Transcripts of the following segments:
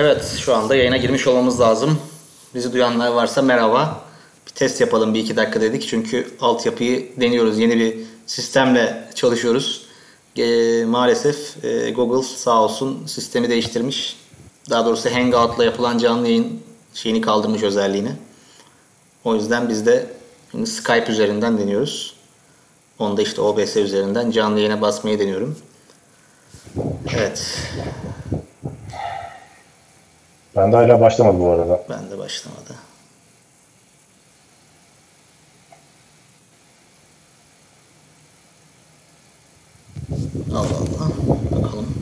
Evet, şu anda yayına girmiş olmamız lazım. Bizi duyanlar varsa merhaba. Bir test yapalım bir iki dakika dedik. Çünkü altyapıyı deniyoruz. Yeni bir sistemle çalışıyoruz. Maalesef Google sağ olsun sistemi değiştirmiş. Daha doğrusu Hangout'la yapılan canlı yayın şeyini kaldırmış özelliğini. O yüzden biz de şimdi Skype üzerinden deniyoruz. Onu da işte OBS üzerinden canlı yayına basmayı deniyorum. Evet. Ben de hala başlamadı bu arada. Ben de başlamadı. Allah Allah. Bakalım.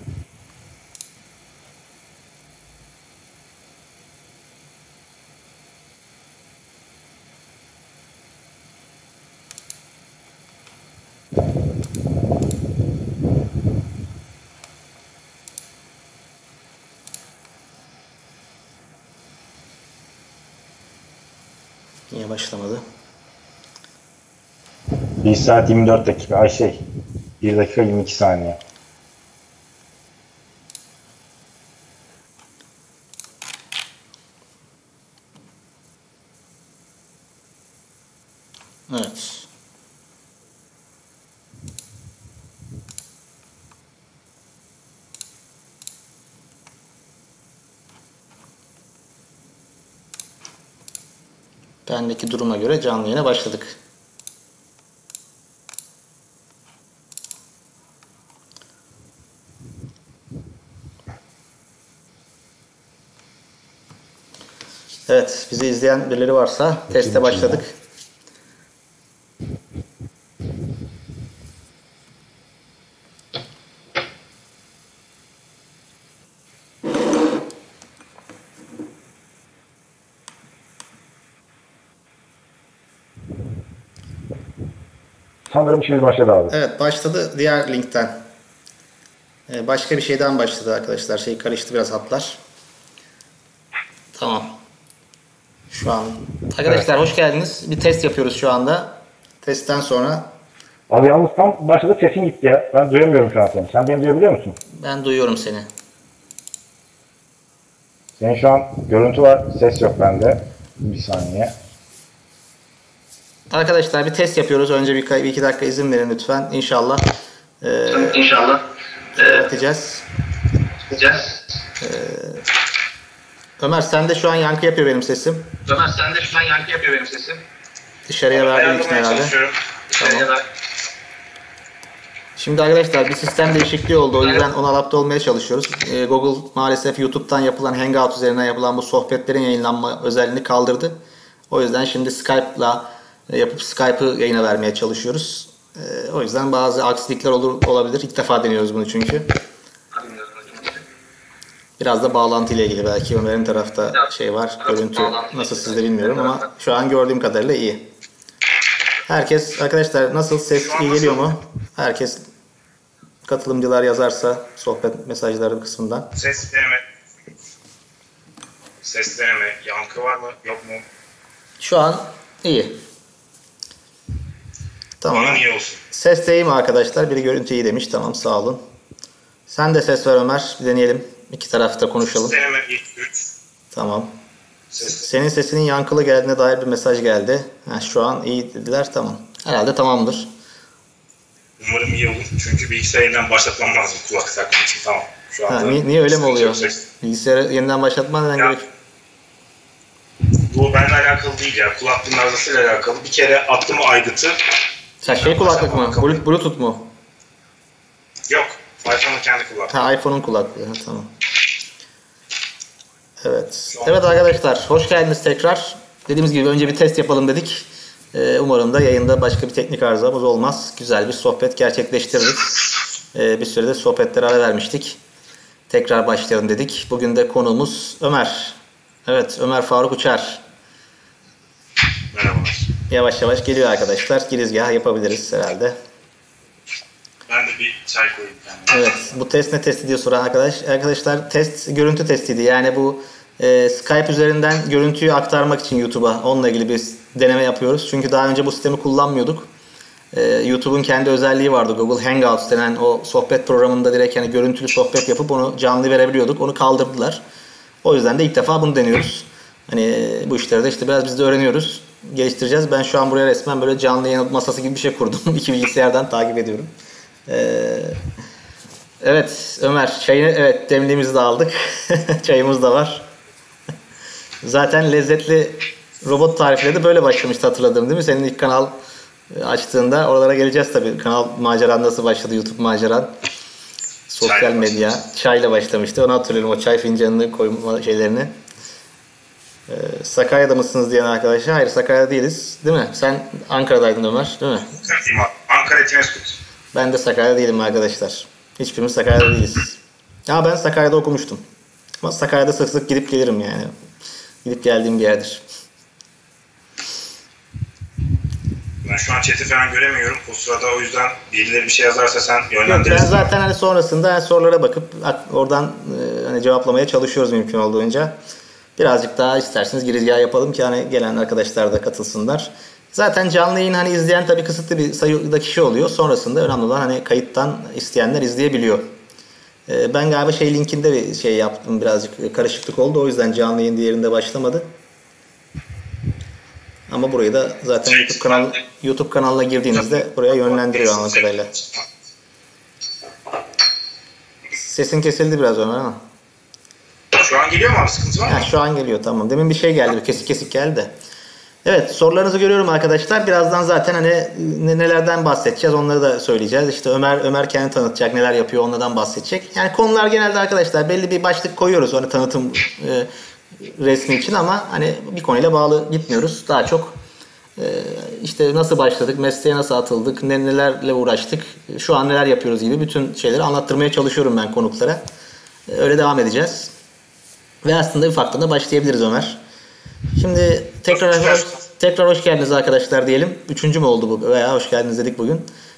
Niye başlamadı? 1 saat 24 dakika. 1 dakika 22 saniye. Evet. Bendeki duruma göre canlı yayına başladık. Evet, bizi izleyen birileri varsa teste başladık. Sanırım şimdi başladı abi. Evet, başladı diğer linkten. Başka bir şeyden başladı arkadaşlar. Şey karıştı biraz hatlar. Tamam. Şu an. Arkadaşlar hoş geldiniz. Bir test yapıyoruz şu anda. Testten sonra Abi yalnız tam başladı sesin gitti ya. Ben duyamıyorum şu an seni. Sen beni duyabiliyor musun? ben duyuyorum seni. Senin şu an görüntü var, ses yok bende. Bir saniye. Arkadaşlar bir test yapıyoruz. Önce bir iki dakika izin verin lütfen. İnşallah. İnşallah. Öğreteceğiz. Ömer sende şu an yankı yapıyor benim sesim. Ömer sende şu an yankı yapıyor benim sesim. Dışarıya verdiğim için herhalde. Tamam. Şimdi arkadaşlar bir sistem değişikliği oldu. O yüzden ona adapte olmaya çalışıyoruz. Google maalesef YouTube'dan yapılan Hangout üzerinden yapılan bu sohbetlerin yayınlanma özelliğini kaldırdı. O yüzden şimdi Skype'la yapıp Skype'ı yayına vermeye çalışıyoruz. O yüzden bazı aksilikler olabilir. İlk defa deniyoruz bunu çünkü. Biraz da bağlantı ile ilgili belki Ömer'in tarafta şey var. Görüntü nasıl sizde bilmiyorum ama şu an gördüğüm kadarıyla iyi. Herkes arkadaşlar nasıl ses iyi geliyor mu? Herkes katılımcılar yazarsa sohbet mesajları kısmından. Ses deneme. Yankı var mı? Yok mu? Şu an iyi. Tamam. Bana niye olsun? Ses de iyi mi arkadaşlar? Biri görüntü iyi demiş. Tamam sağ olun. Sen de ses ver Ömer. Bir deneyelim. İki tarafta konuşalım. Ses deneme 3. Tamam. Ses. Senin sesinin yankılı geldiğine dair bir mesaj geldi. Şu an iyi dediler. Tamam. Herhalde tamamdır. Umarım iyi olur. Çünkü bilgisayarından başlatmam lazım kulak takmak için. Tamam. Şu anda Niye öyle mi oluyor? ses. Bilgisayarı yeniden başlatman neden gerek? Bu benimle alakalı değil ya. Kulaklığın arızasıyla alakalı. Bir kere attım o aygıtı. Şey kulaklık mı? Bluetooth mu? Yok. iPhone'un kendi kulaklığı. iPhone'un kulaklığı. Tamam. Evet. Evet arkadaşlar hoş geldiniz tekrar. Dediğimiz gibi önce bir test yapalım dedik. Umarım da yayında başka bir teknik arızamız olmaz. Güzel bir sohbet gerçekleştiririz. Bir sürede sohbetlere ara vermiştik. Tekrar başlayalım dedik. Bugün de konuğumuz Ömer. Evet Ömer Faruk Uçar. Merhabalar. Yavaş yavaş geliyor arkadaşlar. Girizgah yapabiliriz herhalde. Ben de bir çay koyayım kendime. Evet, bu test ne testi diye soran arkadaşlar test görüntü testiydi. Yani bu Skype üzerinden görüntüyü aktarmak için YouTube'a onunla ilgili bir deneme yapıyoruz. Çünkü daha önce bu sistemi kullanmıyorduk. YouTube'un kendi özelliği vardı. Google Hangouts denen o sohbet programında direkt yani görüntülü sohbet yapıp onu canlı verebiliyorduk. Onu kaldırdılar. O yüzden de ilk defa bunu deniyoruz. Hani bu işleri de işte biraz biz de öğreniyoruz. Geliştireceğiz. Ben şu an buraya resmen böyle canlı yayın masası gibi bir şey kurdum. 2 bilgisayardan takip ediyorum. Evet Ömer, çayını evet demliğimizi de aldık. Çayımız da var. Zaten lezzetli robot tarifleri de böyle başlamıştı hatırladım değil mi? Senin ilk kanal açtığında oralara geleceğiz tabii. Kanal maceran nasıl başladı, YouTube maceran? Sosyal medya. Çayla başlamıştı. Onu hatırlıyorum. O çay fincanını koyma şeylerini. Sakarya'da mısınız diyen arkadaşlar. Hayır Sakarya'da değiliz. Değil mi? Sen Ankara'daydın Ömer. Değil mi? Ankara Etimeskut. Ben de Sakarya'da değilim arkadaşlar. Hiçbirimiz Sakarya'da değiliz. Ama ben Sakarya'da okumuştum. Ama Sakarya'da sık sık gidip gelirim yani. Gidip geldiğim bir yerdir. Ben şu an chat'i falan göremiyorum. O sırada o yüzden birileri bir şey yazarsa sen yönlendirirsin. Ben zaten hani sonrasında sorulara bakıp oradan hani cevaplamaya çalışıyoruz mümkün olduğunca. Birazcık daha isterseniz girizgah yapalım ki hani gelen arkadaşlar da katılsınlar. Zaten canlı yayın hani izleyen tabii kısıtlı bir sayıda kişi oluyor. Sonrasında önemli olan hani kayıttan isteyenler izleyebiliyor. Ben galiba linkinde bir şey yaptım, birazcık karışıklık oldu. O yüzden canlı yayın diğerinde başlamadı. Ama burayı da zaten YouTube kanalına girdiğinizde buraya yönlendiriyor anladığım kadarıyla. Sesin kesildi biraz Ömer ama. Şu an geliyor mu abi? Sıkıntı var mı? Şu an geliyor tamam. Demin bir şey geldi. Bir kesik kesik geldi de. Evet sorularınızı görüyorum arkadaşlar. Birazdan zaten hani nelerden bahsedeceğiz onları da söyleyeceğiz. İşte Ömer kendini tanıtacak, neler yapıyor onlardan bahsedecek. Yani konular genelde arkadaşlar belli bir başlık koyuyoruz hani tanıtım resmi için ama hani bir konuyla bağlı gitmiyoruz. Daha çok işte nasıl başladık, mesleğe nasıl atıldık, nelerle uğraştık, şu an neler yapıyoruz gibi bütün şeyleri anlattırmaya çalışıyorum ben konuklara. Öyle devam edeceğiz. Ve aslında ufaktan da başlayabiliriz Ömer. Şimdi tekrar hoş geldiniz arkadaşlar diyelim. 3. mü oldu bu veya hoş geldiniz dedik bugün.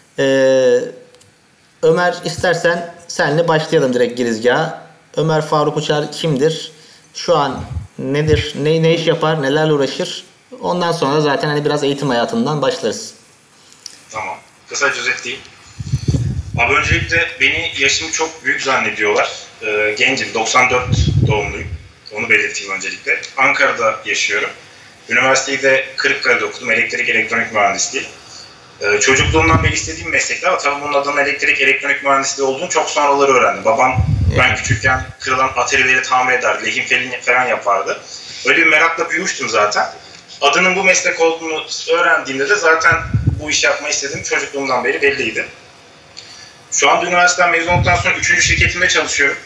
Ömer istersen senle başlayalım direkt girizgaha. Ömer Faruk Uçar kimdir? Şu an nedir? Ne iş yapar? Nelerle uğraşır? Ondan sonra zaten hani biraz eğitim hayatından başlarız. Tamam. Kısaca özetleyeyim. Abi öncelikle beni yaşımı çok büyük zannediyorlar. Gencim. 94 doğumluyum. Onu belirteyim öncelikle. Ankara'da yaşıyorum. Üniversiteyi de Kırıkkale'de okudum. Elektrik elektronik mühendisliği. Çocukluğumdan beri istediğim meslekler ama tabii bunun adının elektrik elektronik mühendisliği olduğunu çok sonraları öğrendim. Babam ben küçükken kırılan atarileri tamir ederdi. Lehim falan yapardı. Öyle bir merakla büyümüştüm zaten. Adının bu meslek olduğunu öğrendiğimde de zaten bu işi yapmayı istediğim çocukluğumdan beri belliydi. Şu anda üniversiteden mezun olduktan sonra 3. şirketimde çalışıyorum.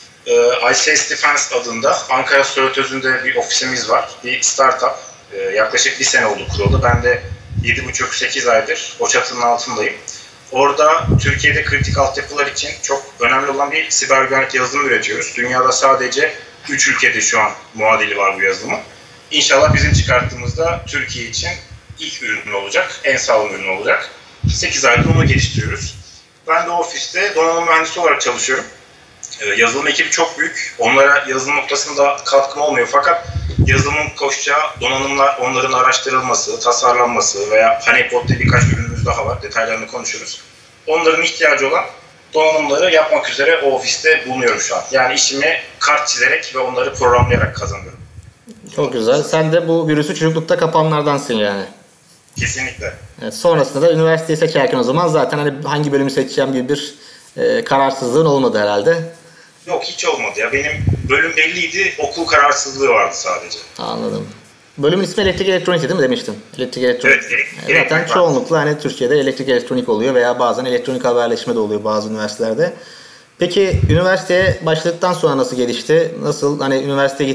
ICS Defense adında Ankara Söğütözü'nde bir ofisimiz var. Bir startup. Yaklaşık 1 sene oldu kuruldu. Ben de 7,5-8 aydır o çatının altındayım. Orada Türkiye'de kritik altyapılar için çok önemli olan bir siber güvenlik yazılımı üretiyoruz. Dünyada sadece 3 ülkede şu an muadili var bu yazılımın. İnşallah bizim çıkarttığımızda Türkiye için ilk ürün olacak, en sağlam ürün olacak. 8 aydır onu geliştiriyoruz. Ben de ofiste donanım mühendisi olarak çalışıyorum. Yazılım ekibi çok büyük. Onlara yazılım noktasında katkım olmuyor fakat yazılımın koşacağı donanımlar, onların araştırılması, tasarlanması veya Honeypot'ta birkaç ürünümüz daha var. Detaylarını konuşuruz. Onların ihtiyacı olan donanımları yapmak üzere o ofiste bulunuyorum şu an. Yani işimi kart çizerek ve onları programlayarak kazanıyorum. Çok güzel. Sen de bu virüsü çocuklukta kapanlardansın yani. Kesinlikle. Evet, sonrasında da üniversiteyi seçerken o zaman zaten hani hangi bölümü seçeceğim gibi bir kararsızlığın olmadı herhalde. Yok hiç olmadı ya. Benim bölüm belliydi. Okul kararsızlığı vardı sadece. Anladım. Bölümün ismi elektrik elektronik değil mi demiştin? Elektrik elektronik. Evet, zaten çoğunlukla hani Türkiye'de elektrik elektronik oluyor veya bazen elektronik haberleşme de oluyor bazı üniversitelerde. Peki üniversiteye başladıktan sonra nasıl gelişti? Nasıl hani üniversiteye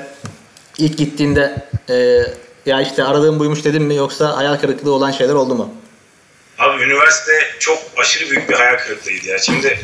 ilk gittiğinde ya işte aradığım buymuş dedim mi yoksa hayal kırıklığı olan şeyler oldu mu? Abi üniversite çok aşırı büyük bir hayal kırıklığıydı ya. Şimdi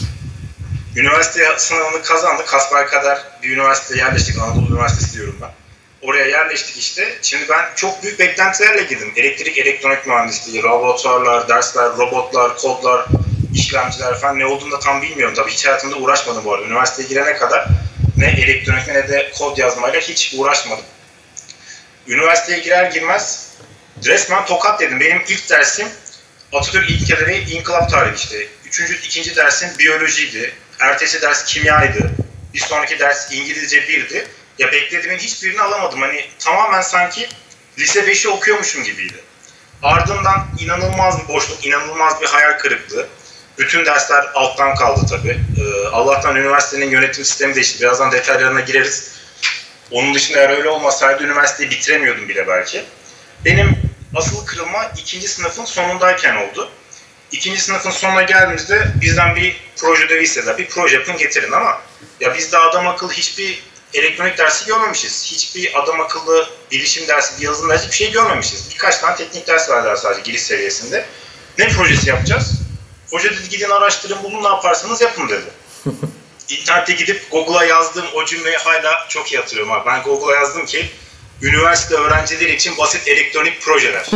üniversite sınavını kazandık. Hasbelkader bir üniversiteye yerleştik. Anadolu Üniversitesi diyorum ben. Oraya yerleştik işte. Şimdi ben çok büyük beklentilerle girdim. Elektrik, elektronik mühendisliği, laboratuvarlar, dersler, robotlar, kodlar, işlemciler falan ne olduğunu da tam bilmiyorum. Tabii hiç hayatımda uğraşmadım bu arada. Üniversiteye girene kadar ne elektronik ne de kod yazmayla hiç uğraşmadım. Üniversiteye girer girmez resmen tokat dedim. Benim ilk dersim Atatürk ilkeleri, inkılap tarihi işte. İkinci dersim biyolojiydi. Ertesi ders kimyaydı. Bir sonraki ders İngilizce 1'di. Ya beklediğimin hiçbirini alamadım. Hani tamamen sanki lise 5'i okuyormuşum gibiydi. Ardından inanılmaz bir boşluk, inanılmaz bir hayal kırıklığı. Bütün dersler alttan kaldı tabii. Allah'tan üniversitenin yönetim sistemi değişti. Birazdan detaylarına gireriz. Onun dışında eğer öyle olmasaydı üniversiteyi bitiremiyordum bile belki. Benim asıl kırılma 2. sınıfın sonundayken oldu. 2. sınıfın sonuna geldiğimizde bizden bir proje ödevi istediler. Bir proje yapın getirin ama ya biz de adam akıllı hiçbir elektronik dersi görmemişiz. Hiçbir adam akıllı bilişim dersi, bir yazılım dersi bir şey görmemişiz. Birkaç tane teknik ders verdiler sadece giriş seviyesinde. Ne projesi yapacağız? Hoca dedi gidin araştırın bulun ne yaparsanız yapın dedi. İnternette gidip Google'a yazdığım o cümleyi hala çok iyi hatırlıyorum abi. Ben Google'a yazdım ki üniversite öğrencileri için basit elektronik projeler.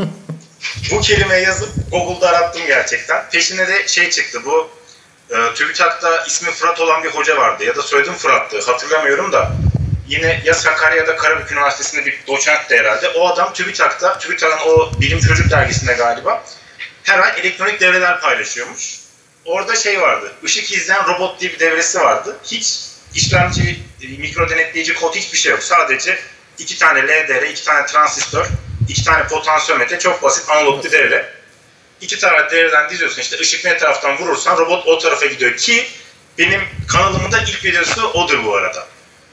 Bu kelimeyi yazıp Google'da arattım gerçekten. Peşine de şey çıktı bu TÜBİTAK'ta ismi Fırat olan bir hoca vardı ya da soyadım Fırat'tı hatırlamıyorum da yine ya Sakarya ya da Karabük Üniversitesi'nde bir doçentti herhalde. O adam TÜBİTAK'ın o Bilim Çocuk dergisinde galiba her ay elektronik devreler paylaşıyormuş. Orada şey vardı, ışık izleyen robot diye bir devresi vardı. Hiç işlemci, mikro denetleyici kod hiçbir şey yok. Sadece 2 tane LDR, 2 tane transistör, 2 tane potansiyometre, çok basit analog bir devre. 2 tane devreden diziyorsun işte ışık ne taraftan vurursan robot o tarafa gidiyor ki benim kanalımın da ilk videosu odur bu arada.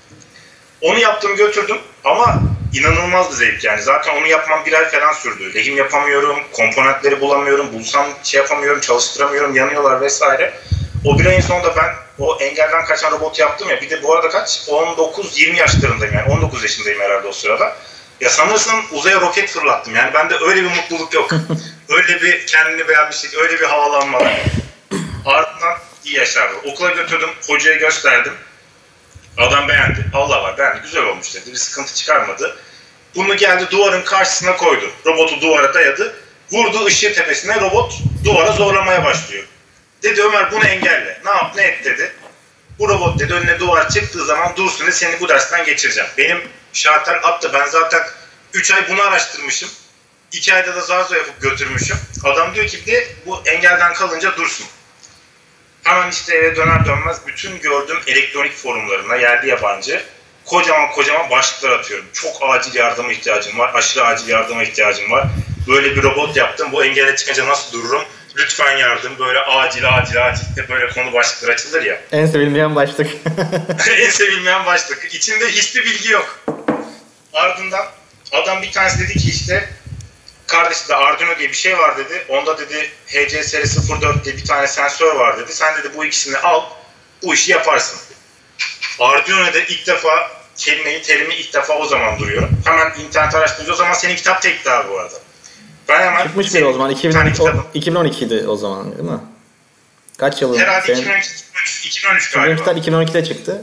Onu yaptım götürdüm ama inanılmaz bir zevk yani. Zaten onu yapmam 1 ay falan sürdü. Lehim yapamıyorum, komponentleri bulamıyorum, bulsam şey yapamıyorum, çalıştıramıyorum, yanıyorlar vesaire. O 1 ayın sonunda ben o engelden kaçan robotu yaptım ya. Bir de bu arada kaç? 19-20 yaşlarındayım yani. 19 yaşındayım herhalde o sırada. Ya sanırsın uzaya roket fırlattım. Yani bende öyle bir mutluluk yok. Öyle bir kendini beğenmişlik, öyle bir havalanma. Ardından iyi yaşardı. Okula götürdüm, hocaya gösterdim. Adam beğendi. Allah var beğendi. Güzel olmuş dedi. Bir sıkıntı çıkarmadı. Bunu geldi duvarın karşısına koydu. Robotu duvara dayadı. Vurdu ışığı tepesine. Robot duvara zorlamaya başlıyor. Dedi Ömer bunu engelle. Ne yap ne et dedi. Bu robot dedi önüne duvar çıktığı zaman dursun dedi. Seni bu dersten geçireceğim. Benim şartlar attı. Ben zaten 3 ay bunu araştırmışım. 2 ayda da zar zor yapıp götürmüşüm. Adam diyor ki bir de bu engelden kalınca dursun. Hemen işte eve döner dönmez bütün gördüğüm elektronik forumlarına yerli yabancı kocaman başlıklar atıyorum. Çok acil yardıma ihtiyacım var, aşırı acil yardıma ihtiyacım var. Böyle bir robot yaptım, bu engele çıkınca nasıl dururum? Lütfen yardım, böyle acil de böyle konu başlıkları açılır ya. En sevilmeyen başlık. En sevilmeyen başlık. İçinde hiçbir bilgi yok. Ardından adam bir tanesi dedi ki işte kardeşi de Arduino diye bir şey var dedi. Onda dedi HC-04 diye bir tane sensör var dedi. Sen dedi bu ikisini al, bu işi yaparsın. Arduino'da ilk defa terimi ilk defa o zaman duyuyorum. Hemen internet araştırınca o zaman senin kitap tekti abi bu arada. Ben hemen çıkmış bile o zaman. 2012'di o zaman değil mi? Kaç yılı? Herhalde 2013 galiba. 2012'de çıktı.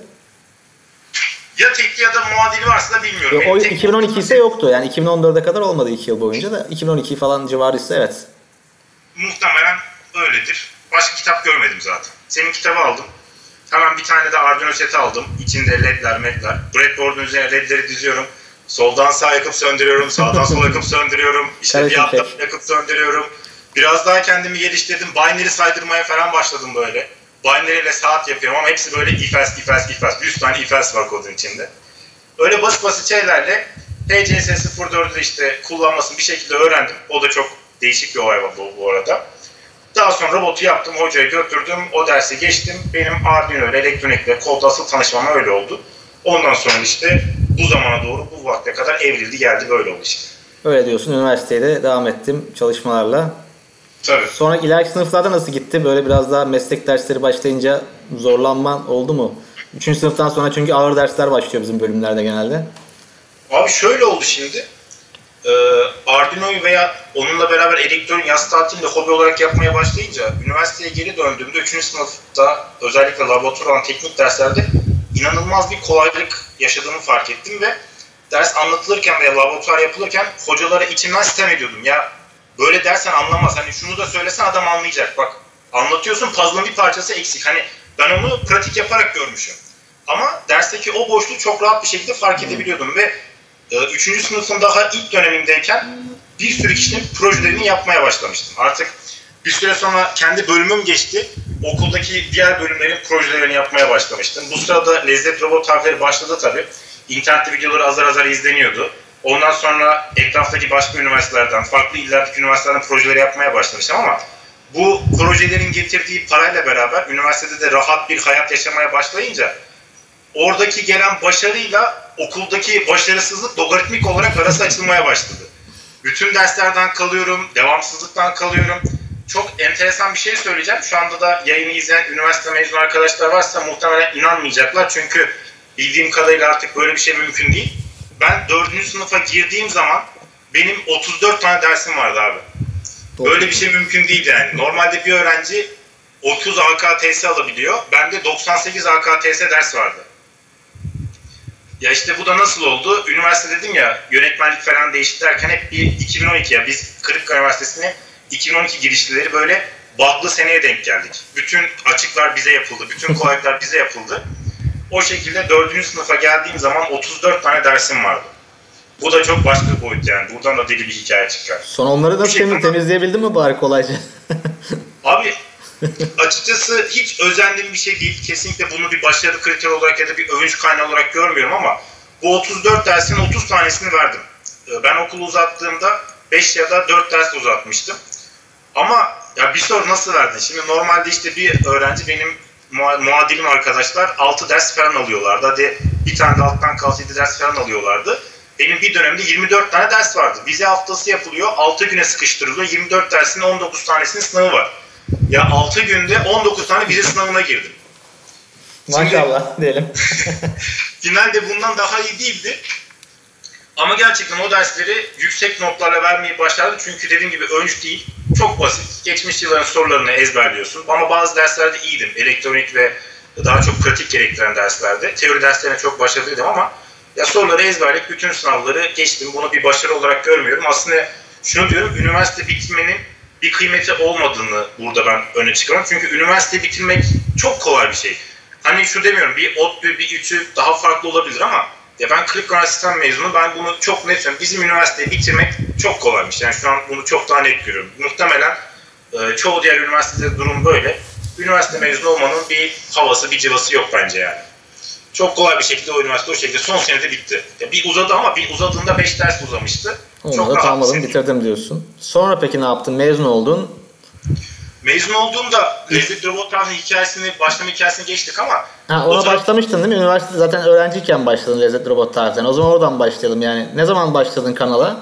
Ya tekli ya da muadili varsa da bilmiyorum. O 2012 ise yoktu. Yani 2014'e kadar olmadı 2 yıl boyunca da. 2012 falan civarıysa evet. Muhtemelen öyledir. Başka kitap görmedim zaten. Senin kitabı aldım. Hemen bir tane de Arduino seti aldım. İçinde ledler, medler. Breadboard'un üzerine ledleri diziyorum. Soldan sağa yakıp söndürüyorum. Sağdan sola yakıp söndürüyorum. İşte bir altta yakıp söndürüyorum. Biraz daha kendimi geliştirdim. Binary saydırmaya falan başladım böyle. Binary ile saat yapıyorum ama hepsi böyle if else. 100 tane if else var kodun içinde. Öyle basit şeylerle HCS04'ü işte kullanmasını bir şekilde öğrendim. O da çok değişik bir olay bu arada. Daha sonra robotu yaptım, hocaya götürdüm, o dersi geçtim. Benim Arduino ile elektronikle, kodla asıl tanışmam öyle oldu. Ondan sonra işte bu zamana doğru bu vakte kadar evrildi geldi böyle oldu işte. Öyle diyorsun, üniversiteye de devam ettim çalışmalarla. Tabii. Sonra ileriki sınıflarda nasıl gitti? Böyle biraz daha meslek dersleri başlayınca zorlanman oldu mu? 3. sınıftan sonra çünkü ağır dersler başlıyor bizim bölümlerde genelde. Abi şöyle oldu şimdi. Arduino'yu veya onunla beraber elektronik yaz tatilinde hobi olarak yapmaya başlayınca üniversiteye geri döndüğümde 3. sınıfta özellikle laboratuvar olan teknik derslerde inanılmaz bir kolaylık yaşadığımı fark ettim ve ders anlatılırken veya laboratuvar yapılırken hocalara içimden sitem ediyordum. Ya böyle dersen anlamaz. Hani şunu da söylesen adam anlayacak. Bak anlatıyorsun puzzle'ın bir parçası eksik. Hani ben onu pratik yaparak görmüşüm. Ama dersteki o boşluğu çok rahat bir şekilde fark edebiliyordum ve 3. sınıfın daha ilk dönemindeyken bir sürü kişinin projelerini yapmaya başlamıştım. Artık Bir süre sonra kendi bölümüm geçti. Okuldaki diğer bölümlerin projelerini yapmaya başlamıştım. Bu sırada lezzet robot harfleri başladı tabii. İnternette videoları azar azar izleniyordu. Ondan sonra etraftaki başka üniversitelerden, farklı illerdeki üniversitelerden projeleri yapmaya başlamıştım ama bu projelerin getirdiği parayla beraber üniversitede de rahat bir hayat yaşamaya başlayınca oradaki gelen başarıyla okuldaki başarısızlık logaritmik olarak arası açılmaya başladı. Bütün derslerden kalıyorum, devamsızlıktan kalıyorum. Çok enteresan bir şey söyleyeceğim. Şu anda da yayını izleyen üniversite mezunu arkadaşlar varsa muhtemelen inanmayacaklar. Çünkü bildiğim kadarıyla artık böyle bir şey mümkün değil. Ben 4. sınıfa girdiğim zaman benim 34 tane dersim vardı abi. Böyle bir şey mümkün değil yani. Normalde bir öğrenci 30 AKTS alabiliyor. Bende 98 AKTS ders vardı. Ya işte bu da nasıl oldu? Üniversite dedim ya, yönetmenlik falan değişti derken hep bir 2012 ya biz Kırıkkale Üniversitesi'ne 2012 girişlileri böyle bug'lı seneye denk geldik. Bütün açıklar bize yapıldı, bütün kolaylıklar bize yapıldı. O şekilde 4. sınıfa geldiğim zaman 34 tane dersim vardı. Bu da çok başka bir boyut yani. Buradan da deli bir hikaye çıkar. Son onları da temizleyebildin mi bari kolayca? Abi açıkçası hiç özendiğim bir şey değil. Kesinlikle bunu bir başarı kriteri olarak ya da bir övünç kaynağı olarak görmüyorum ama bu 34 dersin 30 tanesini verdim. Ben okulu uzattığımda 5 ya da 4 ders uzatmıştım. Ama ya bir soru nasıl verdin? Şimdi normalde işte bir öğrenci benim muadilim arkadaşlar 6 ders falan alıyorlardı. Hadi bir tane de alttan kalsın 7 ders falan alıyorlardı. Benim bir dönemde 24 tane ders vardı. Vize haftası yapılıyor, 6 güne sıkıştırılıyor. 24 dersin 19 tanesinin sınavı var. Ya 6 günde 19 tane vize sınavına girdim. Maşallah diyelim. Finalde bundan daha iyi değildi. Ama gerçekten o dersleri yüksek notlarla vermeyi başardım. Çünkü dediğim gibi övünç değil. Çok basit. Geçmiş yılların sorularını ezberliyorsun. Ama bazı derslerde iyiydim. Elektronik ve daha çok pratik gerektiren derslerde. Teori derslerine çok başarılıydım ama ya soruları ezberleyip bütün sınavları geçtim. Bunu bir başarı olarak görmüyorum. Aslında şunu diyorum, üniversite bitirmenin bir kıymeti olmadığını burada ben öne çıkarıyorum. Çünkü üniversite bitirmek çok kolay bir şey. Hani şu demiyorum, bir ODTÜ, bir İTÜ daha farklı olabilir ama ya ben Kırıkkale Üniversitesi'nden mezunum. Ben bunu çok net söylüyorum. Bizim üniversiteyi bitirmek çok kolaymış. Yani şu an bunu çok daha net görüyorum. Muhtemelen çoğu diğer üniversitede durum böyle. Üniversite mezunu olmanın bir havası, bir cıvası yok bence yani. Çok kolay bir şekilde o üniversite o şekilde son senede bitti. Ya bir uzadı ama bir uzadığında 5 ders uzamıştı. Onu da tamamladım, bitirdim diyorsun. Sonra peki ne yaptın? Mezun oldun. Mezun olduğumda lezzet robot tarihinin başlama hikayesine geçtik ama ona başlamıştın değil mi? Üniversitede zaten öğrenciyken başladın lezzet robot tarihinden. O zaman oradan başlayalım yani. Ne zaman başladın kanala?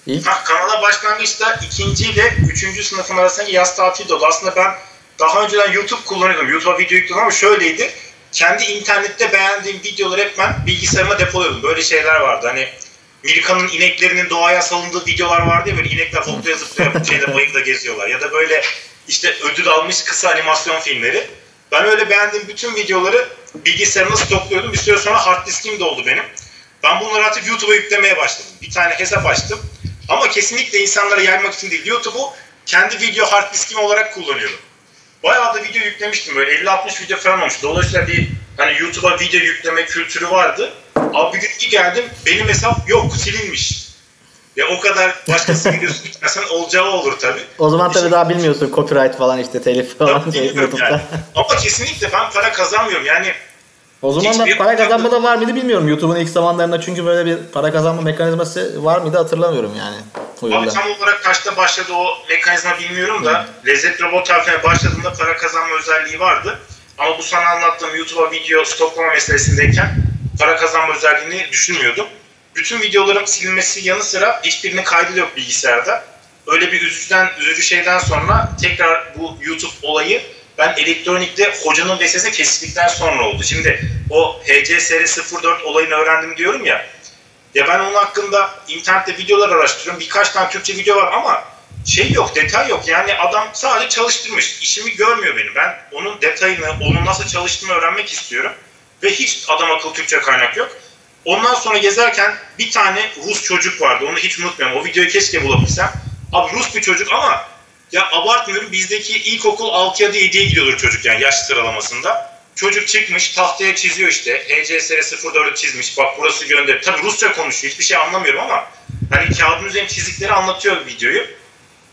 Kanala başlangıçta 2. ile 3. sınıfın arasındaki yaz tatili oldu. Aslında ben daha önceden YouTube kullanıyordum. YouTube'a video yüklüyordum ama şöyleydi. Kendi internette beğendiğim videoları hep ben bilgisayarıma depoluyordum. Böyle şeyler vardı. Hani Milka'nın ineklerinin doğaya salındığı videolar vardı ya, böyle inekler hoplaya zıplaya bayırda geziyorlar. Ya da böyle işte ödül almış kısa animasyon filmleri. Ben öyle beğendiğim bütün videoları bilgisayarıma stokluyordum. Bir süre sonra hard diskim de oldu benim. Ben bunları artık YouTube'a yüklemeye başladım. Bir tane hesap açtım. Ama kesinlikle insanlara yaymak için değil. YouTube'u kendi video hard diskim olarak kullanıyorum. Bayağı da video yüklemiştim, böyle 50-60 video falan olmuş. Dolayısıyla bir hani YouTube'a video yükleme kültürü vardı. Abi bir gün bir geldim, benim hesap yok, silinmiş. Ya o kadar başkası videosu yüklersen olacağı olur tabii. O zaman tabii daha bilmiyorsun copyright falan işte telif falan. Yani. Ama kesinlikle ben para kazanmıyorum yani. O zaman da para kazanma da var mıydı bilmiyorum. YouTube'un ilk zamanlarında çünkü böyle bir para kazanma mekanizması var mıydı hatırlamıyorum yani. Abi tam olarak kaçta başladı o mekanizma bilmiyorum da lezzet robot tarifine başladığında para kazanma özelliği vardı. Ama bu sana anlattığım YouTube'a video stoklama meselesindeyken para kazanma özelliğini düşünmüyordum. Bütün videolarım silinmesi yanı sıra hiçbirinin kaydı yok bilgisayarda. Öyle bir üzücü şeyden sonra tekrar bu YouTube olayı ben elektronikte hocanın vesvese kesildikten sonra oldu. Şimdi o HCSR04 olayını öğrendim diyorum ya. Ya ben onun hakkında internette videolar araştırıyorum. Birkaç tane Türkçe video var ama şey yok, detay yok. Yani adam sadece çalıştırmış. İşimi görmüyor benim. Ben onun detayını, onun nasıl çalıştığını öğrenmek istiyorum. Ve hiç adam akıllı Türkçe kaynak yok. Ondan sonra gezerken bir tane Rus çocuk vardı. Onu hiç unutmuyorum. O videoyu keşke bulabilsem. Abi Rus bir çocuk ama ya abartmıyorum, bizdeki ilkokul 6 ya da 7'ye gidiyordur çocuk yani yaş sıralamasında. Çocuk çıkmış tahtaya çiziyor işte. HCSR04'ü çizmiş. Bak burası gönder. Tabii Rusça konuşuyor. Hiçbir şey anlamıyorum ama hani kağıdın üzerine çizdikleri anlatıyor videoyu.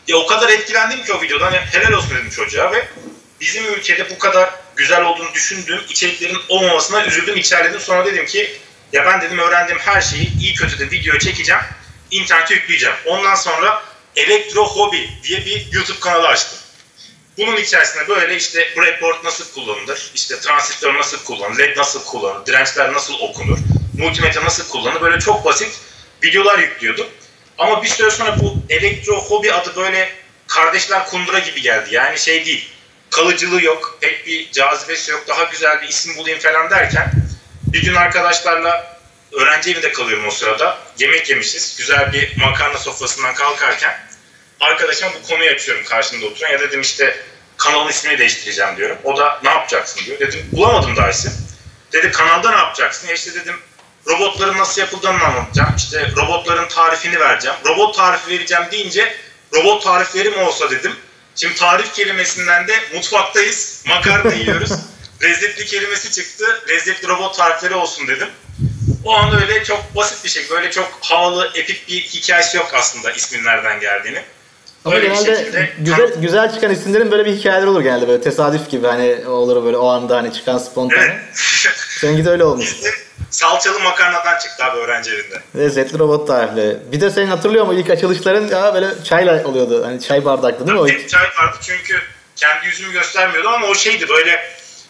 Ya o kadar etkilendim ki o videodan. Yani helal olsun dedim çocuğa ve bizim ülkede bu kadar güzel olduğunu düşündüğüm içeriklerin olmamasına üzüldüm, içerledim. Sonra dedim ki ya ben dedim öğrendiğim her şeyi iyi kötü de videoya çekeceğim, internete yükleyeceğim. Ondan sonra Elektro Hobi diye bir YouTube kanalı açtım. Bunun içerisinde böyle işte breadboard nasıl kullanılır, işte transistör nasıl kullanılır, led nasıl kullanılır, dirençler nasıl okunur, multimetre nasıl kullanılır, böyle çok basit videolar yüklüyordum. Ama bir süre sonra bu Elektro Hobi adı böyle kardeşler kundura gibi geldi. Yani şey değil, kalıcılığı yok, pek bir cazibesi yok, daha güzel bir isim bulayım falan derken bir gün arkadaşlarla öğrenci evinde kalıyorum o sırada. Yemek yemişiz, güzel bir makarna sofrasından kalkarken arkadaşıma bu konuyu açıyorum karşımda oturan. Ya dedim işte kanalın ismini değiştireceğim diyorum. O da ne yapacaksın diyor. Dedim bulamadım daha isim. Dedi kanalda ne yapacaksın? Ya işte dedim robotların nasıl yapıldığını anlatacağım. İşte robotların tarifini vereceğim. Robot tarifi vereceğim deyince robot tarifleri mi olsa dedim. Şimdi tarif kelimesinden de mutfaktayız, makarna yiyoruz. Lezzetli kelimesi çıktı. Lezzetli robot tarifleri olsun dedim. O anda öyle çok basit bir şey. Böyle çok havalı, epik bir hikayesi yok aslında ismin nereden geldiğini. Ama Öyle genelde güzel çıkan isimlerin böyle bir hikayeler olur genelde, böyle tesadüf gibi hani olur böyle o anda hani çıkan spontane. Evet. Seninki de öyle olmuş. Salçalı makarnadan çıktı abi öğrenci evinde. Lezzetli robot tarifleri. Bir de senin hatırlıyor musun ilk açılışların ya böyle çayla oluyordu. Hani çay bardaklı değil mi? Hep çay vardı çünkü kendi yüzümü göstermiyordu ama o şeydi böyle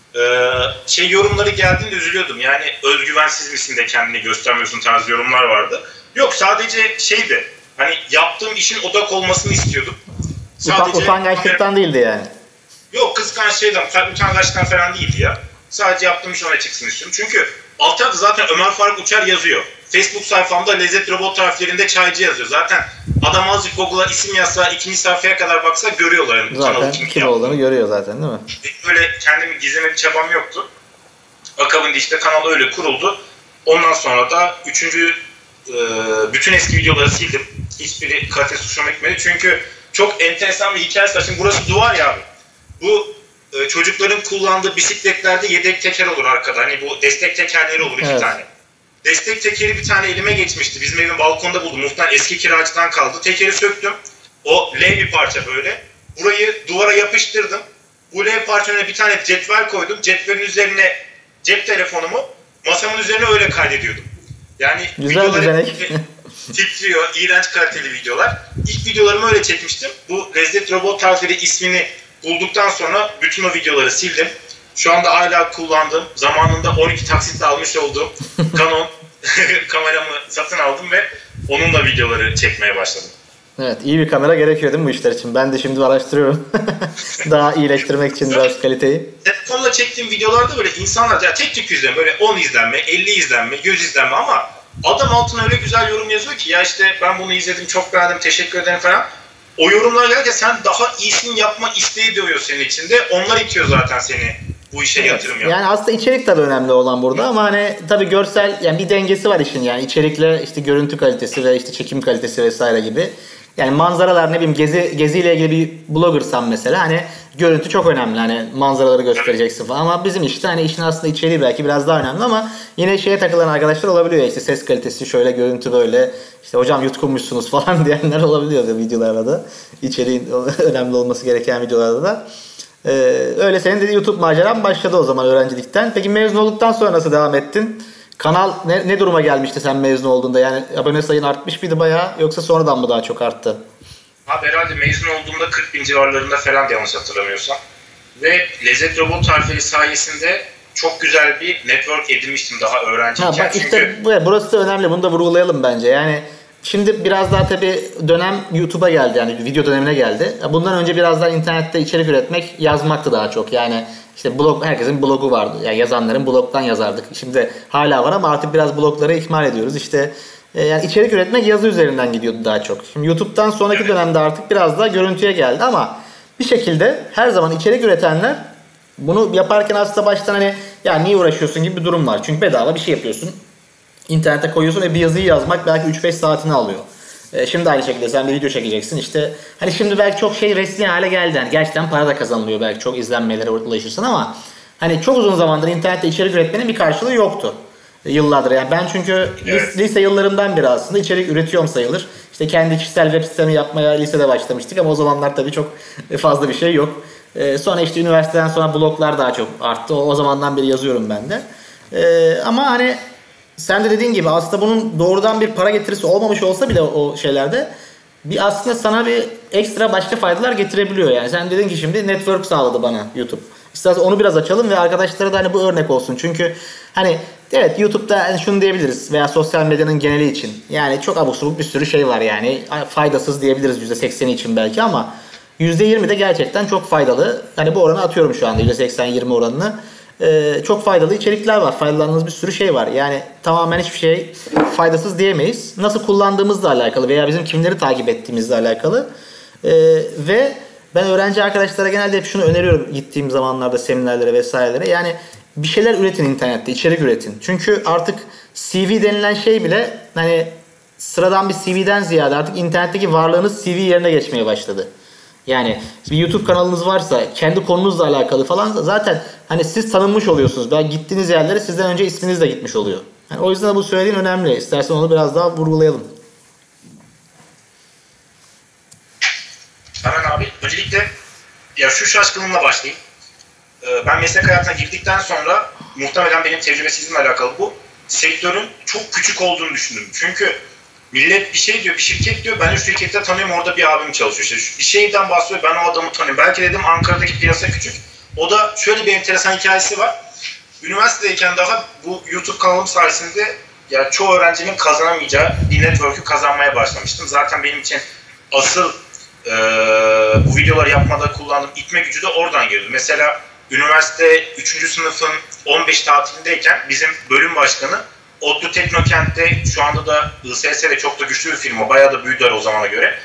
yorumları geldiğinde üzülüyordum. Yani özgüvensiz misin de kendini göstermiyorsun tarzı yorumlar vardı. Yok sadece şeydi. Hani yaptığım işin odak olmasını istiyordum. Sadece utangaçlıktan değildi yani. Yok utangaçlıktan falan değildi ya. Sadece yaptığım iş ona çıksın istiyorum. Çünkü alt tarafta zaten Ömer Faruk Uçar yazıyor. Facebook sayfamda lezzet robot tariflerinde çaycı yazıyor. Zaten adam azıcık Google'a isim yazsa, ikinci sayfaya kadar baksa görüyorlar. Yani zaten kim olduğunu görüyor zaten değil mi? Böyle kendimi gizleme bir çabam yoktu. Akabinde işte kanal öyle kuruldu. Ondan sonra da bütün eski videoları sildim. Hiçbiri kalitesi hoşuma gitmedi. Çünkü çok enteresan bir hikayesi var. Şimdi burası duvar ya abi. Bu çocukların kullandığı bisikletlerde yedek teker olur arkada. Hani bu destek tekerleri olur iki tane. Destek tekeri bir tane elime geçmişti. Bizim evin balkonda buldum. Muhtemelen eski kiracıdan kaldı. Tekeri söktüm. O L bir parça böyle. Burayı duvara yapıştırdım. Bu L parçasına bir tane cetvel koydum. Cetvelin üzerine cep telefonumu, masamın üzerine öyle kaydediyordum. Yani güzel düzenek. Titriyor, iğrenç kaliteli videolar. İlk videolarımı öyle çekmiştim. Bu Lezzet Robot Tarifleri ismini bulduktan sonra bütün o videoları sildim. Şu anda hala kullandığım, zamanında 12 taksitle almış olduğum Canon kameramı satın aldım ve onunla videoları çekmeye başladım. Evet, iyi bir kamera gerekiyor değil mi bu işler için? Ben de şimdi araştırıyorum. Daha iyileştirmek için biraz kaliteyi. Telefonla çektiğim videolarda böyle insanlar ya tek tük izlenme, böyle 10 izlenme, 50 izlenme, 100 izlenme ama adam altına öyle güzel yorum yazıyor ki ya işte ben bunu izledim, çok beğendim, teşekkür ederim falan. O yorumlar gelince sen daha iyisini yapma isteği doğuyor senin içinde. Onlar itiyor zaten seni bu işe yatırım yapmak. Yani aslında içerik tabii önemli olan burada ama hani tabii görsel, yani bir dengesi var işin, yani içerikle işte görüntü kalitesi ve işte çekim kalitesi vesaire gibi. Yani manzaralar, ne bileyim, geziyle ilgili bir bloggersan mesela hani görüntü çok önemli, hani manzaraları göstereceksin falan, ama bizim işte hani işin aslında içeriği belki biraz daha önemli ama yine şeye takılan arkadaşlar olabiliyor, işte ses kalitesi şöyle, görüntü böyle, işte hocam yutkunmuşsunuz falan diyenler olabiliyor da videolarda da, içeriğin önemli olması gereken videolarda da. Öyle senin de YouTube maceran başladı o zaman öğrencilikten. Peki mezun olduktan sonra nasıl devam ettin? Kanal ne duruma gelmişti sen mezun olduğunda? Yani abone sayın artmış mıydı bayağı, yoksa sonradan mı daha çok arttı? Abi herhalde mezun olduğumda 40 bin civarlarında falan, yanlış hatırlamıyorsam. Ve Lezzet Robot Tarifleri sayesinde çok güzel bir network edinmiştim daha öğrenciyken. Bak işte burası da önemli, bunu da vurgulayalım bence. Yani şimdi biraz daha tabii dönem YouTube'a geldi, yani video dönemine geldi. Bundan önce biraz daha internette içerik üretmek, yazmaktı daha çok. Yani işte blog, herkesin blogu vardı. Yani yazanların blogdan yazardık. Şimdi hala var ama artık biraz blogları ihmal ediyoruz. İşte yani içerik üretmek yazı üzerinden gidiyordu daha çok. Şimdi YouTube'dan sonraki dönemde artık biraz daha görüntüye geldi ama bir şekilde her zaman içerik üretenler bunu yaparken aslında baştan hani ya niye uğraşıyorsun gibi bir durum var. Çünkü bedava bir şey yapıyorsun. İnternete koyuyorsun ve bir yazıyı yazmak belki 3-5 saatini alıyor. Şimdi aynı şekilde sen bir video çekeceksin, işte hani şimdi belki çok resmi hale geldi, yani gerçekten para da kazanılıyor, belki çok izlenmelere ulaşırsın ama hani çok uzun zamandır internette içerik üretmenin bir karşılığı yoktu. Yıllardır yani. Ben çünkü lise yıllarımdan beri aslında içerik üretiyorum sayılır. İşte kendi kişisel web sitemi yapmaya lisede başlamıştık ama o zamanlar tabii çok fazla bir şey yok. Sonra işte üniversiteden sonra bloglar daha çok arttı. O zamandan beri yazıyorum ben de. Ama hani sen de dediğin gibi aslında bunun doğrudan bir para getirisi olmamış olsa bile o şeylerde bir aslında sana bir ekstra başka faydalar getirebiliyor yani. Sen dedin ki şimdi network sağladı bana YouTube. İstersen onu biraz açalım ve arkadaşlara da hani bu örnek olsun. Çünkü hani evet YouTube'da hani şunu diyebiliriz veya sosyal medyanın geneli için. Yani çok abuk subuk bir sürü şey var yani. Faydasız diyebiliriz %80'i için belki ama %20 de gerçekten çok faydalı. Hani bu oranı atıyorum şu anda %80-20 oranını. Çok faydalı içerikler var. Faydalandığımız bir sürü şey var. Yani tamamen hiçbir şey faydasız diyemeyiz. Nasıl kullandığımızla alakalı veya bizim kimleri takip ettiğimizle alakalı. Ve ben öğrenci arkadaşlara genelde hep şunu öneriyorum gittiğim zamanlarda seminerlere vesairelere. Yani bir şeyler üretin internette, içerik üretin. Çünkü artık CV denilen şey bile hani sıradan bir CV'den ziyade artık internetteki varlığınız CV yerine geçmeye başladı. Yani bir YouTube kanalınız varsa kendi konunuzla alakalı falan zaten hani siz tanınmış oluyorsunuz. Ben gittiğiniz yerlere sizden önce isminiz de gitmiş oluyor. Yani o yüzden bu söylediğin önemli. İstersen onu biraz daha vurgulayalım. Hemen abi. Öncelikle ya şu şaşkınlığımla başlayayım. Ben meslek hayatına girdikten sonra muhtemelen benim tecrübesizliğimle alakalı bu sektörün çok küçük olduğunu düşündüm. Çünkü millet bir şey diyor, bir şirket diyor. Ben o şirkette tanıyorum, orada bir abim çalışıyor. İşte bir şeyden bahsediyor, ben o adamı tanıyorum. Belki dedim Ankara'daki piyasa küçük. O da şöyle bir enteresan hikayesi var. Üniversitedeyken daha bu YouTube kanalım sayesinde ya çoğu öğrencinin kazanamayacağı bir network'ü kazanmaya başlamıştım. Zaten benim için asıl bu videoları yapmada kullandığım itme gücü de oradan geliyordu. Mesela üniversite 3. sınıfın 15 tatilindeyken bizim bölüm başkanı ODTÜ Teknokent'te şu anda da ISS'de çok da güçlü bir firma. Bayağı da büyüdüler o zamana göre.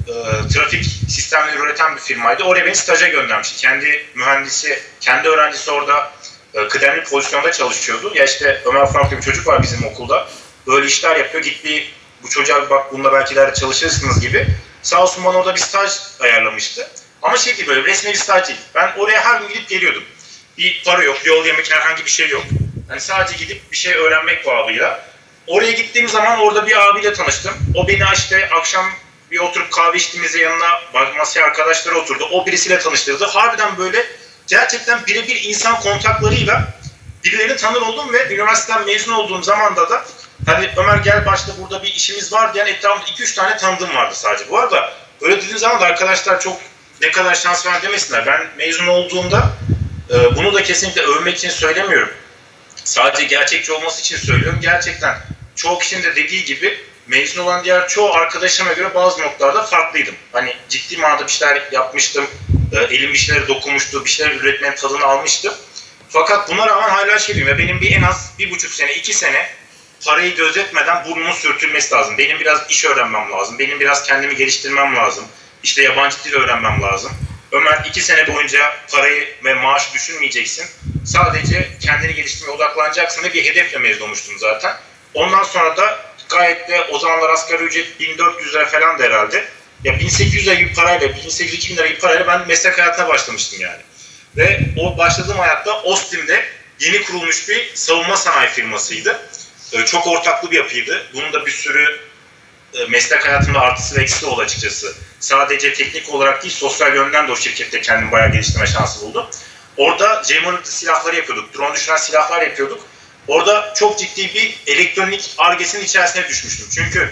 Trafik sistemleri üreten bir firmaydı. Oraya beni staja göndermişti. Kendi mühendisi, kendi öğrencisi orada kıdemli pozisyonda çalışıyordu. Ya işte Ömer Faruk diye bir çocuk var bizim okulda. Böyle işler yapıyor. Git bir bu çocuğa bir bak, bununla belki ileride çalışırsınız gibi. Sağ olsun bana orada bir staj ayarlamıştı. Ama şey değil, böyle resmi bir staj değil. Ben oraya her gün gidip geliyordum. Bir para yok, yol yemek, herhangi bir şey yok. Yani sadece gidip bir şey öğrenmek bağlıyla. Oraya gittiğim zaman orada bir abiyle tanıştım. O beni işte akşam bir oturup kahve içtiğimizde yanına masaya arkadaşları oturdu. O birisiyle tanıştırdı. Harbiden böyle gerçekten birebir insan kontaklarıyla birilerini tanır oldum ve üniversiteden mezun olduğum zamanda da hani Ömer gel başta burada bir işimiz var diyen etrafımda 2-3 tane tanıdığım vardı sadece. Bu arada öyle dediğim zaman da arkadaşlar çok ne kadar şans ver demesinler. Ben mezun olduğumda bunu da kesinlikle övmek için söylemiyorum. Sadece gerçekçi olması için söylüyorum. Gerçekten çoğu kişinin de dediği gibi mezun olan diğer çoğu arkadaşıma göre bazı noktalarda farklıydım. Hani ciddi manada bir şeyler yapmıştım. Elim bir şeylere dokunmuştu. Bir şeyler üretmenin tadını almıştım. Fakat buna rağmen hala şey diyeyim ya, benim bir en az 1,5 sene, 2 sene parayı gözetmeden burnumun sürtülmesi lazım. Benim biraz iş öğrenmem lazım. Benim biraz kendimi geliştirmem lazım. İşte yabancı dil öğrenmem lazım. Ömer 2 sene boyunca parayı ve maaşı düşünmeyeceksin. Sadece kendini geliştirmeye odaklanacaksın ve bir hedefle mezun olmuştum zaten. Ondan sonra da gayet de o zamanlar asgari ücret 1400 lira falan da herhalde. Ya 1800 lira gibi parayla, 1800-2000 lira gibi parayla ben meslek hayatına başlamıştım yani. Ve o başladığım hayatta Austin'de yeni kurulmuş bir savunma sanayi firmasıydı. Çok ortaklı bir yapıydı. Bunun da bir sürü meslek hayatımda artısı ve eksisi oldu açıkçası. Sadece teknik olarak değil, sosyal yönden de o şirkette kendimi bayağı geliştirme şansı buldum. Orada Jammer silahları yapıyorduk, drone düşüren silahlar yapıyorduk. Orada çok ciddi bir elektronik argesinin içerisine düşmüştüm. Çünkü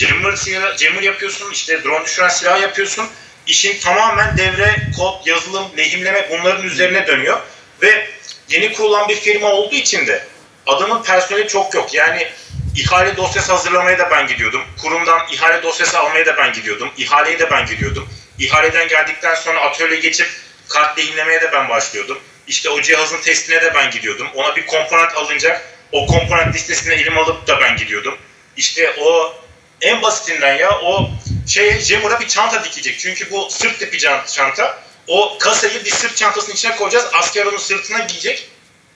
Jammer yapıyorsun, işte drone düşüren silah yapıyorsun. İşin tamamen devre, kod, yazılım, lehimleme bunların üzerine dönüyor. Ve yeni kurulan bir firma olduğu için de adamın personeli çok yok. Yani ihale dosyası hazırlamaya da ben gidiyordum. Kurumdan ihale dosyası almaya da ben gidiyordum. İhaleye de ben gidiyordum. İhaleden geldikten sonra atölyeye geçip kart lehimlemeye de ben başlıyordum. İşte o cihazın testine de ben gidiyordum. Ona bir komponent alınacak. O komponent listesine elim alıp da ben gidiyordum. İşte o en basitinden ya o Jammer'a bir çanta dikecek. Çünkü bu sırt tipi çanta. O kasayı bir sırt çantasının içine koyacağız. Asker onun sırtına giyecek.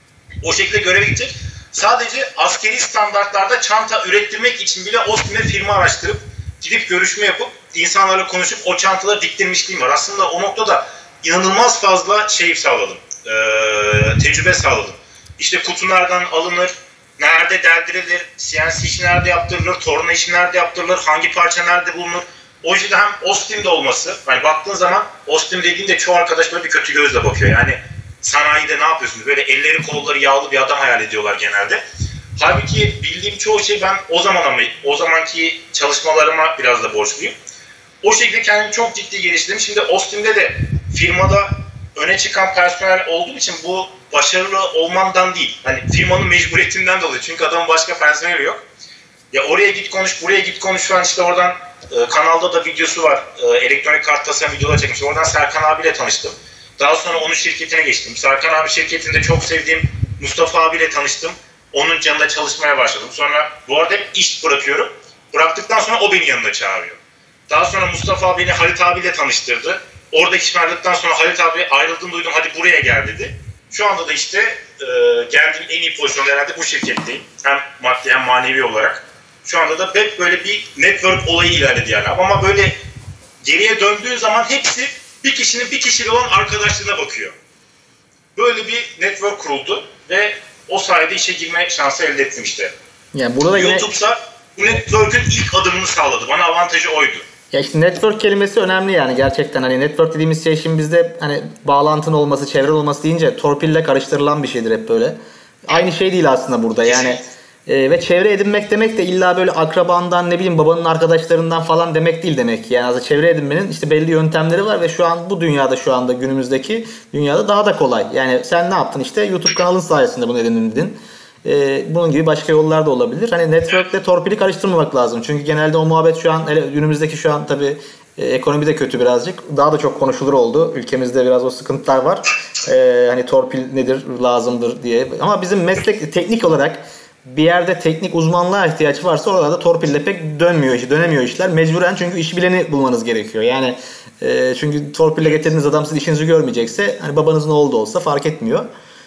O şekilde göreve gidecek. Sadece askeri standartlarda çanta ürettirmek için bile Austin'de firma araştırıp gidip görüşme yapıp insanlarla konuşup o çantaları diktirmişliğim var. Aslında o noktada inanılmaz fazla şey sağladım. Tecrübe sağladım. İşte kutulardan alınır, nerede deldirilir, CNC işi nerede yaptırılır, torna işi nerede yaptırılır, hangi parça nerede bulunur. O yüzden hem Ostim'de olması, hani baktığın zaman Ostim dediğinde çoğu arkadaş böyle bir kötü gözle bakıyor. Yani sanayide ne yapıyorsunuz? Böyle elleri kolları yağlı bir adam hayal ediyorlar genelde. Halbuki bildiğim çoğu şey ben o zamanki çalışmalarıma biraz da borçluyum. O şekilde kendimi çok ciddi geliştirdim. Şimdi Ostim'de de firmada öne çıkan personel olduğum için bu başarılı olmamdan değil. Hani firmanın mecburiyetinden dolayı. Çünkü adamın başka personeli yok. Ya oraya git konuş, buraya git konuş falan işte oradan kanalda da videosu var. Elektronik kart tasarım videoları çekmiş. Oradan Serkan abiyle tanıştım. Daha sonra onun şirketine geçtim. Serkan abi şirketinde çok sevdiğim Mustafa abiyle tanıştım. Onun yanında çalışmaya başladım. Sonra bu arada hep iş bırakıyorum. Bıraktıktan sonra o beni yanına çağırıyor. Daha sonra Mustafa beni Halit abiyle tanıştırdı. Oradaki iş verdikten sonra Halit abi ayrıldığını duydum, hadi buraya gel dedi. Şu anda da işte geldiğim en iyi pozisyonda herhalde bu şirketteyim. Hem maddi hem manevi olarak. Şu anda da hep böyle bir network olayı ilerledi yani. Ama böyle geriye döndüğün zaman hepsi bir kişinin bir kişiyle olan arkadaşlığına bakıyor. Böyle bir network kuruldu ve o sayede işe girme şansı elde ettim işte. Yani burada yine... YouTube'sa bu network'ün ilk adımını sağladı. Bana avantajı oydu. Ya işte network kelimesi önemli yani gerçekten. Hani network dediğimiz şey şimdi bizde hani bağlantın olması, çevre olması deyince torpille karıştırılan bir şeydir hep böyle. Aynı şey değil aslında burada yani. Ve çevre edinmek demek de illa böyle akrabandan, ne bileyim babanın arkadaşlarından falan demek değil demek. Yani aslında çevre edinmenin işte belli yöntemleri var ve şu an bu dünyada, şu anda günümüzdeki dünyada daha da kolay. Yani sen ne yaptın işte YouTube kanalın sayesinde bunu edindin. Bunun gibi başka yollar da olabilir. Hani network'le torpili karıştırmamak lazım. Çünkü genelde o muhabbet şu an, günümüzdeki şu an tabii ekonomi de kötü birazcık. Daha da çok konuşulur oldu. Ülkemizde biraz o sıkıntılar var. Hani torpil nedir, lazımdır diye. Ama bizim meslek teknik olarak bir yerde teknik uzmanlığa ihtiyaç varsa oralarda torpille pek dönemiyor işler. Mecburen, çünkü işi bileni bulmanız gerekiyor. Yani çünkü torpille getirdiğiniz adam siz işinizi görmeyecekse, hani babanızın oğlu da olsa fark etmiyor.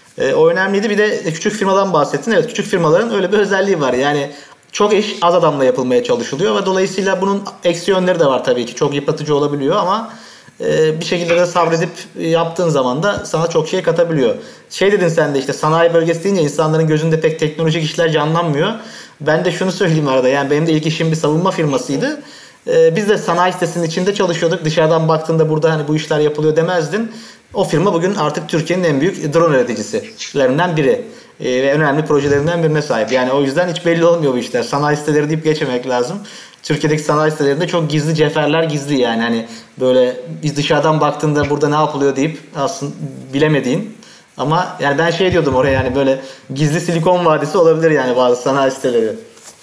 O önemliydi. Bir de küçük firmadan bahsettin. Evet, küçük firmaların öyle bir özelliği var. Yani çok iş az adamla yapılmaya çalışılıyor ve dolayısıyla bunun eksi yönleri de var tabii ki. Çok yıpratıcı olabiliyor ama bir şekilde de sabredip yaptığın zaman da sana çok şey katabiliyor. Şey dedin sen de, işte sanayi bölgesi deyince insanların gözünde pek teknolojik işler canlanmıyor. Ben de şunu söyleyeyim arada, yani benim de ilk işim bir savunma firmasıydı. Biz de sanayi sitesinin içinde çalışıyorduk. Dışarıdan baktığında burada hani bu işler yapılıyor demezdin. O firma bugün artık Türkiye'nin en büyük drone üreticilerinden biri. Ve önemli projelerinden birine sahip. Yani o yüzden hiç belli olmuyor bu işler. Sanayi siteleri deyip geçemek lazım. Türkiye'deki sanayi sitelerinde çok gizli ceferler gizli yani. Hani böyle biz dışarıdan baktığında burada ne yapılıyor deyip aslında bilemediğin. Ama yani ben şey diyordum oraya, yani böyle gizli silikon vadisi olabilir yani bazı sanayi siteleri.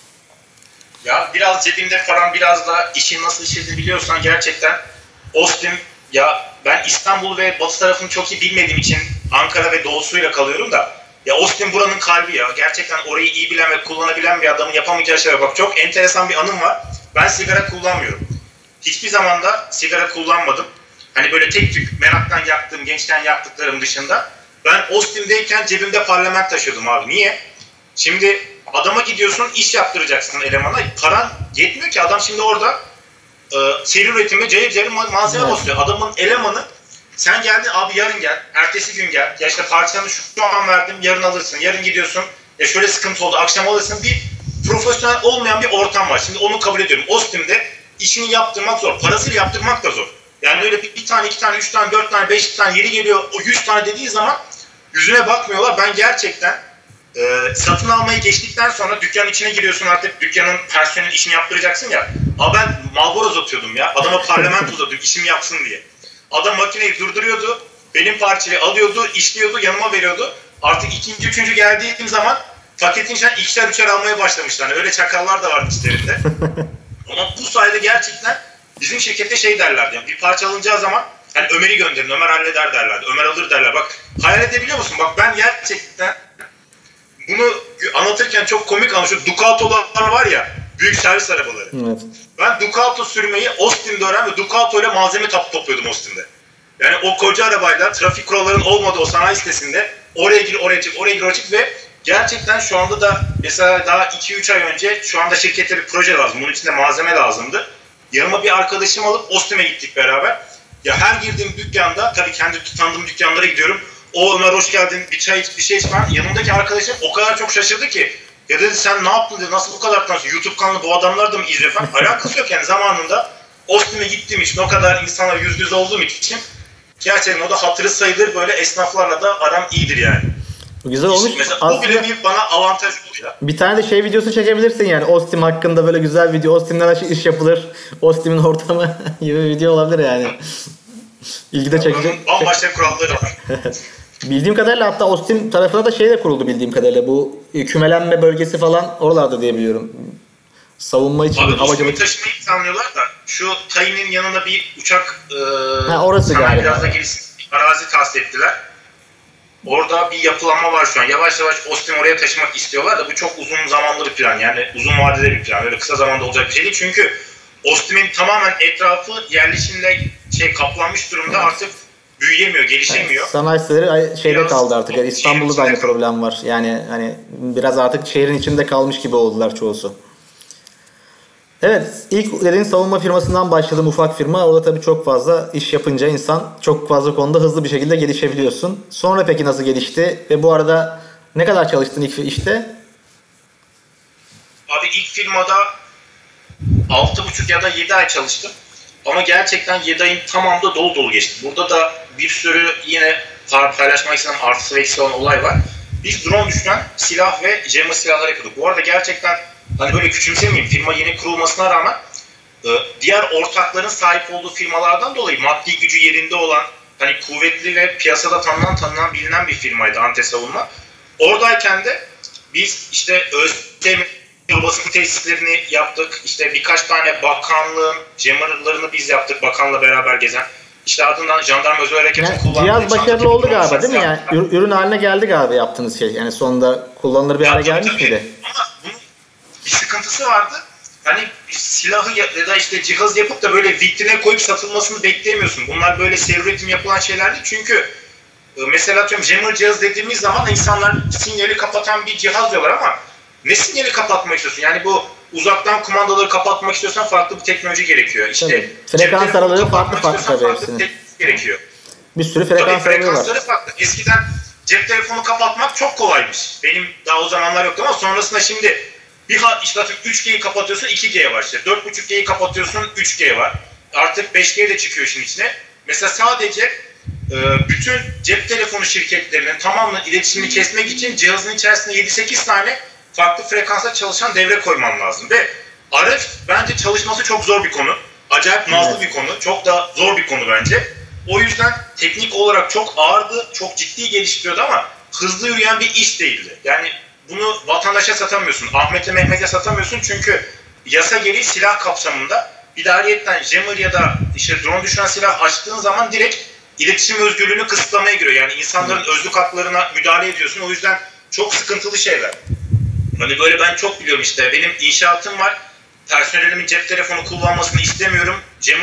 Ya biraz cebinde paran, biraz da işin nasıl işlediğini biliyorsan gerçekten Ostim, ya ben İstanbul ve Batı tarafını çok iyi bilmediğim için Ankara ve doğusuyla kalıyorum da ya Ostim buranın kalbi ya. Gerçekten orayı iyi bilen ve kullanabilen bir adamın yapamayacağı şeyler. Bak, çok enteresan bir anım var. Ben sigara kullanmıyorum. Hiçbir zaman da sigara kullanmadım. Hani böyle tek tük meraktan yaktığım, gençken yaktıklarım dışında. Ben Ostim'deyken cebimde parlament taşıyordum abi. Niye? Şimdi adama gidiyorsun, iş yaptıracaksın elemana. Paran yetmiyor ki, adam şimdi orada seri üretime cayır malzeme basıyor. Adamın elemanı, sen geldin abi yarın gel, ertesi gün gel. Ya işte parçanı şu an verdim, yarın alırsın. Yarın gidiyorsun, ya şöyle sıkıntı oldu, akşam alırsın. Bir profesyonel olmayan bir ortam var. Şimdi onu kabul ediyorum. Ostim'de işini yaptırmak zor. Parasıyla yaptırmak da zor. Yani öyle bir tane, iki tane, üç tane, dört tane, beş tane yeri geliyor. O 100 tane dediği zaman yüzüne bakmıyorlar. Ben gerçekten satın almayı geçtikten sonra dükkanın içine giriyorsun, artık dükkanın personelin işini yaptıracaksın ya. Abi ben Marlboro uzatıyordum ya. Adama parlamento uzatıyordum işimi yapsın diye. Adam makineyi durduruyordu. Benim parçayı alıyordu, işliyordu, yanıma veriyordu. Artık ikinci, üçüncü geldiğim zaman paketin içinden ikişer üçer almaya başlamışlar. Yani öyle çakallar da vardı içlerinde. Ama bu sayede gerçekten bizim şirkette şey derlerdi. Yani bir parça alınacağı zaman hani Ömer'i gönderin, Ömer halleder derlerdi. Ömer alır derler. Bak, hayal edebiliyor musun? Bak ben gerçekten bunu anlatırken çok komik ama şu Ducato'lar var ya, büyük servis arabaları. Evet. Ben Ducato sürmeyi Ostim'de öğrendim ve Ducato ile malzeme topluyordum Ostim'de. Yani o koca arabayla trafik kurallarının olmadığı o sanayi sitesinde oraya gir, oraya çık, oraya gir, oraya çık ve gerçekten şu anda da mesela daha 2-3 ay önce şu anda şirkette bir proje lazım. Bunun için de malzeme lazımdı. Yanıma bir arkadaşımı alıp Ostim'e gittik beraber. Ya her girdiğim dükkanda, tabii kendi tanıdığım dükkanlara gidiyorum. O Ömer hoş geldin, bir çay iç, bir şey iç falan. Yanımdaki arkadaşım o kadar çok şaşırdı ki Ya dedi sen ne yaptın dedi, nasıl bu kadar tanıyorsun? YouTube kanalı bu adamlar da mı izliyor falan. Alakası yok yani, zamanında Austin'e gittiğim için, o kadar insanla yüz yüze olduğum için gerçekten o da hatırı sayılır, böyle esnaflarla da aram iyidir yani. Bu güzel olmuş. Mesela aslında, bu bile bir bana avantaj oluyor. bir tane de şey videosu çekebilirsin yani. Austin hakkında böyle güzel video. Austin'den iş yapılır. Austin'in ortamı gibi bir video olabilir yani. İlgi de çekecek. Bunun bambaşka kuralları var. Bildiğim kadarıyla hatta Austin tarafına da şey de kuruldu bildiğim kadarıyla. Bu kümelenme bölgesi falan oralarda diye biliyorum. Savunma için Abi havacılık. Austin'i taşımayı planlıyorlar da şu Tayin'in yanına bir uçak orası galiba. biraz da gerisi bir arazi tahsis ettiler. Orada bir yapılanma var şu an. Yavaş yavaş Austin oraya taşımak istiyorlar da bu çok uzun zamanlı bir plan. Yani uzun vadeli bir plan. Öyle kısa zamanda olacak bir şey değil. Çünkü Austin'in tamamen etrafı yerleşimle kaplanmış durumda, artık büyüyemiyor, gelişemiyor. Evet, sanayi siteleri şeyde Biraz kaldı artık. Yani İstanbul'da da aynı problem var. Yani hani biraz artık şehrin içinde kalmış gibi oldular çoğusu. Evet, ilk dediğin savunma firmasından başladım, ufak firma. Orada tabii çok fazla iş yapınca insan çok fazla konuda hızlı bir şekilde gelişebiliyorsun. Sonra peki nasıl gelişti? Ve bu arada ne kadar çalıştın ilk işte? Abi ilk firmada 6,5 ya da 7 ay çalıştım. Ama gerçekten 7 ayın tamamı da dolu dolu geçti. Burada da bir sürü yine paylaşmak istenen artısı ve eksi olan olay var. Biz drone düşüren silah ve jammer silahlar yapıyorduk. Bu arada gerçekten hani böyle küçümsemeyeyim, firma yeni kurulmasına rağmen diğer ortakların sahip olduğu firmalardan dolayı maddi gücü yerinde olan, hani kuvvetli ve piyasada tanınan bilinen bir firmaydı Ante Savunma. Oradayken de biz işte ÖSYM basın tesislerini yaptık. İşte birkaç tane bakanlığın jammerlarını biz yaptık, bakanla beraber gezen. İşte ardından jandarma özel harekatı kullandık. Cihaz başarılı oldu galiba değil mi? Yani ürün haline geldi galiba yaptığınız şey. Yani sonunda kullanılır bir hale gelmiş miydi? Ama bunun bir sıkıntısı vardı. Hani silahı ya da işte cihaz yapıp da böyle vitrine koyup satılmasını bekleyemiyorsun. Bunlar böyle seri üretim yapılan şeyler değil. Çünkü mesela atıyorum jammer cihaz dediğimiz zaman insanlar sinyali kapatan bir cihaz diyorlar ama ne sinyali kapatmak istiyorsun? Yani bu uzaktan kumandaları kapatmak istiyorsan farklı bir teknoloji gerekiyor. İşte frekans araları farklı tabii hepsinin. Gerekiyor. Bir sürü frekans araları var. Farklı. Eskiden cep telefonu kapatmak çok kolaymış. Benim daha o zamanlar yoktu ama sonrasında şimdi işte 3G'yi kapatıyorsun 2G var işte. 4.5G'yi kapatıyorsun 3G var. Artık 5G de çıkıyor işin içine. Mesela sadece bütün cep telefonu şirketlerinin tamamının iletişimini kesmek için cihazın içerisinde 7-8 tane farklı frekansa çalışan devre koyman lazım. Ve RF bence çalışması çok zor bir konu. Acayip nazlı bir konu. Çok da zor bir konu bence. O yüzden teknik olarak çok ağırdı, çok ciddi geliştiriyordu ama hızlı yürüyen bir iş değildi. Yani bunu vatandaşa satamıyorsun, Ahmet'e Mehmet'e satamıyorsun çünkü yasa gereği silah kapsamında idariyetten jammer ya da işte drone düşüren silah açtığın zaman direkt iletişim özgürlüğünü kısıtlamaya giriyor. Yani insanların özlük haklarına müdahale ediyorsun. O yüzden çok sıkıntılı şeyler. Hani böyle ben çok biliyorum işte. Benim inşaatım var. Personelimin cep telefonu kullanmasını istemiyorum.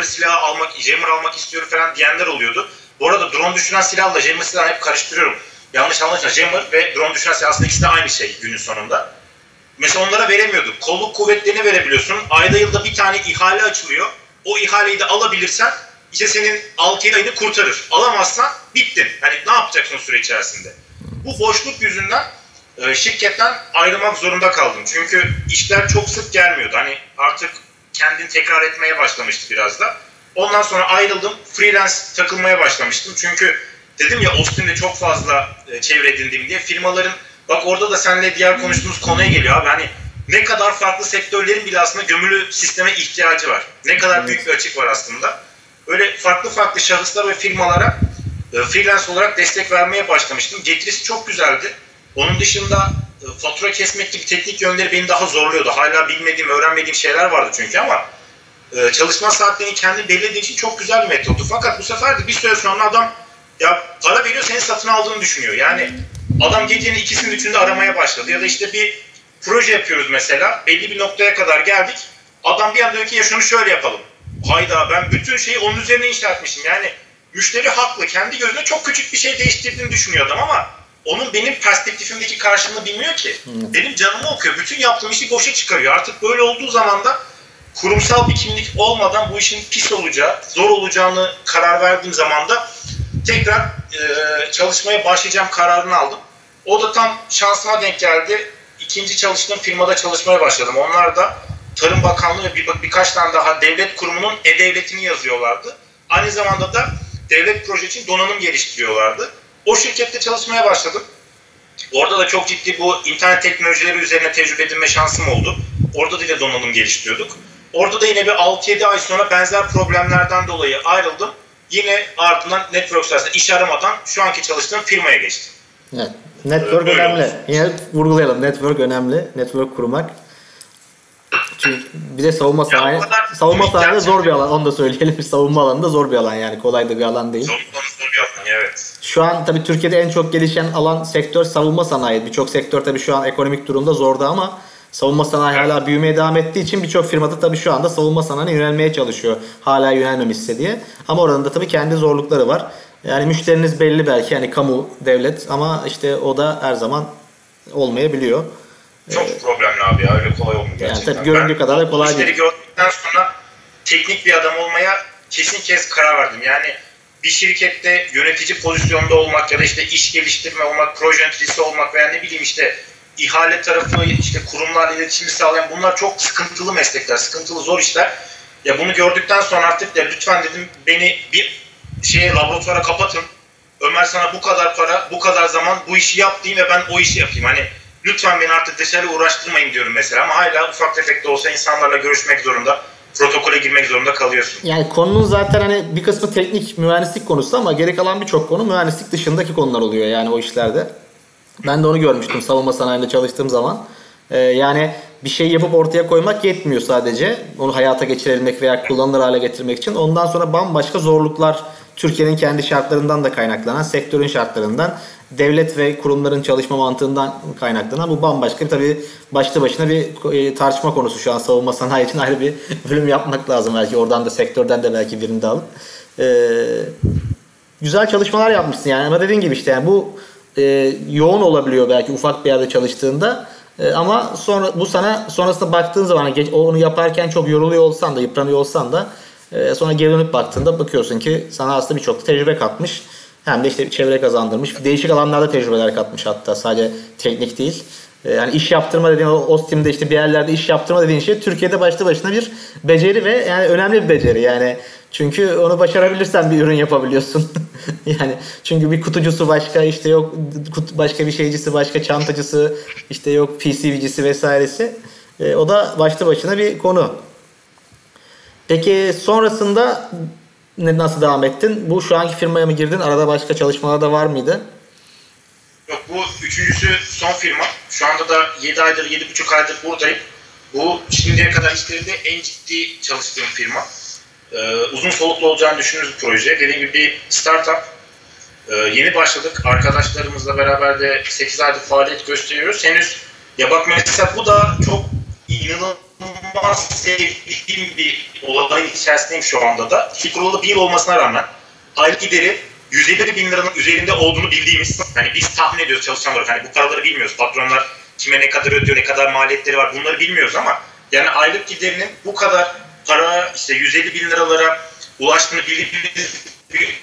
Jammer almak istiyorum falan diyenler oluyordu. Bu arada drone düşüren silahla jammer silahı hep karıştırıyorum. Yanlış anlaşılma. Jammer ve drone düşüren silah aslında ikisi de aynı şey günün sonunda. Mesela onlara veremiyorduk. Kolluk kuvvetlerini verebiliyorsun. Ayda yılda bir tane ihale açılıyor. O ihaleyi de alabilirsen işte senin 6-7 ayını kurtarır. Alamazsan bittin. Hani ne yapacaksın o süre içerisinde? Bu boşluk yüzünden şirketten ayrılmak zorunda kaldım. Çünkü işler çok sık gelmiyordu. Hani artık kendini tekrar etmeye başlamıştı biraz da. Ondan sonra ayrıldım. Freelance takılmaya başlamıştım. Çünkü dedim ya Austin'de çok fazla çevre edindim diye. Firmaların bak orada da seninle diğer konuştuğumuz konuya geliyor abi. Hani ne kadar farklı sektörlerin bile aslında gömülü sisteme ihtiyacı var. Ne kadar büyük bir açık var aslında. Öyle farklı farklı şahıslar ve firmalara freelance olarak destek vermeye başlamıştım. Getirisi çok güzeldi. Onun dışında fatura kesmek gibi teknik yönleri beni daha zorluyordu. Hala bilmediğim, öğrenmediğim şeyler vardı çünkü ama çalışma saatlerini kendi belirlediği için çok güzel bir metottu. Fakat bu sefer de bir süre sonra adam ya para veriyor, senin satın aldığını düşünüyor. Yani adam gecenin 2'sinde 3'ünde aramaya başladı. Ya da işte bir proje yapıyoruz mesela. Belli bir noktaya kadar geldik. Adam bir anda diyor ki ya şunu şöyle yapalım. Hayda ben bütün şeyi onun üzerine inşa etmişim. Yani müşteri haklı. Kendi gözünde çok küçük bir şey değiştirdiğini düşünüyor adam ama onun benim perspektifimdeki karşılığını bilmiyor ki. Benim canımı okuyor. Bütün yaptığım işi boşa çıkarıyor. Artık böyle olduğu zaman da kurumsal bir kimlik olmadan bu işin pis olacağı, zor olacağını karar verdiğim zaman da tekrar çalışmaya başlayacağım kararını aldım. O da tam şansıma denk geldi. ikinci çalıştığım firmada çalışmaya başladım. Onlar da Tarım Bakanlığı ve birkaç tane daha devlet kurumunun e-devletini yazıyorlardı. Aynı zamanda da devlet proje için donanım geliştiriyorlardı. O şirkette çalışmaya başladım. Orada da çok ciddi bu internet teknolojileri üzerine tecrübe edinme şansım oldu. Orada da yine donanım geliştiriyorduk. Orada da yine bir 6-7 ay sonra benzer problemlerden dolayı ayrıldım. Yine ardından Network sayesinde iş aramadan şu anki çalıştığım firmaya geçtim. Evet. Network önemli. Yine vurgulayalım. Network önemli. Network kurmak. Çünkü bir de savunma sanayi zor bir alan. Onu da söyleyelim. Savunma alanında zor bir alan yani. Kolay da bir alan değil. Zor bir alan, evet. Şu an tabii Türkiye'de en çok gelişen alan sektör savunma sanayi. Birçok sektör tabii şu an ekonomik durumda zorda ama savunma sanayi hala büyümeye devam ettiği için birçok firmada tabii şu anda savunma sanayine yönelmeye çalışıyor. Hala yönelmemişse diye. Ama oranın da tabii kendi zorlukları var. Yani müşteriniz belli belki yani kamu, devlet ama işte o da her zaman olmayabiliyor. Çok problemli abi ya. Öyle kolay olmuyor gerçekten. Yani tabii göründüğü kadar da kolay değil. Gördükten sonra teknik bir adam olmaya kesin karar verdim. Yani bir şirkette yönetici pozisyonda olmak ya da işte iş geliştirme olmak, proje yöneticisi olmak veya ne bileyim işte ihale tarafı, işte kurumlarla iletişimi sağlayan bunlar çok sıkıntılı meslekler, sıkıntılı zor işler. Ya bunu gördükten sonra artık ya lütfen dedim beni bir laboratuvara kapatın. Ömer sana bu kadar para, bu kadar zaman bu işi yap diyeyim ve ben o işi yapayım. Hani lütfen beni artık dışarı uğraştırmayın diyorum mesela ama hala ufak tefek de olsa insanlarla görüşmek zorunda, protokole girmek zorunda kalıyorsun. Yani konunun zaten hani bir kısmı teknik mühendislik konusu ama geri kalan birçok konu mühendislik dışındaki konular oluyor yani o işlerde. Ben de onu görmüştüm savunma sanayinde çalıştığım zaman. Yani bir şey yapıp ortaya koymak yetmiyor sadece. Onu hayata geçirebilmek veya kullanılır hale getirmek için. Ondan sonra bambaşka zorluklar Türkiye'nin kendi şartlarından da kaynaklanan, sektörün şartlarından, devlet ve kurumların çalışma mantığından kaynaklanan bu bambaşka tabii başlı başına bir tartışma konusu şu an savunma sanayi için ayrı bir bölüm yapmak lazım belki. Oradan da sektörden de belki birini de alıp. Güzel çalışmalar yapmışsın yani ama dediğin gibi işte yani bu yoğun olabiliyor belki ufak bir yerde çalıştığında. Ama sonra bu sana sonrasında baktığın zaman onu yaparken çok yoruluyor olsan da yıpranıyor olsan da sonra geri dönüp baktığında bakıyorsun ki sana aslında birçok tecrübe katmış. Hem de işte çevre kazandırmış. Değişik alanlarda tecrübeler katmış hatta sadece teknik değil. Yani iş yaptırma dediğin o Ostim'de işte bir yerlerde iş yaptırma dediğin şey Türkiye'de başlı başına bir beceri ve yani önemli bir beceri yani. Çünkü onu başarabilirsen bir ürün yapabiliyorsun. Yani çünkü bir kutucusu başka işte yok başka bir şeycisi başka çantacısı işte yok PCB'cisi vesairesi. O da başlı başına bir konu. Peki sonrasında nasıl devam ettin? Bu şu anki firmaya mı girdin? Arada başka çalışmalar da var mıydı? Yok bu üçüncüsü son firma. Şu anda da 7 aydır 7,5 aydır buradayım. Bu şimdiye kadar işlerinde en ciddi çalıştığım firma. Uzun soluklu olacağını düşündüğümüz bir proje. Dediğim gibi bir startup. Yeni başladık. Arkadaşlarımızla beraber de 8 aydır faaliyet gösteriyoruz. Henüz ya bak mesela bu da çok inanılmaz sevdiğim bir olayın içerisindeyim şu anda da. Kurulu bir yıl olmasına rağmen aylık gideri 150 bin liranın üzerinde olduğunu bildiğimiz, hani biz tahmin ediyoruz çalışan olarak, hani bu paraları bilmiyoruz. Patronlar kime ne kadar ödüyor, ne kadar maliyetleri var bunları bilmiyoruz ama yani aylık giderinin bu kadar para işte 150 bin liralara ulaştığını bildiğimiz bir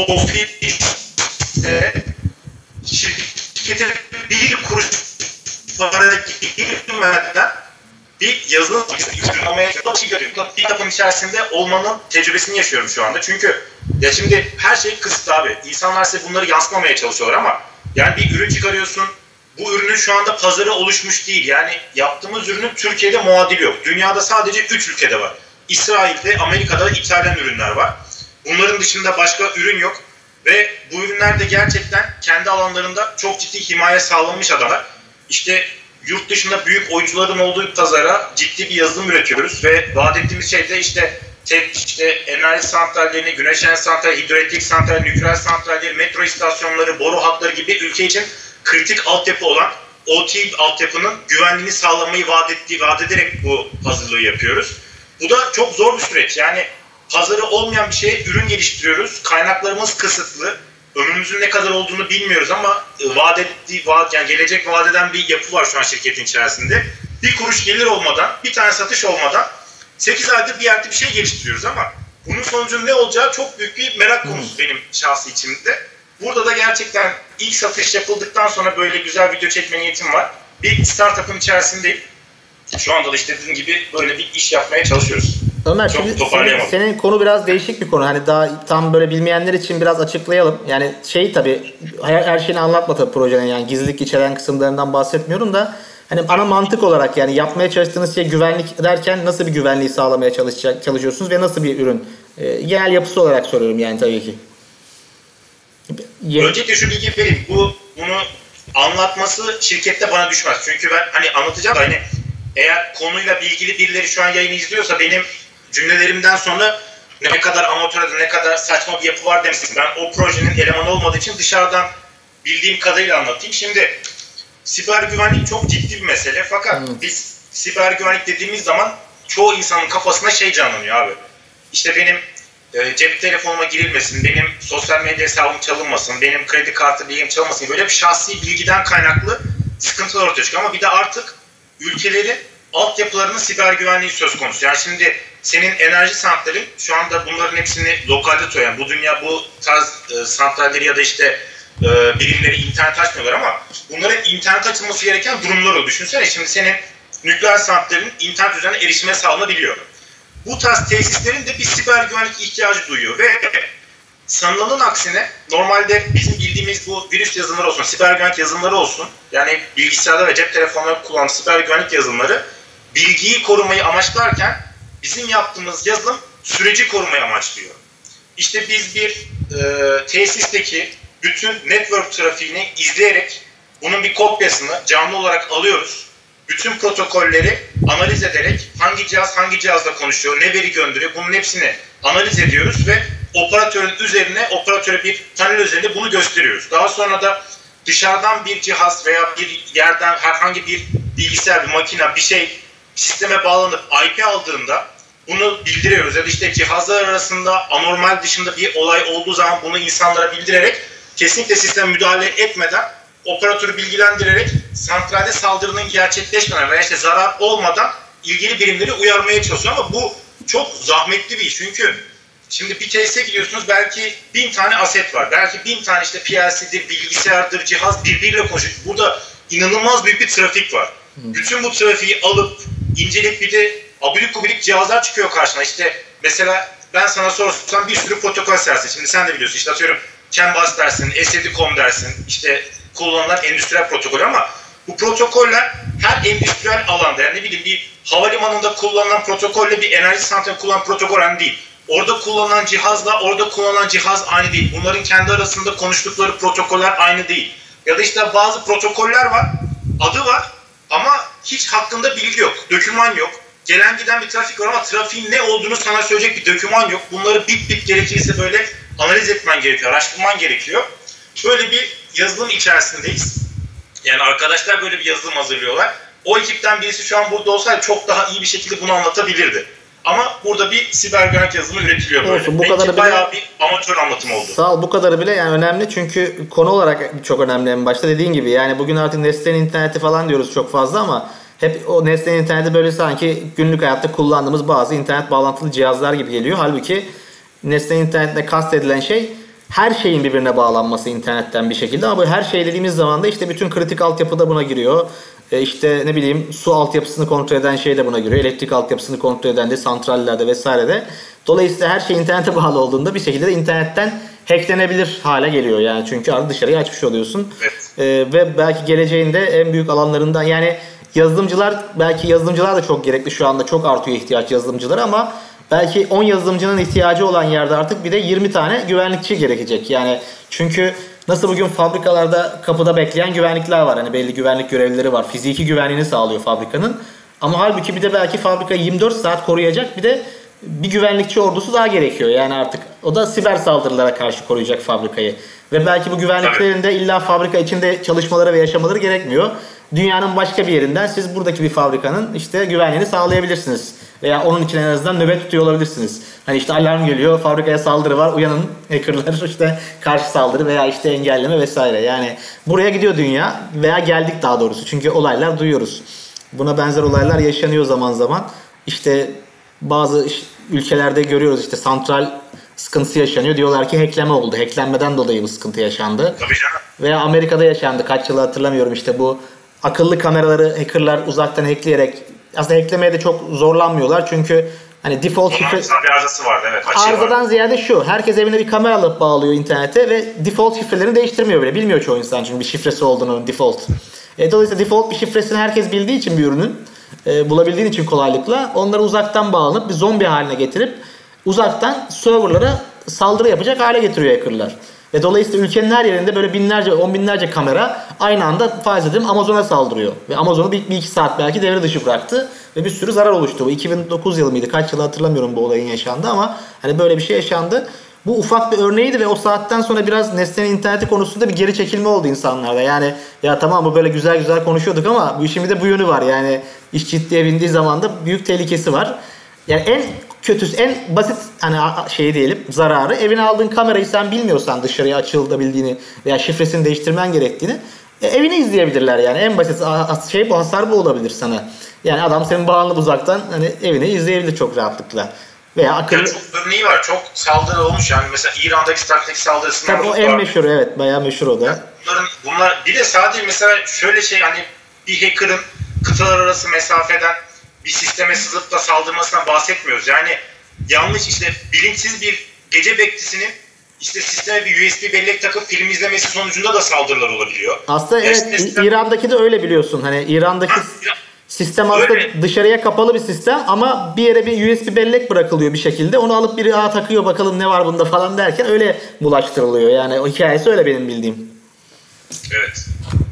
ofiste şirkete bir kuruş para girmeden bir yazılım uygulamaya bir etapın içerisinde olmanın tecrübesini yaşıyorum şu anda. Çünkü ya şimdi her şey kısıtlı abi. İnsanlar size bunları yansıtmamaya çalışıyorlar ama yani bir ürün çıkarıyorsun. Bu ürünün şu anda pazarı oluşmuş değil. Yani yaptığımız ürünün Türkiye'de muadili yok. Dünyada sadece 3 ülkede var. İsrail'de, Amerika'da İtalyan ürünler var. Bunların dışında başka ürün yok. Ve bu ürünler de gerçekten kendi alanlarında çok ciddi himaye sağlanmış adamlar. İşte yurt dışında büyük oyuncuların olduğu pazara ciddi bir yazılım üretiyoruz ve vaat ettiğimiz şey de işte enerji santrallerini, güneş enerji santralleri, hidroelektrik santralleri, nükleer santralleri, metro istasyonları, boru hatları gibi ülke için kritik altyapı olan OT altyapının güvenliğini sağlamayı vaat ederek bu hazırlığı yapıyoruz. Bu da çok zor bir süreç. Yani pazarı olmayan bir şeye ürün geliştiriyoruz. Kaynaklarımız kısıtlı. Ömrümüzün ne kadar olduğunu bilmiyoruz ama yani gelecek vaat eden bir yapı var şu an şirketin içerisinde. Bir kuruş gelir olmadan, bir tane satış olmadan 8 aydır bir yerde bir şey geliştiriyoruz ama bunun sonucunun ne olacağı çok büyük bir merak konusu benim şahsi içimde. Burada da gerçekten ilk satış yapıldıktan sonra böyle güzel video çekme niyetim var. bir startup'ın içerisindeyim. Şu anda da işte dediğim gibi böyle bir iş yapmaya çalışıyoruz. Ömer, çok şimdi toparlayamadım. senin konu biraz değişik bir konu. Hani daha tam böyle bilmeyenler için biraz açıklayalım. Yani tabii her şeyini anlatma tabii projenin, yani gizlilik içeren kısımlarından bahsetmiyorum da hani ana mantık olarak yani yapmaya çalıştığınız şey güvenlik derken nasıl bir güvenliği sağlamaya çalışıyorsunuz ve nasıl bir ürün? Genel yapısı olarak soruyorum yani tabii ki. Öncelikle şu bilgiyi vereyim. Bunu anlatması şirkette bana düşmez. Çünkü ben hani anlatacağım da hani eğer konuyla ilgili birileri şu an yayını izliyorsa benim cümlelerimden sonra ne kadar amatör, ne kadar saçma bir yapı var demesin. Ben o projenin elemanı olmadığı için dışarıdan bildiğim kadarıyla anlatayım. Şimdi siber güvenlik çok ciddi bir mesele. Fakat biz siber güvenlik dediğimiz zaman çoğu insanın kafasına şey canlanıyor abi. İşte benim cep telefonuma girilmesin, benim sosyal medya hesabım çalınmasın, benim kredi kartı bilgim çalınmasın, böyle bir şahsi bilgiden kaynaklı sıkıntılar ortaya çıkıyor. Ama bir de artık ülkelerin altyapılarının siber güvenliği söz konusu. Yani şimdi senin enerji santralin şu anda bunların hepsini lokalde tutuyor. Yani bu dünya bu tarz santralleri ya da işte birimleri internet açmıyorlar ama bunların internet açılması gereken durumlar oluyor. Düşünsene şimdi senin nükleer santralin internet üzerinden erişime sağlanabiliyor. Bu tarz tesislerin de bir siber güvenlik ihtiyacı duyuyor ve sanılanın aksine normalde bizim bildiğimiz bu virüs yazılımları olsun, siber güvenlik yazılımları olsun, yani bilgisayarda ve cep telefonlarında kullanılan siber güvenlik yazılımları bilgiyi korumayı amaçlarken bizim yaptığımız yazılım süreci korumayı amaçlıyor. İşte biz bir tesisteki bütün network trafiğini izleyerek bunun bir kopyasını canlı olarak alıyoruz. Bütün protokolleri analiz ederek hangi cihaz hangi cihazla konuşuyor, ne veri gönderiyor, bunun hepsini analiz ediyoruz ve operatöre bir panel üzerinde bunu gösteriyoruz. Daha sonra da dışarıdan bir cihaz veya bir yerden herhangi bir bilgisayar, bir makine, bir şey sisteme bağlanıp IP aldığında bunu bildiriyoruz. Ya da işte cihazlar arasında anormal dışında bir olay olduğu zaman bunu insanlara bildirerek kesinlikle sisteme müdahale etmeden operatörü bilgilendirerek santralde saldırının gerçekleşmeden veya işte zarar olmadan ilgili birimleri uyarmaya çalışıyor ama bu çok zahmetli bir iş. Çünkü şimdi bir tesise gidiyorsunuz, belki 1000 tane aset var. Belki 1000 tane işte PLC'dir, bilgisayardır, cihaz birbiriyle konuşuyor. Burada inanılmaz büyük bir trafik var. Bütün bu trafiği alıp inceleyip bir de abidik gubidik cihazlar çıkıyor karşına. İşte mesela ben sana sorsam bir sürü protokol sersin. Şimdi sen de biliyorsun, işte atıyorum CAN bus dersin, SED-COM dersin, işte kullanılan endüstriyel protokol ama bu protokoller her endüstriyel alanda, yani ne bileyim bir havalimanında kullanılan protokolle bir enerji santralinde kullanılan protokol aynı değil. Orada kullanılan cihazla orada kullanılan cihaz aynı değil. Bunların kendi arasında konuştukları protokoller aynı değil. Ya da işte bazı protokoller var, adı var ama hiç hakkında bilgi yok, doküman yok. Gelen giden bir trafik var ama trafiğin ne olduğunu sana söyleyecek bir doküman yok. Bunları bit bit gerekirse böyle analiz etmen gerekiyor, araştırman gerekiyor. Böyle bir yazılım içerisindeyiz. Yani arkadaşlar böyle bir yazılım hazırlıyorlar. O ekipten birisi şu an burada olsaydı çok daha iyi bir şekilde bunu anlatabilirdi. Ama burada bir siber güvenlik yazılımı üretiliyor böyle. Olsun, bu Belki kadarı bayağı bir amatör anlatım oldu. Sağ ol, bu kadarı bile yani önemli çünkü konu olarak çok önemli en başta dediğin gibi. Yani bugün artık nesnenin interneti falan diyoruz çok fazla ama hep o nesnenin interneti böyle sanki günlük hayatta kullandığımız bazı internet bağlantılı cihazlar gibi geliyor. Halbuki nesnenin internetine kastedilen şey her şeyin birbirine bağlanması internetten bir şekilde. Ama bu her şey dediğimiz zaman da işte bütün kritik altyapı da buna giriyor. İşte ne bileyim su altyapısını kontrol eden şey de buna giriyor. Elektrik altyapısını kontrol eden de santrallerde vesairede. Dolayısıyla her şey internete bağlı olduğunda bir şekilde de internetten hacklenebilir hale geliyor. Yani çünkü artık dışarıya açmış oluyorsun. Evet. Ve belki geleceğinde en büyük alanlarından yani yazılımcılar da çok gerekli şu anda. Çok artıyor ihtiyaç yazılımcılara ama belki 10 yazılımcının ihtiyacı olan yerde artık bir de 20 tane güvenlikçi gerekecek. Yani çünkü nasıl bugün fabrikalarda kapıda bekleyen güvenlikler var. Hani belli güvenlik görevlileri var. Fiziki güvenliğini sağlıyor fabrikanın. Ama halbuki bir de belki fabrikayı 24 saat koruyacak bir de bir güvenlikçi ordusu daha gerekiyor. Yani artık o da siber saldırılara karşı koruyacak fabrikayı. Ve belki bu güvenliklerin de illa fabrika içinde çalışmaları ve yaşamaları gerekmiyor. Dünyanın başka bir yerinden siz buradaki bir fabrikanın işte güvenliğini sağlayabilirsiniz. Veya onun için en azından nöbet tutuyor olabilirsiniz. Hani işte alarm geliyor, fabrikaya saldırı var, uyanın hackerlar, işte karşı saldırı veya işte engelleme vesaire. Yani buraya gidiyor dünya veya geldik daha doğrusu. Çünkü olaylar duyuyoruz. Buna benzer olaylar yaşanıyor zaman zaman. İşte bazı ülkelerde görüyoruz işte santral sıkıntısı yaşanıyor. Diyorlar ki hackleme oldu. Hacklenmeden dolayı bu sıkıntı yaşandı. Tabii canım. Veya Amerika'da yaşandı. Kaç yılı hatırlamıyorum işte bu akıllı kameraları hackerlar uzaktan hackleyerek, aslında hacklemeye de çok zorlanmıyorlar çünkü hani default şifre... bir arızası vardı, evet. Arızadan ziyade şu, herkes evine bir kamera alıp bağlıyor internete ve default şifrelerini değiştirmiyor bile. Bilmiyor çoğu insan çünkü bir şifresi olduğunu, default. Dolayısıyla default bir şifresini herkes bildiği için bir ürünün, bulabildiğin için kolaylıkla onları uzaktan bağlanıp bir zombi haline getirip uzaktan serverlara saldırı yapacak hale getiriyor hackerlar. Ve dolayısıyla ülkenin her yerinde böyle binlerce, on binlerce kamera aynı anda farz edelim Amazon'a saldırıyor. Ve Amazon'u bir iki saat belki devre dışı bıraktı ve bir sürü zarar oluştu. Bu 2009 yılı mıydı? Kaç yılı hatırlamıyorum bu olayın yaşandı ama hani böyle bir şey yaşandı. Bu ufak bir örneğiydi ve o saatten sonra biraz Nesne'nin interneti konusunda bir geri çekilme oldu insanlarda. Yani ya tamam bu böyle güzel güzel konuşuyorduk ama bu işin bir de bu yönü var. Yani iş ciddiye bindiği zaman da büyük tehlikesi var. Yani en kötüsü, en basit hani şey diyelim zararı, evine aldığın kamerayı sen bilmiyorsan dışarıya açılabildiğini veya şifresini değiştirmen gerektiğini evini izleyebilirler yani. En basit şey bu, hasar bu olabilir sana. Yani adam senin bağlanıp uzaktan hani evini izleyebilir çok rahatlıkla. Veya akıllı... Yani çok örneği var. Çok saldırı olmuş yani. Mesela İran'daki Stark'taki saldırısından... Tabii o en meşhur, evet. Bayağı meşhur o da. Bunlar bir de sadece mesela şöyle şey, hani bir hacker'ın kıtalar arası mesafeden bir sisteme sızıp da saldırmasından bahsetmiyoruz. Yani yanlış, işte bilinçsiz bir gece bekçisinin işte sisteme bir USB bellek takıp film izlemesi sonucunda da saldırılar olabiliyor. Aslında ya evet, işte İran'daki de öyle biliyorsun. Hani İran'daki sistem aslında öyle dışarıya kapalı bir sistem ama bir yere bir USB bellek bırakılıyor bir şekilde. Onu alıp biri takıyor bakalım ne var bunda falan derken öyle bulaştırılıyor. Yani o hikayesi öyle benim bildiğim. Evet.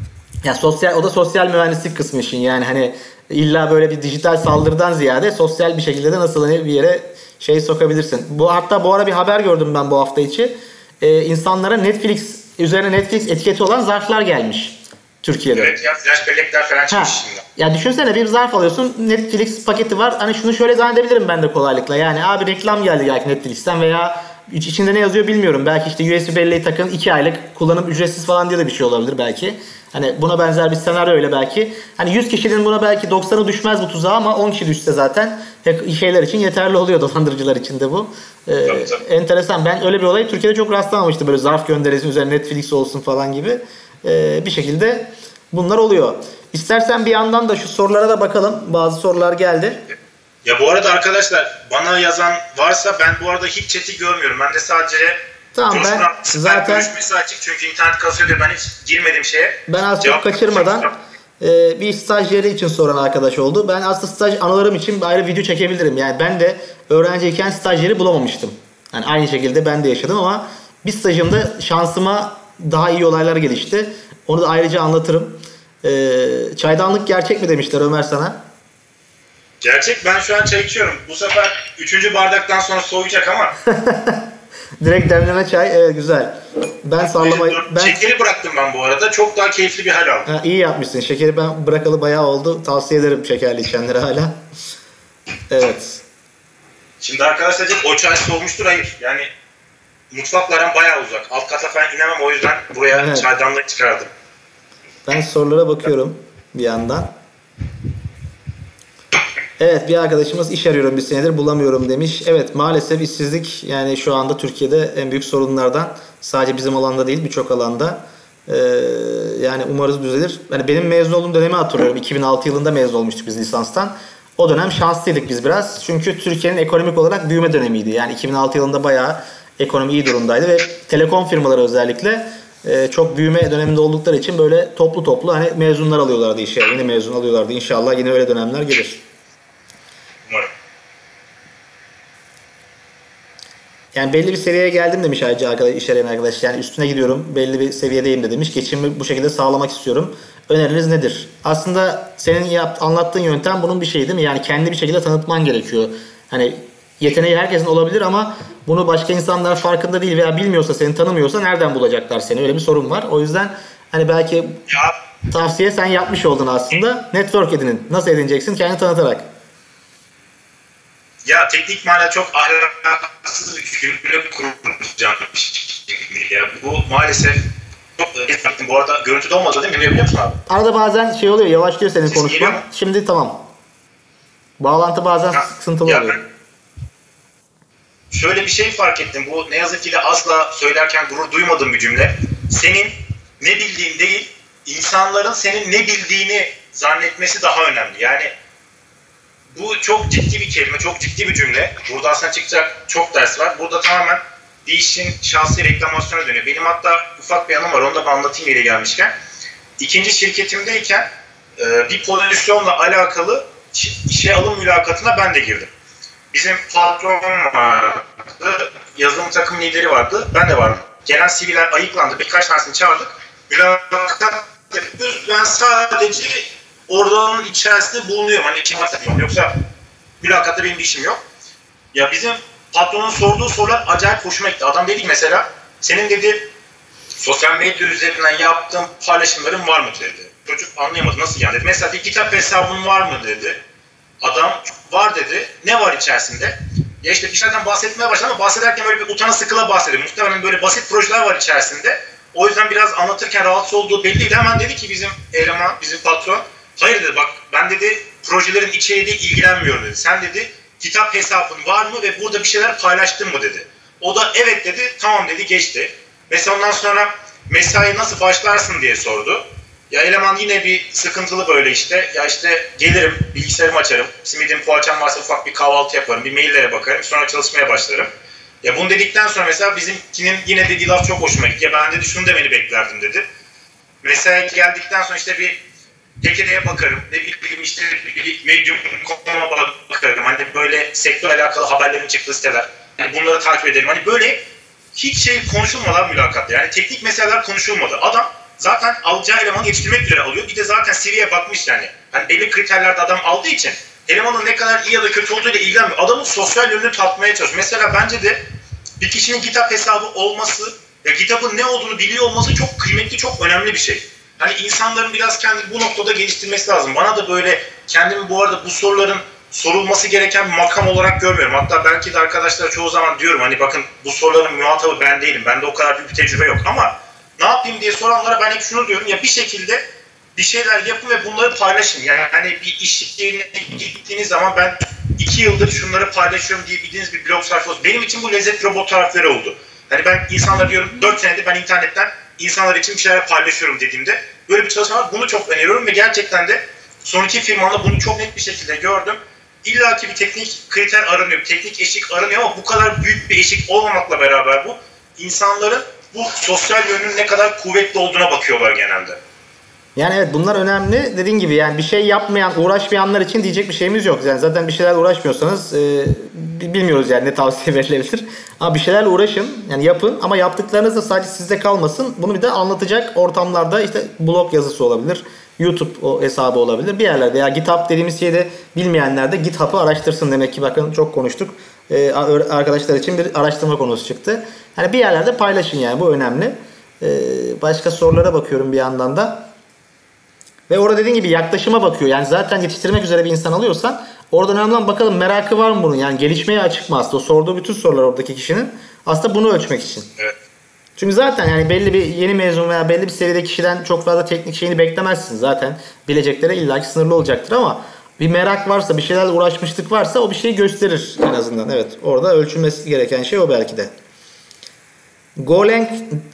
Ya o da sosyal mühendislik kısmı işin. Yani hani illa böyle bir dijital saldırıdan ziyade sosyal bir şekilde de nasıl hani bir yere şey sokabilirsin. Hatta bu ara bir haber gördüm ben bu hafta içi. İnsanlara üzerine Netflix etiketi olan zarflar gelmiş Türkiye'de. Evet ya, flash bellekler falan çıkmış şimdi. Ya düşünsene bir zarf alıyorsun, Netflix paketi var. Hani şunu şöyle zannedebilirim ben de kolaylıkla. Yani abi reklam geldi belki Netflix'ten veya içinde ne yazıyor bilmiyorum. Belki işte USB belleği takın 2 aylık kullanım ücretsiz falan diye de bir şey olabilir belki. Hani buna benzer bir senaryo öyle belki. Hani 100 kişinin buna belki 90'ı düşmez bu tuzağa ama 10 kişi düşse zaten şeyler için yeterli oluyor, dolandırıcılar için de bu. Tabii. Enteresan. Ben öyle bir olay Türkiye'de çok rastlamamıştım. Böyle zarf gönderilsin üzerine Netflix olsun falan gibi. Bir şekilde bunlar oluyor. İstersen bir yandan da şu sorulara da bakalım. Bazı sorular geldi. Ya bu arada arkadaşlar, bana yazan varsa ben bu arada hiç chat'i görmüyorum. Ben de sadece tamam, ben zaten görüşmesi açık çünkü internet kasıyor, ben hiç girmedim şeye. Ben az çok kaçırmadan bir stajyeri için soran arkadaş oldu. Ben aslında staj anılarım için ayrı video çekebilirim. Yani ben de öğrenciyken stajyeri bulamamıştım. Yani aynı şekilde ben de yaşadım ama bir stajımda şansıma daha iyi olaylar gelişti. Onu da ayrıca anlatırım. Çaydanlık gerçek mi demişler Ömer sana? Gerçek. Ben şu an çay içiyorum. Bu sefer 3. bardaktan sonra soğuyacak ama. Direkt demleme çay. Evet, güzel. Ben sallamayı... Şekeri bıraktım ben bu arada. Çok daha keyifli bir hal aldım. İyi yapmışsın. Şekeri ben bırakalı bayağı oldu. Tavsiye ederim şekerli içenlere hala. Evet. Şimdi arkadaşlar o çay soğumuştur, hayır. Yani mutfaklarım bayağı uzak. Alt kata falan inemem, o yüzden buraya çaydanlık çıkardım. Ben sorulara bakıyorum bir yandan. Evet, bir arkadaşımız iş arıyorum bir senedir bulamıyorum demiş. Evet, maalesef işsizlik yani şu anda Türkiye'de en büyük sorunlardan. Sadece bizim alanda değil, birçok alanda. Yani umarız düzelir. Yani benim mezun olduğum dönemi hatırlıyorum. 2006 yılında mezun olmuştuk biz lisanstan. O dönem şanslıydık biz biraz. Çünkü Türkiye'nin ekonomik olarak büyüme dönemiydi. Yani 2006 yılında bayağı ekonomi iyi durumdaydı ve telekom firmaları özellikle çok büyüme döneminde oldukları için böyle toplu hani mezunlar alıyorlardı işe. Yeni mezun alıyorlardı. İnşallah yine öyle dönemler gelir. Umarım. Yani belli bir seviyeye geldim demiş ayrıca iş arayan arkadaş. Yani üstüne gidiyorum, belli bir seviyedeyim de demiş. Geçimimi bu şekilde sağlamak istiyorum. Öneriniz nedir? Aslında senin anlattığın yöntem bunun bir şeyi değil mi? Yani kendi bir şekilde tanıtman gerekiyor. Hani yeteneği herkesin olabilir ama bunu başka insanlar farkında değil veya bilmiyorsa, seni tanımıyorsa nereden bulacaklar seni? Öyle bir sorun var. O yüzden hani belki tavsiye sen yapmış oldun aslında. Network edinin. Nasıl edineceksin? Kendini tanıtarak. Ya teknik manada çok ahlaksız bir cümle kuracağım şimdi ya. Bu maalesef çok ettim. Bu arada görüntüde olmadı değil mi? Biliyor musun abi? Arada bazen şey oluyor, yavaşlıyor senin konuşman. Şimdi tamam. Bağlantı bazen sıkıntılı oluyor. Şöyle bir şey fark ettim. Bu ne yazık ki de asla söylerken gurur duymadığım bir cümle. Senin ne bildiğin değil, insanların senin ne bildiğini zannetmesi daha önemli. Yani bu çok ciddi bir kelime, çok ciddi bir cümle. Burada aslında çıkacak çok ders var. Burada tamamen bir işin şahsi reklamasyona dönüyor. Benim hatta ufak bir anım var, onu da anlatayım yeri gelmişken. İkinci şirketimdeyken bir pozisyonla alakalı işe alım mülakatına ben de girdim. Bizim patron vardı, yazılım takım lideri vardı, ben de vardım. Gelen CV'ler ayıklandı, birkaç tanesini çağırdık. Mülakat yapıyoruz. Ben sadece oradanın içerisinde bulunuyorum. Hani kim varsa diyorum. Yoksa mülakatta benim bir işim yok. Ya bizim patronun sorduğu sorular acayip hoşuma gitti. Adam dedi ki mesela, senin dedi sosyal medya üzerinden yaptığın paylaşımların var mı dedi. Çocuk anlayamadı, nasıl yani dedi. Mesela bir kitap hesabın var mı dedi. Adam var dedi. Ne var içerisinde? Ya işte bir şeylerden bahsetmeye başladı ama bahsederken böyle bir utana sıkıla bahsediyor. Muhtemelen böyle basit projeler var içerisinde. O yüzden biraz anlatırken rahatsız olduğu belliydi. Hemen dedi ki bizim eleman, bizim patron, hayır dedi, bak ben dedi projelerin içeriğiyle ilgilenmiyorum dedi. Sen dedi kitap hesabın var mı ve burada bir şeyler paylaştın mı dedi. O da evet dedi, tamam dedi, geçti. Mesela ondan sonra mesai nasıl başlarsın diye sordu. Ya eleman yine bir sıkıntılı böyle işte. Ya işte gelirim, bilgisayarımı açarım. Simidim, poğaçam varsa ufak bir kahvaltı yaparım. Bir maillere bakarım. Sonra çalışmaya başlarım. Ya bunu dedikten sonra mesela bizimkinin yine dediği laf çok hoşuma gitti. Ya ben dedi şunu demeni beklerdim dedi. Mesaiye geldikten sonra işte bir Tekine'ye bakarım. Ne bileyim işte bir Medium.com'a bakarım. Hani böyle sektörle alakalı haberlerin çıktığı siteler. Yani bunları takip ederim. Hani böyle hiç şey konuşulmadan mülakatta. Yani teknik meseleler konuşulmadı. Adam zaten alacağı elemanı yetiştirmek üzere alıyor. Bir de zaten CV'ye bakmış yani. Hani belli kriterlerde adam aldığı için elemanın ne kadar iyi ya da kötü olduğuyla ilgilenmiyor. Adamın sosyal yönünü tatmaya çalışıyor. Mesela bence de bir kişinin GitHub hesabı olması, ya GitHub'ın ne olduğunu biliyor olması çok kıymetli, çok önemli bir şey. Hani insanların biraz kendini bu noktada geliştirmesi lazım. Bana da böyle kendimi bu arada bu soruların sorulması gereken bir makam olarak görmüyorum. Hatta belki de arkadaşlara çoğu zaman diyorum hani bakın bu soruların muhatabı ben değilim. Bende o kadar büyük bir tecrübe yok ama ne yapayım diye soranlara ben hep şunu diyorum, ya bir şekilde bir şeyler yapın ve bunları paylaşın. Yani hani bir iş yerine gittiğiniz zaman ben 2 yıldır şunları paylaşıyorum diye bildiğiniz bir blog sayfası. Benim için bu lezzet robot tarifleri oldu. Hani ben insanlara diyorum 4 senedir ben internetten insanlar için bir şeyler paylaşıyorum dediğimde böyle bir çalışma var. Bunu çok öneriyorum ve gerçekten de son 2 firmamda bunu çok net bir şekilde gördüm. İlla ki bir teknik kriter aranıyor, bir teknik eşik aranıyor ama bu kadar büyük bir eşik olmamakla beraber bu insanların bu sosyal yönünün ne kadar kuvvetli olduğuna bakıyorlar genelde. Yani evet, bunlar önemli. Dediğin gibi yani bir şey yapmayan, uğraşmayanlar için diyecek bir şeyimiz yok. Yani zaten bir şeylerle uğraşmıyorsanız bilmiyoruz yani ne tavsiye verilebilir. Ama bir şeylerle uğraşın, yani yapın ama yaptıklarınız da sadece sizde kalmasın. Bunu bir de anlatacak ortamlarda işte blog yazısı olabilir, YouTube hesabı olabilir. Bir yerlerde ya GitHub dediğimiz şeyde bilmeyenler de GitHub'ı araştırsın demek ki, bakın çok konuştuk. Arkadaşlar için bir araştırma konusu çıktı. Hani bir yerlerde paylaşın, yani bu önemli. Başka sorulara bakıyorum bir yandan da. Ve orada dediğin gibi yaklaşıma bakıyor. Yani zaten yetiştirmek üzere bir insan alıyorsan oradan önemli olan bakalım merakı var mı bunun? Yani gelişmeye açık mı aslında? O sorduğu bütün sorular oradaki kişinin aslında bunu ölçmek için. Evet. Çünkü zaten yani belli bir yeni mezun veya belli bir seviyede kişiden çok fazla teknik şeyini beklemezsin. Zaten bilecekleri illaki sınırlı olacaktır ama bir merak varsa, bir şeylerle uğraşmışlık varsa o bir şeyi gösterir en azından. Evet, orada ölçülmesi gereken şey o belki de. Golang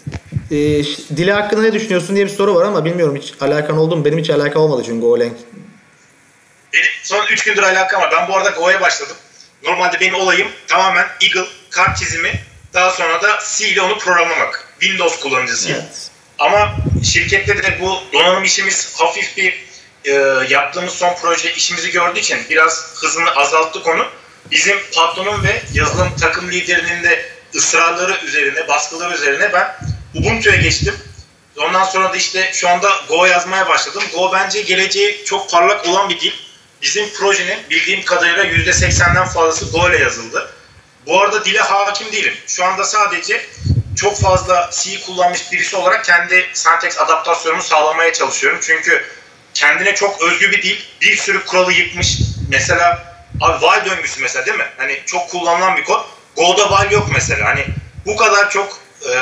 dili hakkında ne düşünüyorsun diye bir soru var ama bilmiyorum hiç alakan oldu mu? Benim hiç alakam olmadı çünkü Golang. Benim son 3 gündür alakam var. Ben bu arada Go'ya başladım. Normalde benim olayım tamamen Eagle, kart çizimi, daha sonra da C ile onu programlamak. Windows kullanıcısıyım. Evet. Ama şirkette de bu donanım işimiz hafif bir yaptığımız son proje işimizi gördüğü için biraz hızını azalttık onu. Bizim patronun ve yazılım takım liderinin de ısrarları üzerine, baskıları üzerine ben Ubuntu'ya geçtim. Ondan sonra da işte şu anda Go yazmaya başladım. Go bence geleceği çok parlak olan bir dil. Bizim projenin bildiğim kadarıyla %80'den fazlası Go ile yazıldı. Bu arada dile hakim değilim. Şu anda sadece çok fazla C kullanmış birisi olarak kendi senteks adaptasyonumu sağlamaya çalışıyorum. Çünkü kendine çok özgü bir dil. Bir sürü kuralı yıkmış. Mesela abi while döngüsü mesela, değil mi? Hani çok kullanılan bir kod. Go'da while yok mesela. Hani bu kadar çok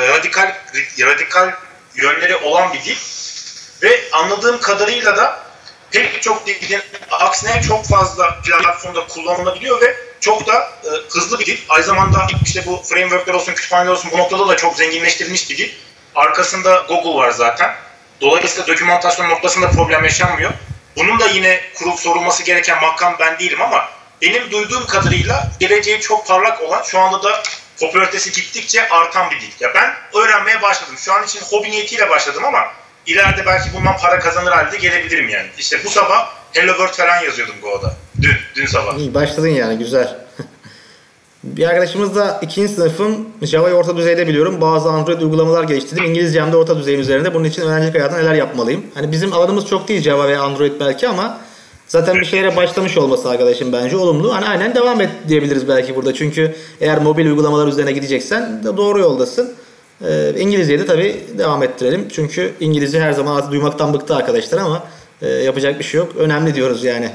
radikal yönleri olan bir dil. Ve anladığım kadarıyla da pek çok dilin aksine çok fazla platformda kullanılabiliyor ve çok da hızlı bir dil. Aynı zamanda işte bu frameworkler olsun, kütüphaneler olsun bu noktada da çok zenginleştirilmiş bir dil. Arkasında Google var zaten. Dolayısıyla dokümantasyon noktasında problem yaşanmıyor. Bunun da yine kurup sorulması gereken makam ben değilim ama benim duyduğum kadarıyla geleceği çok parlak olan, şu anda da popülaritesi gittikçe artan bir dil. Ya ben öğrenmeye başladım. Şu an için hobi niyetiyle başladım ama ileride belki bundan para kazanır halde gelebilirim yani. İşte bu sabah Hello World falan yazıyordum Go'da. Dün sabah. İyi başladın yani, güzel. Bir arkadaşımız da 2. sınıfım, Java'yı orta düzeyde biliyorum. Bazı Android uygulamalar geliştirdim. İngilizcem de orta düzeyin üzerinde. Bunun için öğrencilik hayatında neler yapmalıyım? Hani bizim alanımız çok değil Java ve Android belki ama zaten bir şeylere başlamış olması arkadaşım bence olumlu. Hani aynen devam et diyebiliriz belki burada. Çünkü eğer mobil uygulamalar üzerine gideceksen de doğru yoldasın. İngilizceyi de tabii devam ettirelim. Çünkü İngilizce her zaman artık duymaktan bıktı arkadaşlar ama yapacak bir şey yok. Önemli diyoruz yani.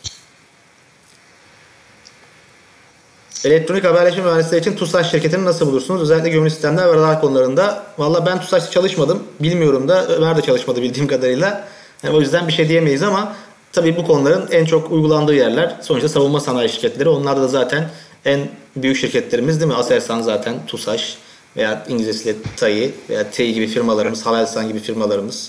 Elektronik haberleşme mühendisleri için TUSAŞ şirketini nasıl bulursunuz? Özellikle gömülü sistemler ve radar konularında. Valla ben TUSAŞ'ta çalışmadım. Bilmiyorum da. Ömer de çalışmadı bildiğim kadarıyla. Yani o yüzden bir şey diyemeyiz ama tabii bu konuların en çok uygulandığı yerler sonuçta savunma sanayi şirketleri. Onlar da zaten en büyük şirketlerimiz değil mi? Aselsan zaten, TUSAŞ veya İngilizcesiyle TAI veya TEİ gibi firmalarımız, Havelsan gibi firmalarımız.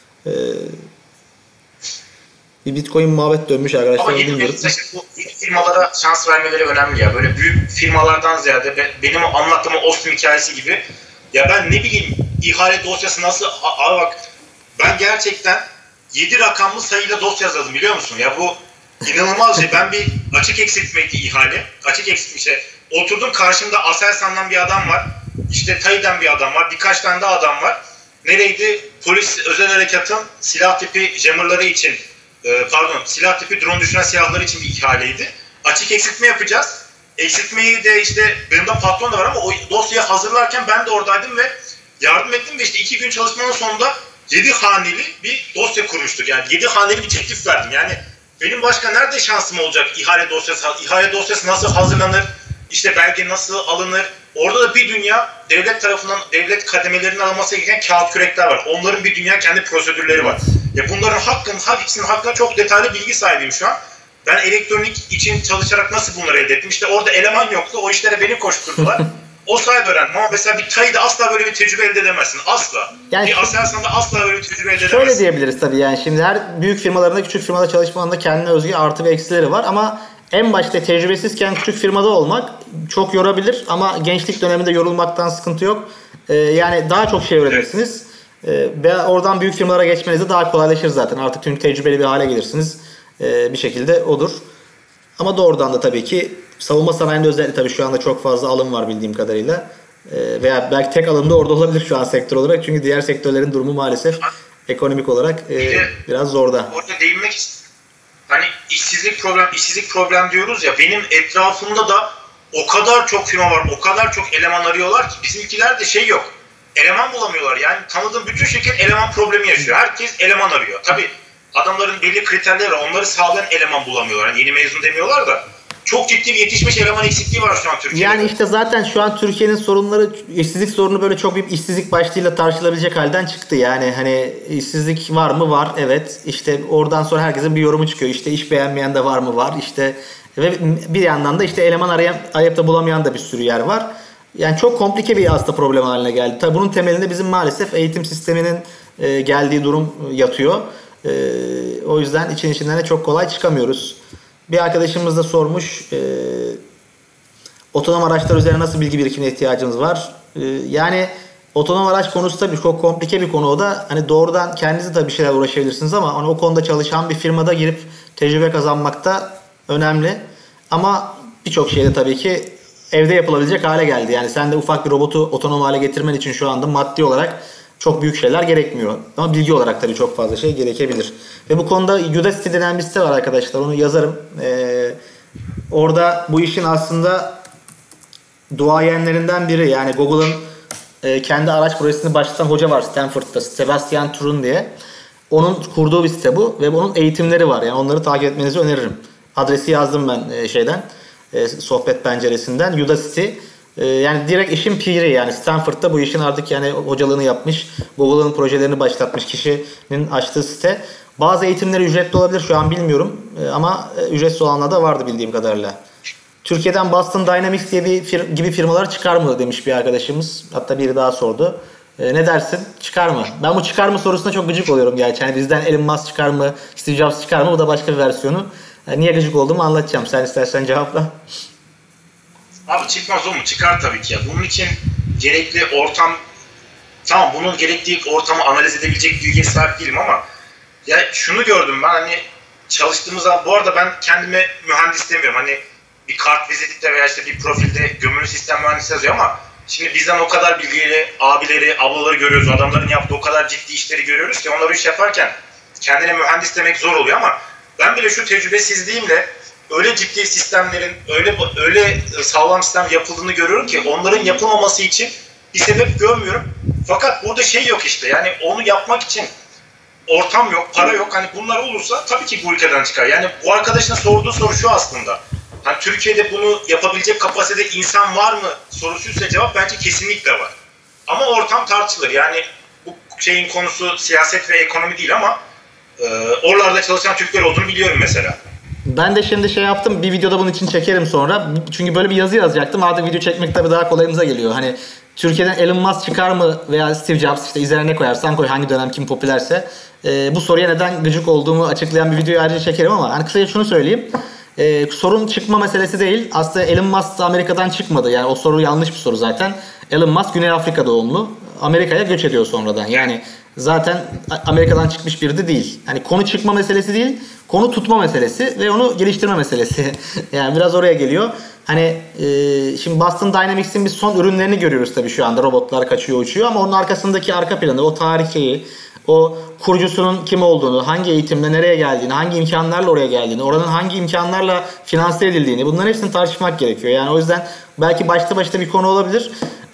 Bir Bitcoin muhabbet dönmüş arkadaşlar. Ama bilmiyorum. Bu büyük firmalara şans vermeleri önemli ya. Böyle büyük firmalardan ziyade benim anlattığım Ostim hikayesi gibi. Ya ben ne bileyim ihale dosyası nasıl... Abi bak ben gerçekten 7 rakamlı sayıyla dosya yazdım biliyor musun? Ya bu inanılmaz şey. Ben bir açık eksiltmeydi ihale. Açık eksiltme işte. Oturdum karşımda Aselsan'dan bir adam var. İşte TAI'den bir adam var. Birkaç tane daha adam var. Nereydi? Polis özel harekatın silah tipi jammerları için silah tipi drone düşüren silahları için bir ihaleydi. Açık eksiltme yapacağız. Eksiltmeyi de işte benim de patron da var ama o dosyayı hazırlarken ben de oradaydım ve yardım ettim ve işte 2 gün çalışmanın sonunda 7 haneli bir dosya kurmuştuk. Yani 7 haneli bir teklif verdim. Yani benim başka nerede şansım olacak ihale dosyası nasıl hazırlanır, işte belge nasıl alınır. Orada da bir dünya devlet tarafından, devlet kademelerinin alınması gereken kağıt kürekler var. Onların bir dünya kendi prosedürleri var. Ya bunların hepsinin hakkında çok detaylı bilgi sahibiyim şu an. Ben elektronik için çalışarak nasıl bunları elde ettim? İşte orada eleman yoktu. O işlere beni koşturdular. O sayede öğrendim ama mesela bir TAI'de asla böyle bir tecrübe elde edemezsin. Asla. Yani bir Aselsan'da asla böyle bir tecrübe elde edemezsin. Şöyle diyebiliriz tabii yani şimdi her büyük firmalarında küçük firmada çalışmanın da kendine özgü artı ve eksileri var ama en başta tecrübesizken küçük firmada olmak çok yorabilir ama gençlik döneminde yorulmaktan sıkıntı yok. Yani daha çok şey öğrenirsiniz. Ve oradan büyük firmalara geçmeniz de daha kolaylaşır zaten. Artık tüm tecrübeli bir hale gelirsiniz. Bir şekilde odur. Ama doğrudan da tabii ki savunma sanayinde özellikle tabii şu anda çok fazla alım var bildiğim kadarıyla. Veya belki tek alım da orada olabilir şu an sektör olarak. Çünkü diğer sektörlerin durumu maalesef ekonomik olarak biraz zorda. Orada değinmek istiyorum. Hani işsizlik problem diyoruz ya, benim etrafımda da o kadar çok firma var, o kadar çok eleman arıyorlar ki bizimkiler de şey yok. Eleman bulamıyorlar. Yani tanıdığım bütün şirket eleman problemi yaşıyor. Herkes eleman arıyor. Tabii adamların belli kriterleri var. Onları sağlayan eleman bulamıyorlar. Yani yeni mezun demiyorlar da. Çok ciddi bir yetişmiş eleman eksikliği var şu an Türkiye'de. Yani işte zaten şu an Türkiye'nin sorunları, işsizlik sorunu böyle çok bir işsizlik başlığıyla tartışılabilecek halden çıktı. Yani hani işsizlik var mı? Var. Evet. İşte oradan sonra herkesin bir yorumu çıkıyor. İşte iş beğenmeyen de var mı? Var. İşte ve bir yandan da işte eleman arayıp da bulamayan da bir sürü yer var. Yani çok komplike bir aslında problem haline geldi. Tabii bunun temelinde bizim maalesef eğitim sisteminin geldiği durum yatıyor. O yüzden içinden de çok kolay çıkamıyoruz. Bir arkadaşımız da sormuş. Otonom araçlar üzerine nasıl bilgi birikimine ihtiyacımız var? Yani otonom araç konusu tabii çok komplike bir konu o da. Hani doğrudan kendiniz de bir şeyler uğraşabilirsiniz ama hani o konuda çalışan bir firmada girip tecrübe kazanmak da önemli. Ama birçok şeyde tabii ki evde yapılabilecek hale geldi. Yani sen de ufak bir robotu otonom hale getirmen için şu anda maddi olarak çok büyük şeyler gerekmiyor. Ama bilgi olarak tabii çok fazla şey gerekebilir. Ve bu konuda Udacity denen bir site var arkadaşlar. Onu yazarım. Orada bu işin aslında duayenlerinden biri. Yani Google'ın kendi araç projesini başlatan hoca var Stanford'da. Sebastian Thrun diye. Onun kurduğu bir site bu. Ve bunun eğitimleri var. Yani onları takip etmenizi öneririm. Adresi yazdım ben sohbet penceresinden. Udacity. Yani direkt işin piri yani Stanford'da bu işin artık yani hocalığını yapmış, Google'ın projelerini başlatmış kişinin açtığı site. Bazı eğitimleri ücretli olabilir şu an bilmiyorum ama ücretsiz olanlar da vardı bildiğim kadarıyla. Türkiye'den Boston Dynamics diye gibi firmalar çıkar mı demiş bir arkadaşımız. Hatta biri daha sordu. Ne dersin? Çıkar mı? Ben bu çıkar mı sorusuna çok gıcık oluyorum gerçi. Yani bizden Elon Musk çıkar mı? Steve Jobs çıkar mı? Bu da başka bir versiyonu. Niye gıcık olduğumu anlatacağım. Sen istersen cevapla. Abi çıkmaz o mu? Çıkar tabii ki ya. Bunun için gerekli ortam, tamam bunun gerektiği ortamı analiz edebilecek bilgiye sahip değilim ama ya şunu gördüm ben, hani çalıştığımız zaman, bu arada ben kendime mühendis demiyorum. Hani bir kart vizitte veya işte bir profilde gömülü sistem mühendisi yazıyor ama şimdi bizden o kadar bilgileri, abileri, ablaları görüyoruz. Adamların yaptığı o kadar ciddi işleri görüyoruz ki onları iş yaparken kendine mühendis demek zor oluyor ama ben bile şu tecrübesizliğimle öyle ciddi sistemlerin, öyle sağlam sistem yapıldığını görüyorum ki onların yapılmaması için bir sebep görmüyorum. Fakat burada şey yok işte, yani onu yapmak için ortam yok, para yok. Hani bunlar olursa tabii ki bu ülkeden çıkar. Yani bu arkadaşın sorduğu soru şu aslında. Hani Türkiye'de bunu yapabilecek kapasitede insan var mı sorusuysa cevap bence kesinlikle var. Ama ortam tartışılır. Yani bu şeyin konusu siyaset ve ekonomi değil ama oralarda çalışan Türkler olduğunu biliyorum mesela. Ben de şimdi şey yaptım, bir videoda bunun için çekerim sonra. Çünkü böyle bir yazı yazacaktım. Artık video çekmek tabii daha kolayımıza geliyor. Hani Türkiye'den Elon Musk çıkar mı veya Steve Jobs, işte üzerine ne koyarsan koy, hangi dönem kim popülerse. Bu soruya neden gıcık olduğumu açıklayan bir videoyu ayrıca çekerim ama hani kısaca şunu söyleyeyim. Sorun çıkma meselesi değil. Aslında Elon Musk da Amerika'dan çıkmadı. Yani o soru yanlış bir soru zaten. Elon Musk Güney Afrika doğumlu. Amerika'ya göç ediyor sonradan. Yani zaten Amerika'dan çıkmış biri de değil. Hani konu çıkma meselesi değil, konu tutma meselesi ve onu geliştirme meselesi. Yani biraz oraya geliyor. Hani şimdi Boston Dynamics'in biz son ürünlerini görüyoruz tabii şu anda. Robotlar kaçıyor, uçuyor ama onun arkasındaki arka planı, o tarihi, o kurucusunun kim olduğunu, hangi eğitimle nereye geldiğini, hangi imkanlarla oraya geldiğini, oranın hangi imkanlarla finanse edildiğini, bunların hepsini tartışmak gerekiyor. Yani o yüzden belki başta bir konu olabilir.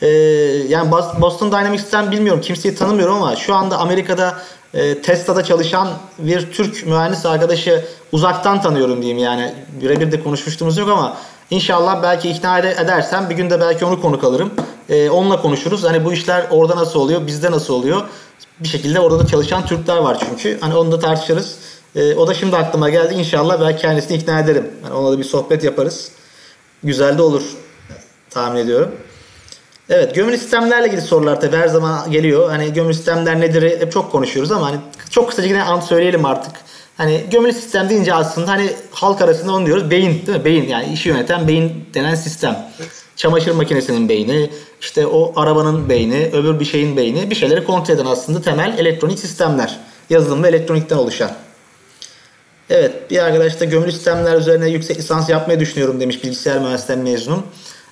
Yani Boston Dynamics'ten bilmiyorum, kimseyi tanımıyorum ama şu anda Amerika'da Tesla'da çalışan bir Türk mühendis arkadaşı uzaktan tanıyorum diyeyim, yani birebir de konuşmuştuğumuz yok ama inşallah belki ikna edersem bir gün de belki onu konuk alırım. Onunla konuşuruz. Hani bu işler orada nasıl oluyor, bizde nasıl oluyor? Bir şekilde orada da çalışan Türkler var çünkü. Hani onu da tartışırız. O da şimdi aklıma geldi. İnşallah belki kendisini ikna ederim. Yani onunla da bir sohbet yaparız. Güzel de olur tahmin ediyorum. Evet, gömülü sistemlerle ilgili sorular tabii her zaman geliyor. Hani gömülü sistemler nedir hep çok konuşuyoruz ama hani çok kısaca yine söyleyelim artık. Hani gömülü sistem deyince aslında hani halk arasında onu diyoruz, beyin değil mi? Beyin, yani işi yöneten beyin denen sistem. Çamaşır makinesinin beyni, işte o arabanın beyni, öbür bir şeyin beyni, bir şeyleri kontrol eden aslında temel elektronik sistemler. Yazılım ve elektronikten oluşan. Evet, bir arkadaş da gömülü sistemler üzerine yüksek lisans yapmayı düşünüyorum demiş, bilgisayar mühendisliği mezunum.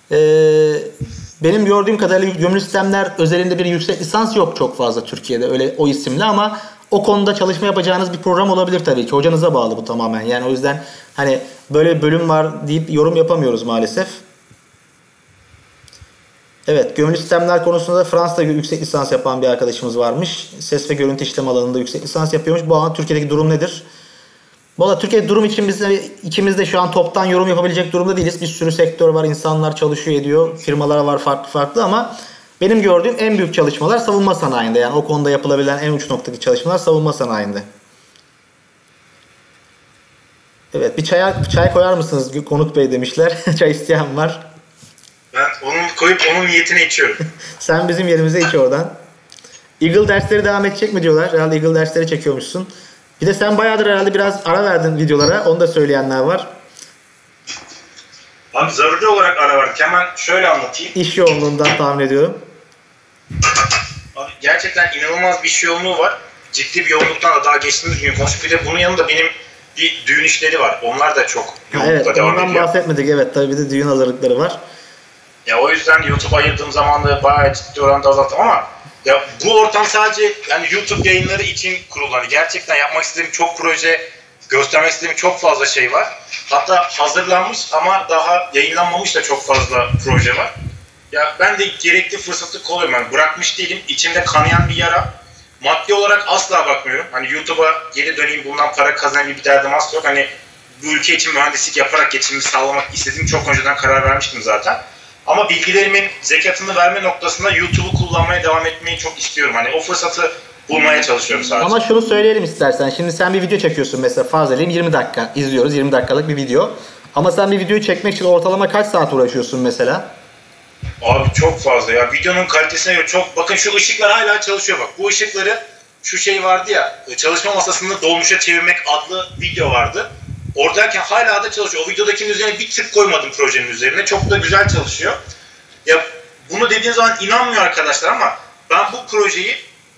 Benim gördüğüm kadarıyla gömülü sistemler özelinde bir yüksek lisans yok çok fazla Türkiye'de öyle o isimle ama o konuda çalışma yapacağınız bir program olabilir tabii ki. Hocanıza bağlı bu tamamen. Yani o yüzden hani böyle bir bölüm var deyip yorum yapamıyoruz maalesef. Evet, gömülü sistemler konusunda da Fransa'da yüksek lisans yapan bir arkadaşımız varmış. Ses ve görüntü işlem alanında yüksek lisans yapıyormuş. Bu an Türkiye'deki durum nedir? Valla Türkiye'de durum için biz ikimiz de şu an toptan yorum yapabilecek durumda değiliz. Bir sürü sektör var, insanlar çalışıyor ediyor, firmalar var farklı ama benim gördüğüm en büyük çalışmalar savunma sanayinde. Yani o konuda yapılabilen en uç noktadaki çalışmalar savunma sanayinde. Evet, bir çay koyar mısınız Konuk Bey demişler. Çay isteyen var. Ben onun koyup onun niyetine içiyorum. Sen bizim yerimize iç oradan. Eagle dersleri devam edecek mi diyorlar. Herhalde Eagle dersleri çekiyormuşsun. Bir de sen bayağıdır herhalde biraz ara verdin videolara. Onu da söyleyenler var. Abi zaruri olarak ara verdik. Hemen şöyle anlatayım. İş yoğunluğundan tahmin ediyorum. Abi gerçekten inanılmaz bir iş yoğunluğu var. Ciddi bir yoğunluktan da daha geçtiğimiz gün konuştuk. Bir de bunun yanında benim bir düğün işleri var. Onlar da çok yoğunlukla evet, devam ediyor. Evet, ondan bahsetmedik. Evet, tabii bir de düğün hazırlıkları var. Ya o yüzden YouTube'a ayırdığım zaman da bayağı ciddi oranda azalttım ama ya bu ortam sadece yani YouTube yayınları için kuruldu. Hani gerçekten yapmak istediğim çok proje, göstermek istediğim çok fazla şey var. Hatta hazırlanmış ama daha yayınlanmamış da çok fazla proje var. Ya ben de gerekli fırsatı kolluyorum. Yani bırakmış değilim. İçimde kanayan bir yara. Maddi olarak asla bakmıyorum. Hani YouTube'a geri döneyim, bundan para kazanayım bir derdim asla yok. Hani bu ülke için mühendislik yaparak geçimimi sağlamak istediğim çok önceden karar vermiştim zaten. Ama bilgilerimin zekatını verme noktasında YouTube'u kullanmaya devam etmeyi çok istiyorum. Hani o fırsatı bulmaya çalışıyorum sadece. Ama şunu söyleyelim istersen. Şimdi sen bir video çekiyorsun mesela, farz edelim 20 dakika izliyoruz. 20 dakikalık bir video. Ama sen bir videoyu çekmek için ortalama kaç saat uğraşıyorsun mesela? Abi çok fazla ya. Videonun kalitesine göre çok. Bakın şu ışıklar hala çalışıyor bak. Bu ışıkları şu şey vardı ya. Çalışma masasını dolmuşa çevirmek adlı video vardı. Oradayken hala da çalışıyor. O videodakinin üzerine bir tık koymadım projenin üzerine. Çok da güzel çalışıyor. Ya bunu dediğin zaman inanmıyor arkadaşlar ama ben bu projeyi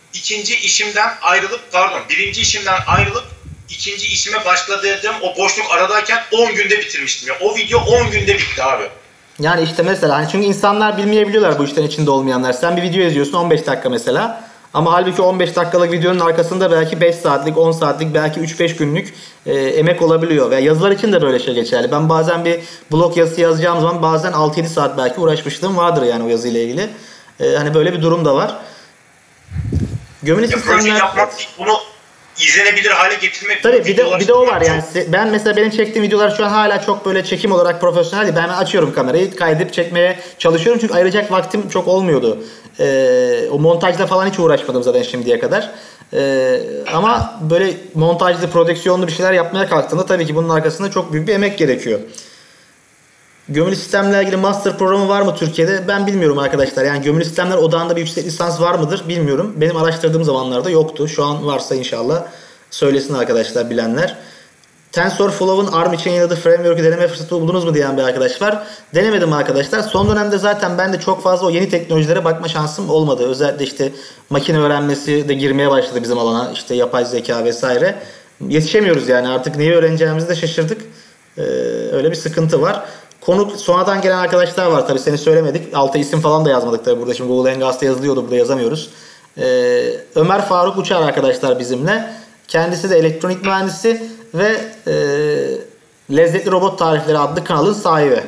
birinci işimden ayrılıp ikinci işime başladığım o boşluk aradayken 10 günde bitirmiştim ya. O video 10 günde bitti abi. Yani işte mesela hani çünkü insanlar bilmeyebiliyorlar bu işlerin içinde olmayanlar. Sen bir video izliyorsun 15 dakika mesela. Ama halbuki 15 dakikalık videonun arkasında belki 5 saatlik, 10 saatlik, belki 3-5 günlük emek olabiliyor. Ve yazılar için de böyle şey geçerli. Ben bazen bir blog yazısı yazacağım zaman bazen 6-7 saat belki uğraşmışlığım vardır yani o yazıyla ilgili. Hani böyle bir durum da var. Gömülü sistemler... Proje yapmak değil, bunu izlenebilir hale getirmek. Tabii bir de o var yani. Ben mesela benim çektiğim videolar şu an hala çok böyle çekim olarak profesyonel değil. Ben açıyorum kamerayı, kaydedip çekmeye çalışıyorum çünkü ayıracak vaktim çok olmuyordu. O montajla falan hiç uğraşmadım zaten şimdiye kadar. Ama böyle montajlı, prodüksiyonlu bir şeyler yapmaya kalktığında tabii ki bunun arkasında çok büyük bir emek gerekiyor. Gömülü sistemle ilgili master programı var mı Türkiye'de? Ben bilmiyorum arkadaşlar. Yani gömülü sistemler odağında bir yüksek lisans var mıdır bilmiyorum. Benim araştırdığım zamanlarda yoktu. Şu an varsa inşallah söylesin arkadaşlar bilenler. TensorFlow'un ARM için yayınladığı framework'ü deneme fırsatı buldunuz mu diyen bir arkadaş var. Denemedim arkadaşlar. Son dönemde zaten ben de çok fazla o yeni teknolojilere bakma şansım olmadı. Özellikle işte makine öğrenmesi de girmeye başladı bizim alana. İşte yapay zeka vesaire. Yetişemiyoruz yani artık neyi öğreneceğimizi de şaşırdık. Öyle bir sıkıntı var. Konu sonradan gelen arkadaşlar var tabii seni söylemedik. Alta isim falan da yazmadık tabii burada. Şimdi Google Hangouts'ta yazılıyordu, burada yazamıyoruz. Ömer Faruk Uçar arkadaşlar bizimle. Kendisi de elektronik mühendisi ve Lezzetli Robot Tarifleri adlı kanalın sahibi.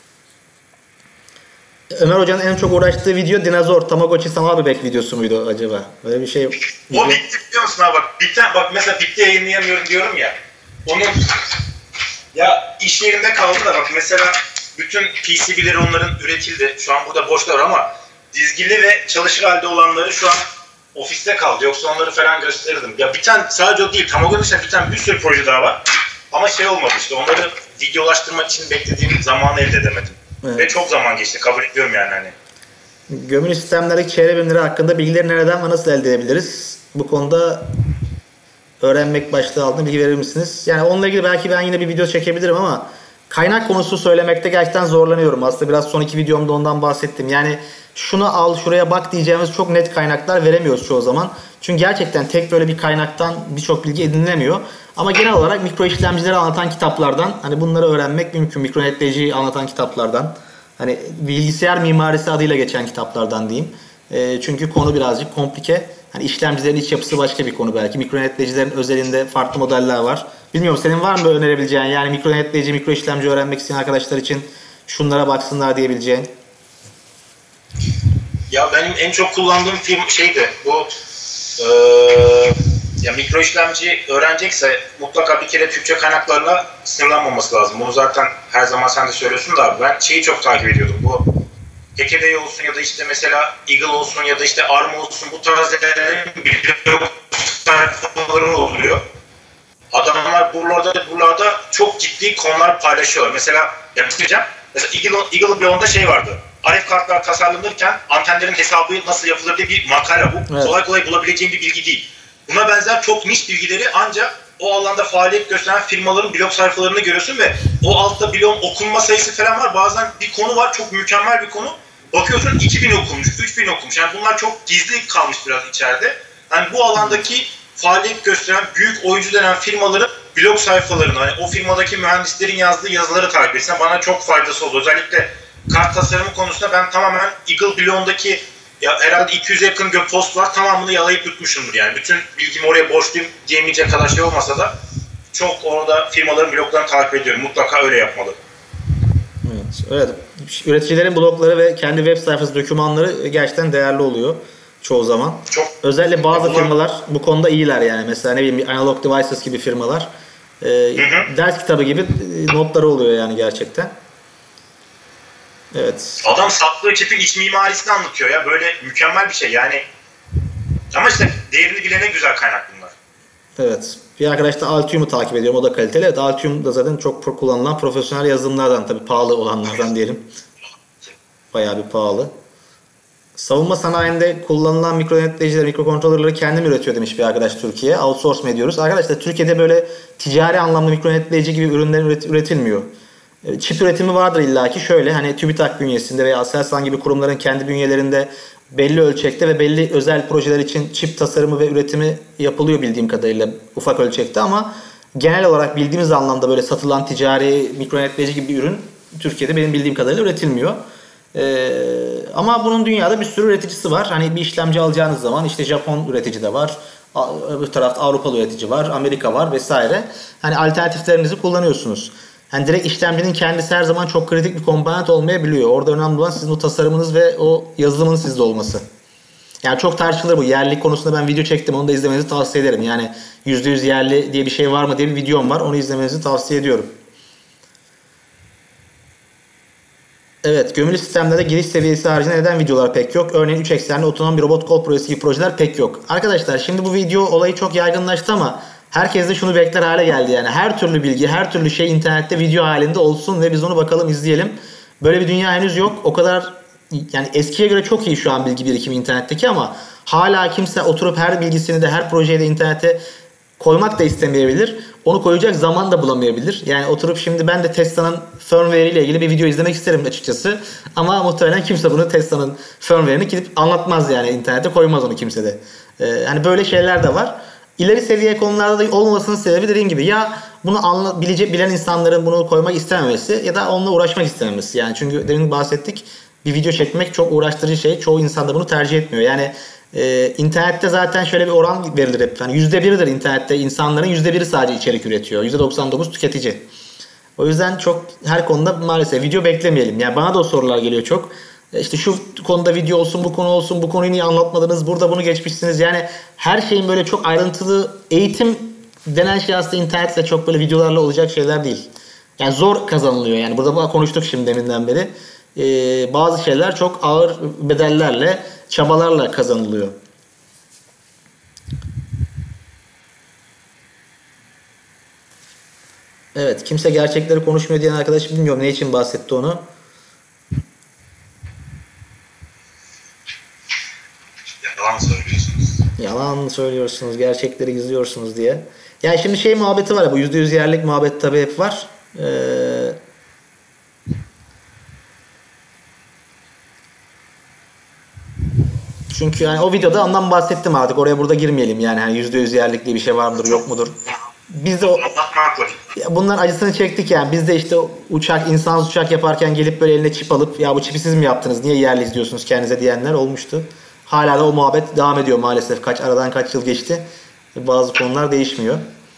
Ömer Hoca'nın en çok uğraştığı video dinozor, Tamagotchi sanal bebek videosu muydu acaba? Böyle bir şey. O bitti biliyor musun abi bak mesela bitti yayınlayamıyorum diyorum ya. Onun ya iş yerinde kaldı da bak mesela bütün PCB'leri onların üretildi. Şu an burada boşlar ama dizgili ve çalışır halde olanları şu an ofiste kaldı. Yoksa onları falan gösterirdim. Ya bir tane sadece o değil. Tamagotchi'den bir tane bir sürü proje daha var. Ama şey olmadı işte. Onları videolaştırmak için beklediğim zamanı elde edemedim. Evet. Ve çok zaman geçti. Kabul ediyorum yani hani. Gömülü sistemlerdeki çevre bilimleri hakkında bilgileri nereden ve nasıl elde edebiliriz? Bu konuda öğrenmek başlığı altında bilgi verir misiniz? Yani onunla ilgili belki ben yine bir video çekebilirim ama kaynak konusu söylemekte gerçekten zorlanıyorum. Aslında biraz son iki videomda ondan bahsettim. Yani şunu al, şuraya bak diyeceğimiz çok net kaynaklar veremiyoruz çoğu zaman. Çünkü gerçekten tek böyle bir kaynaktan birçok bilgi edinilemiyor. Ama genel olarak mikro işlemcileri anlatan kitaplardan, hani bunları öğrenmek mümkün. Mikronetleyiciyi anlatan kitaplardan, hani bilgisayar mimarisi adıyla geçen kitaplardan diyeyim. Çünkü konu birazcık komplike. Hani işlemcilerin iç yapısı başka bir konu belki. Mikronetleyicilerin özelinde farklı modeller var. Bilmiyorum senin var mı önerebileceğin, yani mikronetleyici, mikro işlemci öğrenmek isteyen arkadaşlar için şunlara baksınlar diyebileceğin? Ya benim en çok kullandığım film şeydi bu ya mikro işlemci öğrenecekse mutlaka bir kere Türkçe kaynaklarla sınırlanmaması lazım. Bunu zaten her zaman sen de söylüyorsun da ben şeyi çok takip ediyordum. Bu Hackaday olsun ya da işte mesela Eagle olsun ya da işte ARM olsun bu tarz yerlerin sayfaları oluyor. Adamlar buralarda çok ciddi konular paylaşıyorlar. Mesela yapacağım. Mesela Eagle Beyond'da şey vardı. RF kartlar tasarlanırken antenlerin hesabı nasıl yapılır diye bir makale bu. Evet. Kolay kolay bulabileceğim bir bilgi değil. Buna benzer çok niş bilgileri ancak o alanda faaliyet gösteren firmaların blog sayfalarını görüyorsun ve o altta blogun okunma sayısı falan var. Bazen bir konu var, çok mükemmel bir konu. Bakıyorsun 2000 okunmuş, 3000 okunmuş. Yani bunlar çok gizli kalmış biraz içeride. Yani bu alandaki faaliyet gösteren büyük oyuncu denen firmaların blog sayfalarını, hani o firmadaki mühendislerin yazdığı yazıları takip etsen bana çok faydası oldu. Özellikle kart tasarımı konusunda ben tamamen Eagle bloğundaki herhalde 200'e yakın post var, tamamını yalayıp yutmuşumdur yani. Bütün bilgimi oraya borçluyum diyemeyecek kadar şey olmasa da çok orada firmaların bloglarını takip ediyorum. Mutlaka öyle yapmalı. Evet. Üreticilerin blogları ve kendi web sayfası dokümanları gerçekten değerli oluyor çoğu zaman. Çok. Özellikle bazı firmalar bu konuda iyiler yani. Mesela ne bileyim Analog Devices gibi firmalar ders kitabı gibi notları oluyor yani gerçekten. Evet. Adam sattığı çipin iç mimarisini anlatıyor ya. Böyle mükemmel bir şey yani. Ama işte değerini bilene güzel kaynak bunlar. Evet. Bir arkadaş da Altium'u takip ediyorum. O da kaliteli. Evet, Altium da zaten çok kullanılan profesyonel yazılımlardan, tabii pahalı olanlardan diyelim. Bayağı bir pahalı. Savunma sanayinde kullanılan mikro yönetleyicileri, mikrokontrolörleri kendim üretiyor demiş bir arkadaş Türkiye. Outsource mu ediyoruz? Arkadaşlar Türkiye'de böyle ticari anlamda mikro yönetleyici gibi ürünler üretilmiyor. Çip üretimi vardır illaki. Şöyle hani TÜBİTAK bünyesinde veya Aselsan gibi kurumların kendi bünyelerinde belli ölçekte ve belli özel projeler için çip tasarımı ve üretimi yapılıyor bildiğim kadarıyla ufak ölçekte, ama genel olarak bildiğimiz anlamda böyle satılan ticari mikro yönetleyici gibi bir ürün Türkiye'de benim bildiğim kadarıyla üretilmiyor. Ama bunun dünyada bir sürü üreticisi var. Hani bir işlemci alacağınız zaman işte Japon üretici de var. Öbür tarafta Avrupalı üretici var. Amerika var vesaire. Hani alternatiflerinizi kullanıyorsunuz. Yani direkt işlemcinin kendisi her zaman çok kritik bir komponent olmayabiliyor. Orada önemli olan sizin o tasarımınız ve o yazılımın sizde olması. Yani çok tartışılır bu. Yerlilik konusunda ben video çektim. Onu da izlemenizi tavsiye ederim. Yani %100 yerli diye bir şey var mı diye bir videom var. Onu izlemenizi tavsiye ediyorum. Evet, gömülü sistemlerde giriş seviyesi haricinde neden videolar pek yok? Örneğin 3 eksenli otonom bir robot kol projesi gibi projeler pek yok. Arkadaşlar şimdi bu video olayı çok yaygınlaştı ama herkes de şunu bekler hale geldi. Yani her türlü bilgi, her türlü şey internette video halinde olsun ve biz onu bakalım, izleyelim. Böyle bir dünya henüz yok. O kadar, yani eskiye göre çok iyi şu an bilgi birikimi internetteki, ama hala kimse oturup her bilgisini de her projeyi de internete koymak da istemeyebilir. Onu koyacak zaman da bulamayabilir. Yani oturup şimdi ben de Tesla'nın firmware ile ilgili bir video izlemek isterim açıkçası. Ama muhtemelen kimse bunu Tesla'nın firmware'ini gidip anlatmaz, yani internete koymaz onu kimse de. Hani böyle şeyler de var. İleri seviye konularda da olmamasının sebebi dediğim gibi ya bunu bilen insanların bunu koymak istememesi ya da onunla uğraşmak istememesi. Yani çünkü demin bahsettik, bir video çekmek çok uğraştırıcı şey. Çoğu insan da bunu tercih etmiyor. Yani internette zaten şöyle bir oran verilir hep. Yani %1'dir internette. İnsanların %1'i sadece içerik üretiyor. %99 tüketici. O yüzden çok her konuda maalesef video beklemeyelim. Yani bana da o sorular geliyor çok. İşte şu konuda video olsun, bu konu olsun, bu konuyu niye anlatmadınız, burada bunu geçmişsiniz. Yani her şeyin böyle çok ayrıntılı, eğitim denen şey aslında internetle çok böyle videolarla olacak şeyler değil. Yani zor kazanılıyor. Yani burada konuştuk şimdi deminden beri. Bazı şeyler çok ağır bedellerle, çabalarla kazanılıyor. Evet, kimse gerçekleri konuşmuyor diyen arkadaş bilmiyorum ne için bahsetti onu. Yalan söylüyorsunuz. Yalan söylüyorsunuz, gerçekleri gizliyorsunuz diye. Yani şimdi şey muhabbeti var ya, bu %100 yerlik muhabbet tabii hep var. Çünkü yani o videoda ondan bahsettim, artık oraya burada girmeyelim yani. Hani %100 yerlik diye bir şey var mıdır yok mudur? Biz de bunların acısını çektik yani. Biz de işte insansız uçak yaparken gelip böyle eline çip alıp ya bu çipi siz mi yaptınız, niye yerli izliyorsunuz kendinize diyenler olmuştu. Hala da o muhabbet devam ediyor maalesef. Aradan kaç yıl geçti. Bazı konular değişmiyor.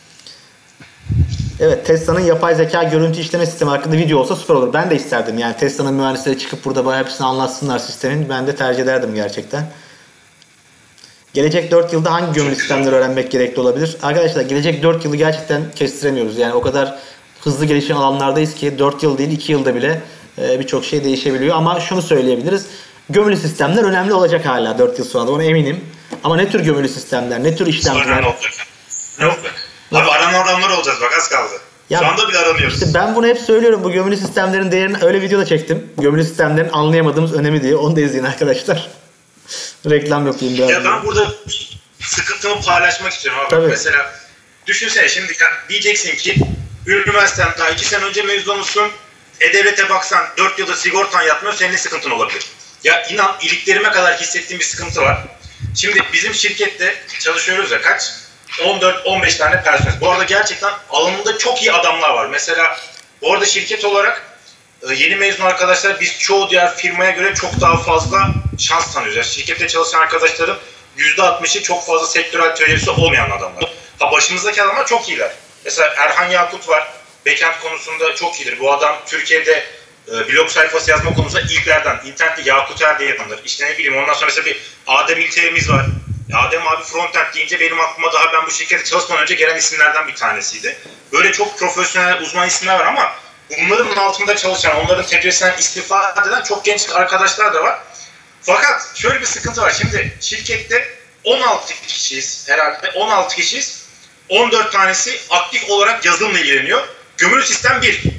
Evet, Tesla'nın yapay zeka görüntü işleme sistemi hakkında video olsa süper olur. Ben de isterdim yani Tesla'nın mühendisleri çıkıp burada bayağı hepsini anlatsınlar sistemin. Ben de tercih ederdim gerçekten. Gelecek 4 yılda hangi gömülü sistemleri öğrenmek gerekli olabilir? Arkadaşlar gelecek 4 yılı gerçekten kestiremiyoruz. Yani o kadar hızlı gelişen alanlardayız ki 4 yıl değil 2 yılda bile birçok şey değişebiliyor. Ama şunu söyleyebiliriz. Gömülü sistemler önemli olacak hala 4 yıl sonra da, ona eminim. Ama ne tür gömülü sistemler, ne tür işlemciler? Ne olacak? Abi aranan adamlar olacağız bak, az kaldı. Ya, şu anda bile aranıyoruz. İşte ben bunu hep söylüyorum, bu gömülü sistemlerin değerini, öyle video da çektim. Gömülü sistemlerin anlayamadığımız önemi diye, onu da izleyin arkadaşlar. Reklam yapayım biraz. Ya ben burada sıkıntımı paylaşmak istiyorum abi. Tabii. Mesela düşünsene şimdi diyeceksin ki üniversiteden daha 2 sene önce mezun olmuşsun. E-Devlet'e baksan 4 yılda sigortan yatmıyor, senin sıkıntın olabilir. Ya inan iliklerime kadar hissettiğim bir sıkıntı var. Şimdi bizim şirkette çalışıyoruz ya, kaç? 14-15 tane personel. Bu arada gerçekten alanında çok iyi adamlar var. Mesela bu arada şirket olarak yeni mezun arkadaşlar biz çoğu diğer firmaya göre çok daha fazla şans tanıyoruz. Yani şirkette çalışan arkadaşların %60'ı çok fazla sektörel tecrübesi olmayan adamlar. Başımızdaki adamlar çok iyiler. Mesela Erhan Yakut var. Backend konusunda çok iyidir. Bu adam Türkiye'de blog sayfası yazma konusunda ilklerden. İnternette Yakuter diye tanınır. İşte ne bileyim, ondan sonra mesela bir Adem İlterimiz var. Adem abi frontend deyince benim aklıma daha ben bu şirkete çalışmadan önce gelen isimlerden bir tanesiydi. Böyle çok profesyonel, uzman isimler var ama bunların altında çalışan, onların tecrübesinden istifade eden çok genç arkadaşlar da var. Fakat şöyle bir sıkıntı var. Şimdi şirkette 16 kişiyiz herhalde. 16 kişiyiz. 14 tanesi aktif olarak yazılımla ilgileniyor. Gömülü sistem 1.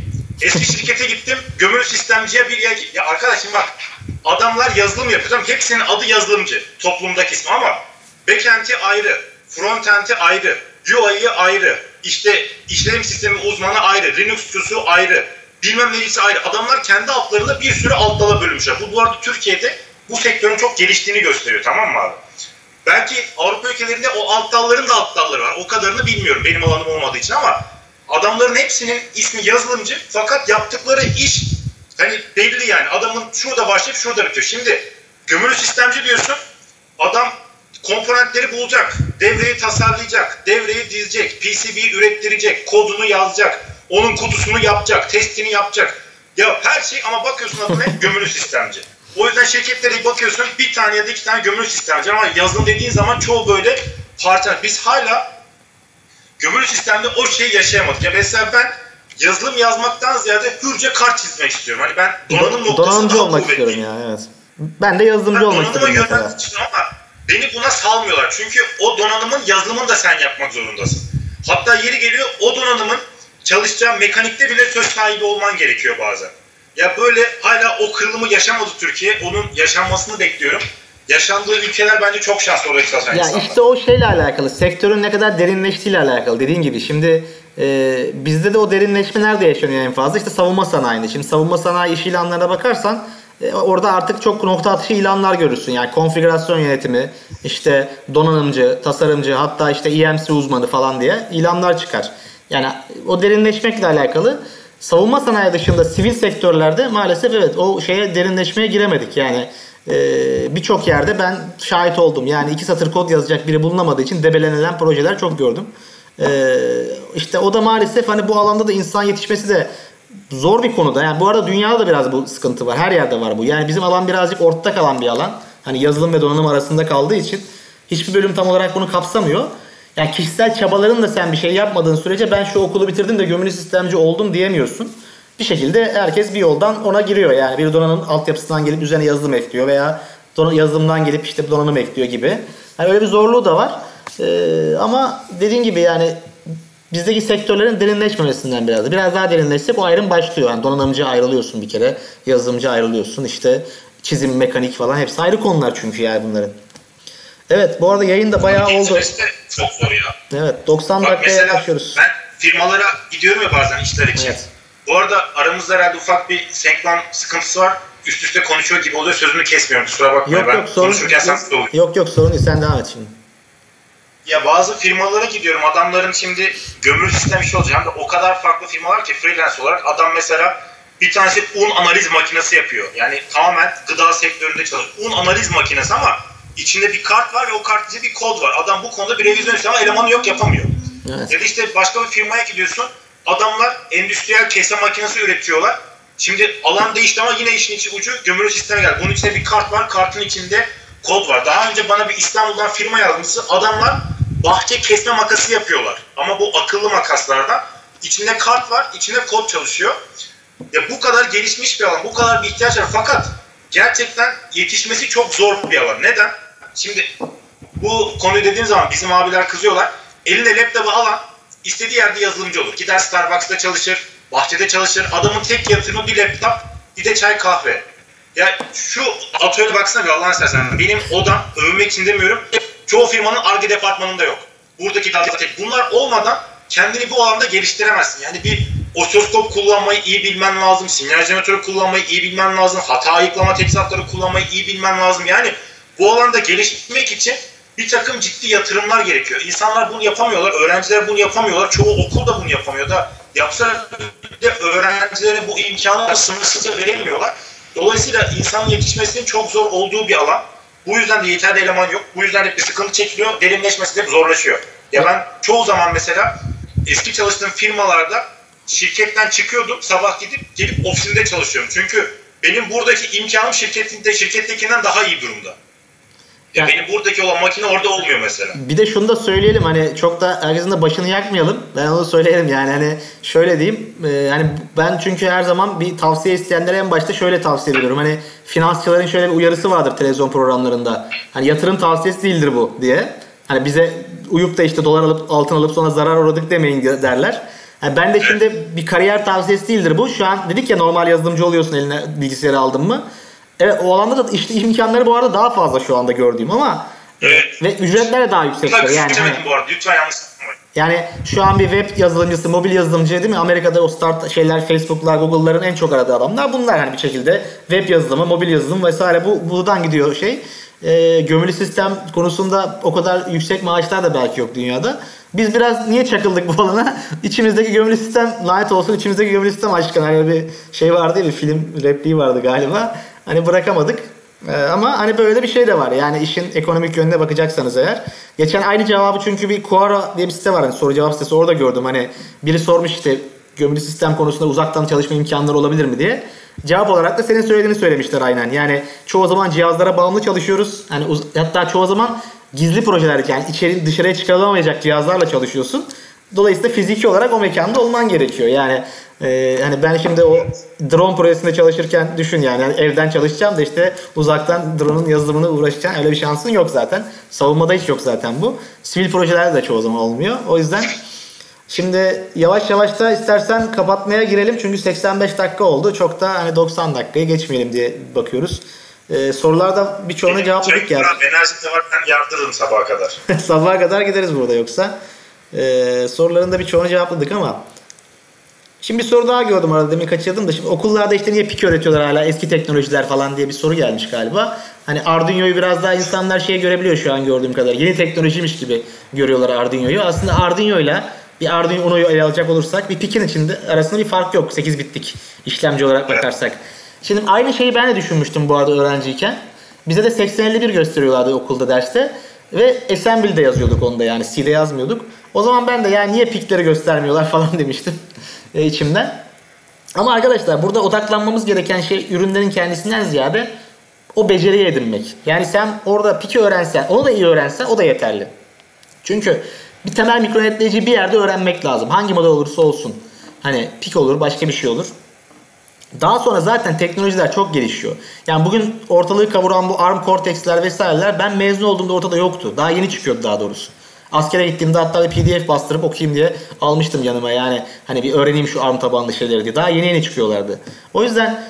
Eski şirkete gittim. Gömülü sistemciye ya arkadaşım bak, adamlar yazılım yapıyor. Hepsinin adı yazılımcı. Toplumdaki ismi ama backend'i ayrı, frontend'i ayrı, UI'yi ayrı, işte işletim sistemi uzmanı ayrı, Linux'cusu ayrı, bilmem neyisi ayrı. Adamlar kendi altlarında bir sürü alt dala bölmüşler. Bu arada Türkiye'de bu sektörün çok geliştiğini gösteriyor, tamam mı abi? Belki Avrupa ülkelerinde o alt dalların da alt dalları var. O kadarını bilmiyorum benim alanım olmadığı için ama adamların hepsinin ismi yazılımcı fakat yaptıkları iş hani belli yani. Adamın şurada başlayıp şurada bitiyor. Şimdi gömülü sistemci diyorsun. Adam komponentleri bulacak, devreyi tasarlayacak, devreyi dizecek, PCB ürettirecek, kodunu yazacak, onun kutusunu yapacak, testini yapacak. Ya her şey ama bakıyorsun adına gömülü sistemci. O yüzden şirketlere bakıyorsun bir tane ya da iki tane gömülü sistemci ama yazılım dediğin zaman çoğu böyle parça. Biz hala gömülü sistemde o şeyi yaşayamadık. Ya mesela ben yazılım yazmaktan ziyade hürce kart çizmek istiyorum. Hani ben donanımcı olmak istiyorum ya, evet. Ben de yazılımcı olmak istiyorum mesela. Ama beni buna salmıyorlar. Çünkü o donanımın yazılımını da sen yapmak zorundasın. Hatta yeri geliyor o donanımın çalışacağı mekanikte bile söz sahibi olman gerekiyor bazen. Ya böyle hala o kırılımı yaşamadı Türkiye. Onun yaşanmasını bekliyorum. Yaşandığı ülkeler bence çok şanslı oraya çalışan insanlar. Ya işte o şeyle alakalı, sektörün ne kadar derinleştiğiyle alakalı. Dediğin gibi şimdi bizde de o derinleşme nerede yaşanıyor en fazla? İşte savunma sanayinde. Şimdi savunma sanayi iş ilanlarına bakarsan orada artık çok nokta atışı ilanlar görürsün. Yani konfigürasyon yönetimi, işte donanımcı, tasarımcı, hatta işte EMC uzmanı falan diye ilanlar çıkar. Yani o derinleşmekle alakalı. Savunma sanayi dışında sivil sektörlerde maalesef evet o şeye derinleşmeye giremedik. Yani birçok yerde ben şahit oldum. Yani 2 satır kod yazacak biri bulunamadığı için debelenilen projeler çok gördüm. İşte o da maalesef hani bu alanda da insan yetişmesi de zor bir konuda. Yani bu arada dünyada da biraz bu sıkıntı var. Her yerde var bu. Yani bizim alan birazcık ortada kalan bir alan. Hani yazılım ve donanım arasında kaldığı için hiçbir bölüm tam olarak bunu kapsamıyor. Yani kişisel çabaların da sen bir şey yapmadığın sürece ben şu okulu bitirdim de gömülü sistemci oldum diyemiyorsun. Bir şekilde herkes bir yoldan ona giriyor. Yani bir donanım altyapısından gelip üzerine yazılım ekliyor veya yazılımdan gelip işte donanım ekliyor gibi. Yani öyle bir zorluğu da var. Ama dediğin gibi yani bizdeki sektörlerin derinleşmemesinden biraz daha derinleşse bu ayrım başlıyor. Yani donanımcı ayrılıyorsun bir kere, yazılımcı ayrılıyorsun, işte çizim, mekanik falan hepsi ayrı konular çünkü yani bunların. Evet, bu arada yayın da bayağı oldu. Çok zor ya. Evet, 90 dakikaya yaklaşıyoruz. Ben firmalara gidiyorum ya bazen işler için. Evet. Bu arada aramızda herhalde ufak bir senkron sıkıntısı var. Üst üste konuşuyor gibi oluyor. Sözünü kesmiyorum. Kusura bakmayın. Yok, konuşurken sansız oluyor. Yok sorun değil. Sen devam et şimdi. Ya bazı firmalara gidiyorum. Adamların şimdi gömülü sistem işi olacak. Hem de o kadar farklı firmalar ki freelance olarak. Adam mesela bir tanesi un analiz makinesi yapıyor. Yani tamamen gıda sektöründe çalışıyor. Un analiz makinesi ama içinde bir kart var ve o kartın içinde bir kod var. Adam bu konuda bir revizyon istiyor ama elemanı yok, yapamıyor. Evet. Ya da işte başka bir firmaya gidiyorsun. Adamlar endüstriyel kese makinesi üretiyorlar. Şimdi alan değişti ama yine işin içi ucu gömülü sisteme geldi. Bunun içinde bir kart var. Kartın içinde kod var. Daha önce bana bir İstanbul'dan firma yazmıştı. Adamlar bahçe kesme makası yapıyorlar. Ama bu akıllı makaslardan. İçinde kart var. İçinde kod çalışıyor. Ya bu kadar gelişmiş bir alan. Bu kadar bir ihtiyaç var. Fakat gerçekten yetişmesi çok zor bir alan. Neden? Şimdi bu konuyu dediğim zaman bizim abiler kızıyorlar. Eline laptopu alan istediği yerde yazılımcı olur. Gider Starbucks'ta çalışır, bahçede çalışır. Adamın tek yatırımı bir laptop, bir de çay kahve. Ya şu atölye baksana bir Allah'ını istersen. Benim odam, övünmek için demiyorum, çoğu firmanın Ar-Ge departmanında yok. Buradaki bunlar olmadan kendini bu alanda geliştiremezsin. Yani bir osiloskop kullanmayı iyi bilmen lazım, sinyal jeneratörü kullanmayı iyi bilmen lazım, hata ayıklama teçhizatları kullanmayı iyi bilmen lazım. Yani bu alanda gelişmek için bir takım ciddi yatırımlar gerekiyor. İnsanlar bunu yapamıyorlar, öğrenciler bunu yapamıyorlar, çoğu okul da bunu yapamıyor da yapsa da öğrencilere bu imkanı sınırsızca veremiyorlar. Dolayısıyla insanın yetişmesinin çok zor olduğu bir alan. Bu yüzden de yeterli eleman yok. Bu yüzden de bir sıkıntı çekiliyor, derinleşmesi de zorlaşıyor. Ya ben çoğu zaman mesela eski çalıştığım firmalarda şirketten çıkıyordum, sabah gelip ofisinde çalışıyorum. Çünkü benim buradaki imkanım şirkettekinden daha iyi durumda. Ya benim buradaki olan makine orada olmuyor mesela. Bir de şunu da söyleyelim, hani çok da herkesin de başını yakmayalım. Ben onu söyleyelim yani, hani şöyle diyeyim. Yani ben çünkü her zaman bir tavsiye isteyenlere en başta şöyle tavsiye ediyorum. Hani finansçıların şöyle bir uyarısı vardır televizyon programlarında. Hani yatırım tavsiyesi değildir bu diye. Hani bize uyup da işte dolar alıp altın alıp sonra zarar uğradık demeyin derler. Yani ben de şimdi bir kariyer tavsiyesi değildir bu. Şu an dedik ya normal yazılımcı oluyorsun eline bilgisayarı aldın mı? Evet o alanda da işte imkanları bu arada daha fazla şu anda gördüğüm ama ve ücretler de daha yüksek. Yani bu arada lütfen yanlış anlamayın. Yani şu an bir web yazılımcısı, mobil yazılımcı değil mi? Amerika'da o start şeyler, Facebook'lar, Google'ların en çok aradığı adamlar bunlar hani bir şekilde web yazılımı, mobil yazılım vesaire buradan gidiyor şey. Gömülü sistem konusunda o kadar yüksek maaşlar da belki yok dünyada. Biz biraz niye çakıldık bu alana? İçimizdeki gömülü sistem lanet olsun, içimizdeki gömülü sistem aşkına hani bir şey vardı ya, bir film repliği vardı galiba. Hani bırakamadık. Ama hani böyle bir şey de var. Yani işin ekonomik yönüne bakacaksanız eğer. Geçen aynı cevabı çünkü bir Quora diye bir site var. Hani soru cevap sitesi, orada gördüm. Hani biri sormuş işte gömülü sistem konusunda uzaktan çalışma imkanları olabilir mi diye. Cevap olarak da senin söylediğini söylemişler aynen. Yani çoğu zaman cihazlara bağımlı çalışıyoruz. Hani hatta çoğu zaman gizli projeler, yani içeri dışarıya çıkarılamayacak cihazlarla çalışıyorsun. Dolayısıyla fiziki olarak o mekanda olman gerekiyor. Yani hani ben şimdi o drone projesinde çalışırken düşün yani evden çalışacağım da işte uzaktan drone'un yazılımını uğraşacağım. Öyle bir şansın yok zaten. Savunmada hiç yok zaten bu. Sivil projelerde de çoğu zaman olmuyor. O yüzden şimdi yavaş yavaş da istersen kapatmaya girelim. Çünkü 85 dakika oldu. Çok da hani 90 dakikayı geçmeyelim diye bakıyoruz. Sorularda birçoğunu cevapladık ya. Enerjisi varken yardırırım sabaha kadar. Sabaha kadar gideriz burada yoksa. Soruların da birçoğunu cevapladık ama şimdi bir soru daha gördüm arada, demin kaçırdım da. Şimdi okullarda işte niye pik öğretiyorlar hala, eski teknolojiler falan diye bir soru gelmiş galiba. Hani Arduino'yu biraz daha insanlar şeye görebiliyor şu an gördüğüm kadar. Yeni teknolojiymiş gibi görüyorlar Arduino'yu. Aslında Arduino'yla bir Arduino Uno'yu ele alacak olursak bir pikin içinde arasında bir fark yok 8 bitlik işlemci olarak bakarsak. Şimdi aynı şeyi ben de düşünmüştüm bu arada öğrenciyken. Bize de 8051 gösteriyorlardı okulda derste. Ve assembly'de yazıyorduk onda, yani C'de yazmıyorduk. O zaman ben de yani niye pikleri göstermiyorlar falan demiştim içimden. Ama arkadaşlar burada odaklanmamız gereken şey ürünlerin kendisinden ziyade o beceriyi edinmek. Yani sen orada piki öğrensen, onu da iyi öğrensen o da yeterli. Çünkü bir temel mikronetleyiciyi bir yerde öğrenmek lazım. Hangi model olursa olsun. Hani pik olur, başka bir şey olur. Daha sonra zaten teknolojiler çok gelişiyor. Yani bugün ortalığı kavuran bu ARM Cortex'ler vesaireler ben mezun olduğumda ortada yoktu. Daha yeni çıkıyordu daha doğrusu. Askere gittiğimde hatta bir PDF bastırıp okuyayım diye almıştım yanıma, yani hani bir öğreneyim şu ARM tabanlı şeyleri diye. Daha yeni çıkıyorlardı. O yüzden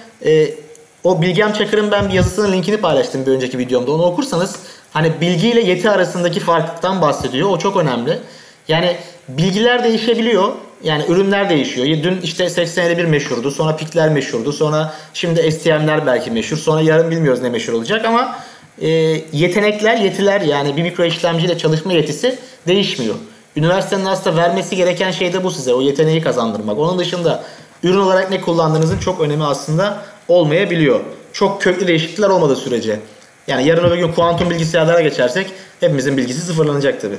o Bilgem Çakır'ın ben bir yazısının linkini paylaştım bir önceki videomda. Onu okursanız hani bilgi ile yeti arasındaki farktan bahsediyor. O çok önemli. Yani bilgiler değişebiliyor. Yani ürünler değişiyor. Dün işte 8051 meşhurdu. Sonra pikler meşhurdu. Sonra şimdi STM'ler belki meşhur. Sonra yarın bilmiyoruz ne meşhur olacak ama yetenekler, yetiler, yani bir mikro işlemciyle çalışma yetisi değişmiyor. Üniversitenin aslında vermesi gereken şey de bu size. O yeteneği kazandırmak. Onun dışında ürün olarak ne kullandığınızın çok önemi aslında olmayabiliyor. Çok köklü değişiklikler olmadığı sürece. Yani yarın öbür gün kuantum bilgisayarlara geçersek hepimizin bilgisi sıfırlanacak tabii.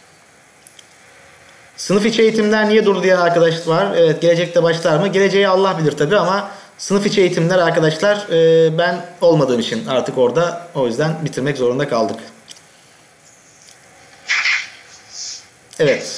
Sınıf içi eğitimler niye durdu diyen arkadaş var. Evet, gelecekte başlar mı? Geleceği Allah bilir tabii ama sınıf içi eğitimler arkadaşlar ben olmadığım için artık orada, o yüzden bitirmek zorunda kaldık. Evet.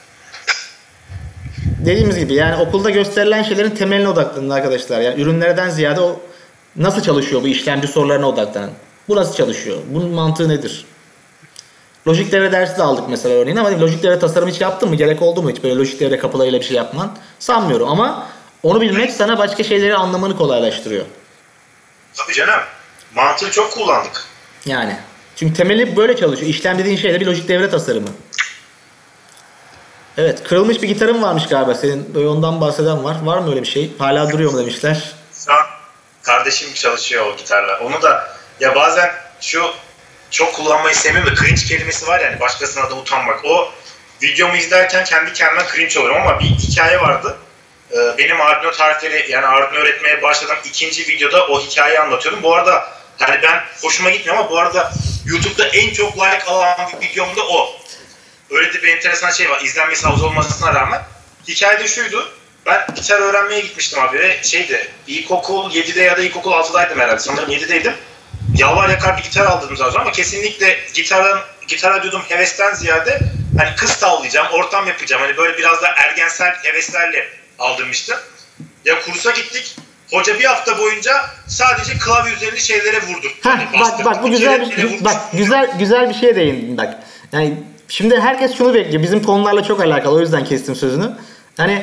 Dediğimiz gibi yani okulda gösterilen şeylerin temeline odaklanın arkadaşlar. Yani ürünlerden ziyade o nasıl çalışıyor bu işlemci sorularına odaklanın. Bu nasıl çalışıyor? Bunun mantığı nedir? Lojik devre dersi de aldık mesela örneğin ama lojik devre tasarım hiç yaptın mı? Gerek oldu mu hiç böyle lojik devre kapılarıyla bir şey yapman? Sanmıyorum ama onu bilmek sana başka şeyleri anlamanı kolaylaştırıyor. Tabii canım. Mantığı çok kullandık. Yani. Çünkü temeli böyle çalışıyor. İşlem dediğin şey de bir lojik devre tasarımı. Evet. Kırılmış bir gitarın varmış galiba senin. Böyle ondan bahseden var. Var mı öyle bir şey? Hala duruyor mu demişler. Şu an kardeşim çalışıyor o gitarla. Onu da ya bazen şu çok kullanmayı sevmiyorum da cringe kelimesi var yani başkasına da utanmak. O videomu izlerken kendi kendime cringe oluyorum ama bir hikaye vardı. Benim Arduino tarifleri, yani Arduino öğretmeye başladığım ikinci videoda o hikayeyi anlatıyordum. Bu arada hani ben hoşuma gitmiyor ama bu arada YouTube'da en çok like alan bir videom da o. Öyle de bir enteresan şey var. İzlenmesi az olmasına rağmen. Hikaye de şuydu. Ben gitar öğrenmeye gitmiştim abi ve ilkokul 7'de ya da ilkokul 6'daydım herhalde. Sanırım 7'deydim. Yalvar yakar bir gitar aldırdım zaten ama kesinlikle gitara diyordum hevesten ziyade hani kız tavlayacağım, ortam yapacağım. Hani böyle biraz da ergensel heveslerle aldırmıştım. Ya kursa gittik. Hoca bir hafta boyunca sadece klavye üzerinde şeylere vurdu. Hani bak bu güzel bir şeye değindin bak. Yani şimdi herkes şunu bekliyor. Bizim konularla çok alakalı, o yüzden kestim sözünü. Hani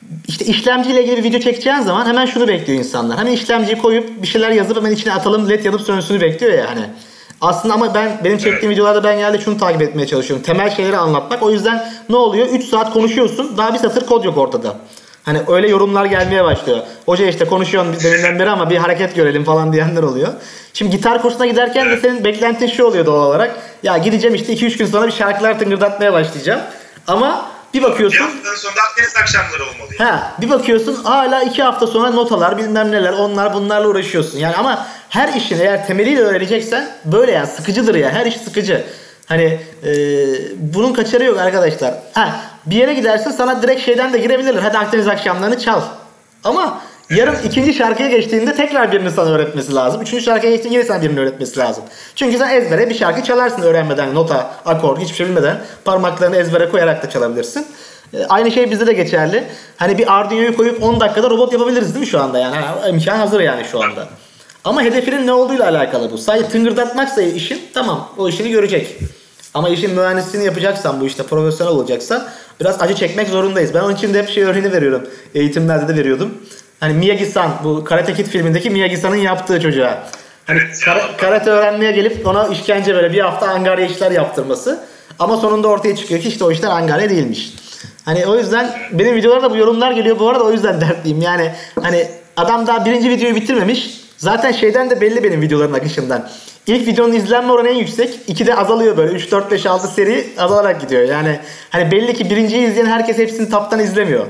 işte işlemciyle ilgili bir video çekeceğin zaman hemen şunu bekliyor insanlar. Hemen işlemciyi koyup bir şeyler yazıp hemen içine atalım, led yanıp sönsünü bekliyor ya hani. Aslında ama benim çektiğim videolarda ben genelde şunu takip etmeye çalışıyorum. Temel şeyleri anlatmak. O yüzden ne oluyor? 3 saat konuşuyorsun. Daha bir satır kod yok ortada. Hani öyle yorumlar gelmeye başlıyor. Hoca işte konuşuyorsun deminden beri ama bir hareket görelim falan diyenler oluyor. Şimdi gitar kursuna giderken de senin beklentin şu oluyor doğal olarak. Ya gideceğim işte 2-3 gün sonra bir şarkılar tıngırdatmaya başlayacağım. Ama bir bakıyorsun. Bir haftanın sonunda Akdeniz akşamları olmalı. Yani. Bir bakıyorsun hala 2 hafta sonra notalar bilmem neler onlar bunlarla uğraşıyorsun. Yani ama her işin eğer temeliyle öğreneceksen böyle yani sıkıcıdır ya. Her iş sıkıcı. Hani bunun kaçarı yok arkadaşlar. Bir yere gidersin sana direkt şeyden de girebilirler. Hadi Akdeniz akşamlarını çal. Ama yarın ikinci şarkıya geçtiğinde tekrar birini sana öğretmesi lazım. Üçüncü şarkıya geçtiğinde yine sana birini öğretmesi lazım. Çünkü sen ezbere bir şarkı çalarsın öğrenmeden, nota, akor, hiçbir şey bilmeden. Parmaklarını ezbere koyarak da çalabilirsin. Aynı şey bizde de geçerli. Hani bir Arduino'yu koyup 10 dakikada robot yapabiliriz değil mi şu anda yani? İmkan hazır yani şu anda. Ama hedefinin ne olduğuyla alakalı bu. Sadece tıngırdatmaksa işin tamam o işini görecek. Ama işin mühendisliğini yapacaksan bu işte profesyonel olacaksan biraz acı çekmek zorundayız. Ben onun için de hep şey örneğini veriyorum. Eğitimlerde de veriyordum. Hani Miyagi-San bu Karate Kid filmindeki Miyagi-San'ın yaptığı çocuğa. Hani karate öğrenmeye gelip ona işkence böyle bir hafta angarya işler yaptırması. Ama sonunda ortaya çıkıyor ki işte o işler angarya değilmiş. Hani o yüzden benim videolarda bu yorumlar geliyor bu arada o yüzden dertliyim. Yani hani adam daha birinci videoyu bitirmemiş. Zaten şeyden de belli benim videoların akışından. İlk videonun izlenme oranı en yüksek. 2'de azalıyor böyle. 3, 4, 5, 6 seri azalarak gidiyor. Yani hani belli ki birinciyi izleyen herkes hepsini taptan izlemiyor.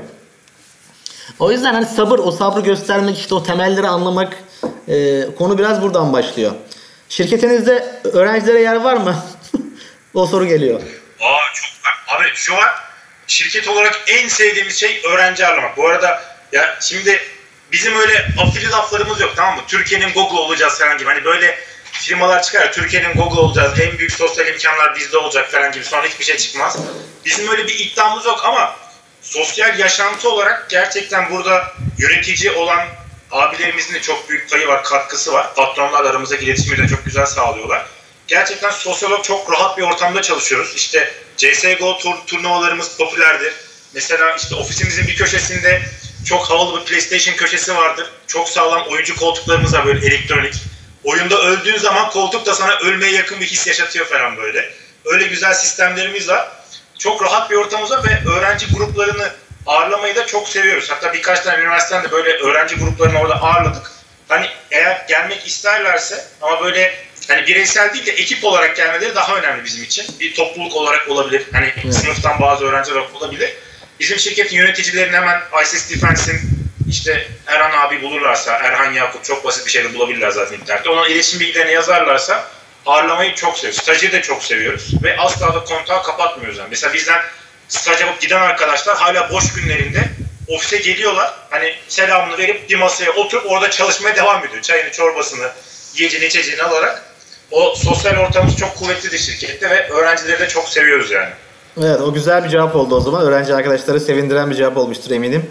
O yüzden hani sabır, o sabrı göstermek, işte o temelleri anlamak konu biraz buradan başlıyor. Şirketinizde öğrencilere yer var mı? O soru geliyor. Çok var. Abi şu var. Şirket olarak en sevdiğimiz şey öğrenci ağırlamak. Bu arada ya şimdi bizim öyle afili laflarımız yok tamam mı? Türkiye'nin Google olacağız falan gibi. Hani böyle firmalar çıkar ya Türkiye'nin Google olacağız. En büyük sosyal imkanlar bizde olacak falan gibi. Sonra hiçbir şey çıkmaz. Bizim öyle bir iddiamız yok ama sosyal yaşantı olarak gerçekten burada yönetici olan abilerimizin de çok büyük payı var, katkısı var. Patronlarla aramızdaki iletişimi de çok güzel sağlıyorlar. Gerçekten sosyolog çok rahat bir ortamda çalışıyoruz. İşte CSGO turnuvalarımız popülerdir. Mesela işte ofisimizin bir köşesinde çok havalı bir PlayStation köşesi vardır. Çok sağlam oyuncu koltuklarımız var böyle elektronik. Oyunda öldüğün zaman koltuk da sana ölmeye yakın bir his yaşatıyor falan böyle. Öyle güzel sistemlerimiz var. Çok rahat bir ortamımız var ve öğrenci gruplarını ağırlamayı da çok seviyoruz. Hatta birkaç tane üniversiteden de böyle öğrenci gruplarını orada ağırladık. Hani eğer gelmek isterlerse ama böyle hani bireysel değil de ekip olarak gelmeleri daha önemli bizim için. Bir topluluk olarak olabilir. Hani sınıftan bazı öğrenciler olabilir. Bizim şirketin yöneticilerini hemen ISS Defense'in işte Erhan abi bulurlarsa, Erhan Yakup çok basit bir şeyle bulabilirler zaten internette. Ona iletişim bilgilerini yazarlarsa ağırlamayı çok seviyoruz. Stajı da çok seviyoruz ve asla da kontağı kapatmıyoruz. Yani. Mesela bizden staj yapıp giden arkadaşlar hala boş günlerinde ofise geliyorlar. Hani selamını verip bir masaya oturup orada çalışmaya devam ediyor. Çayını, çorbasını, yiyeceğini, içeceğini alarak. O sosyal ortamımız çok kuvvetlidir şirkette ve öğrencileri de çok seviyoruz yani. Evet o güzel bir cevap oldu o zaman. Öğrenci arkadaşları sevindiren bir cevap olmuştur eminim.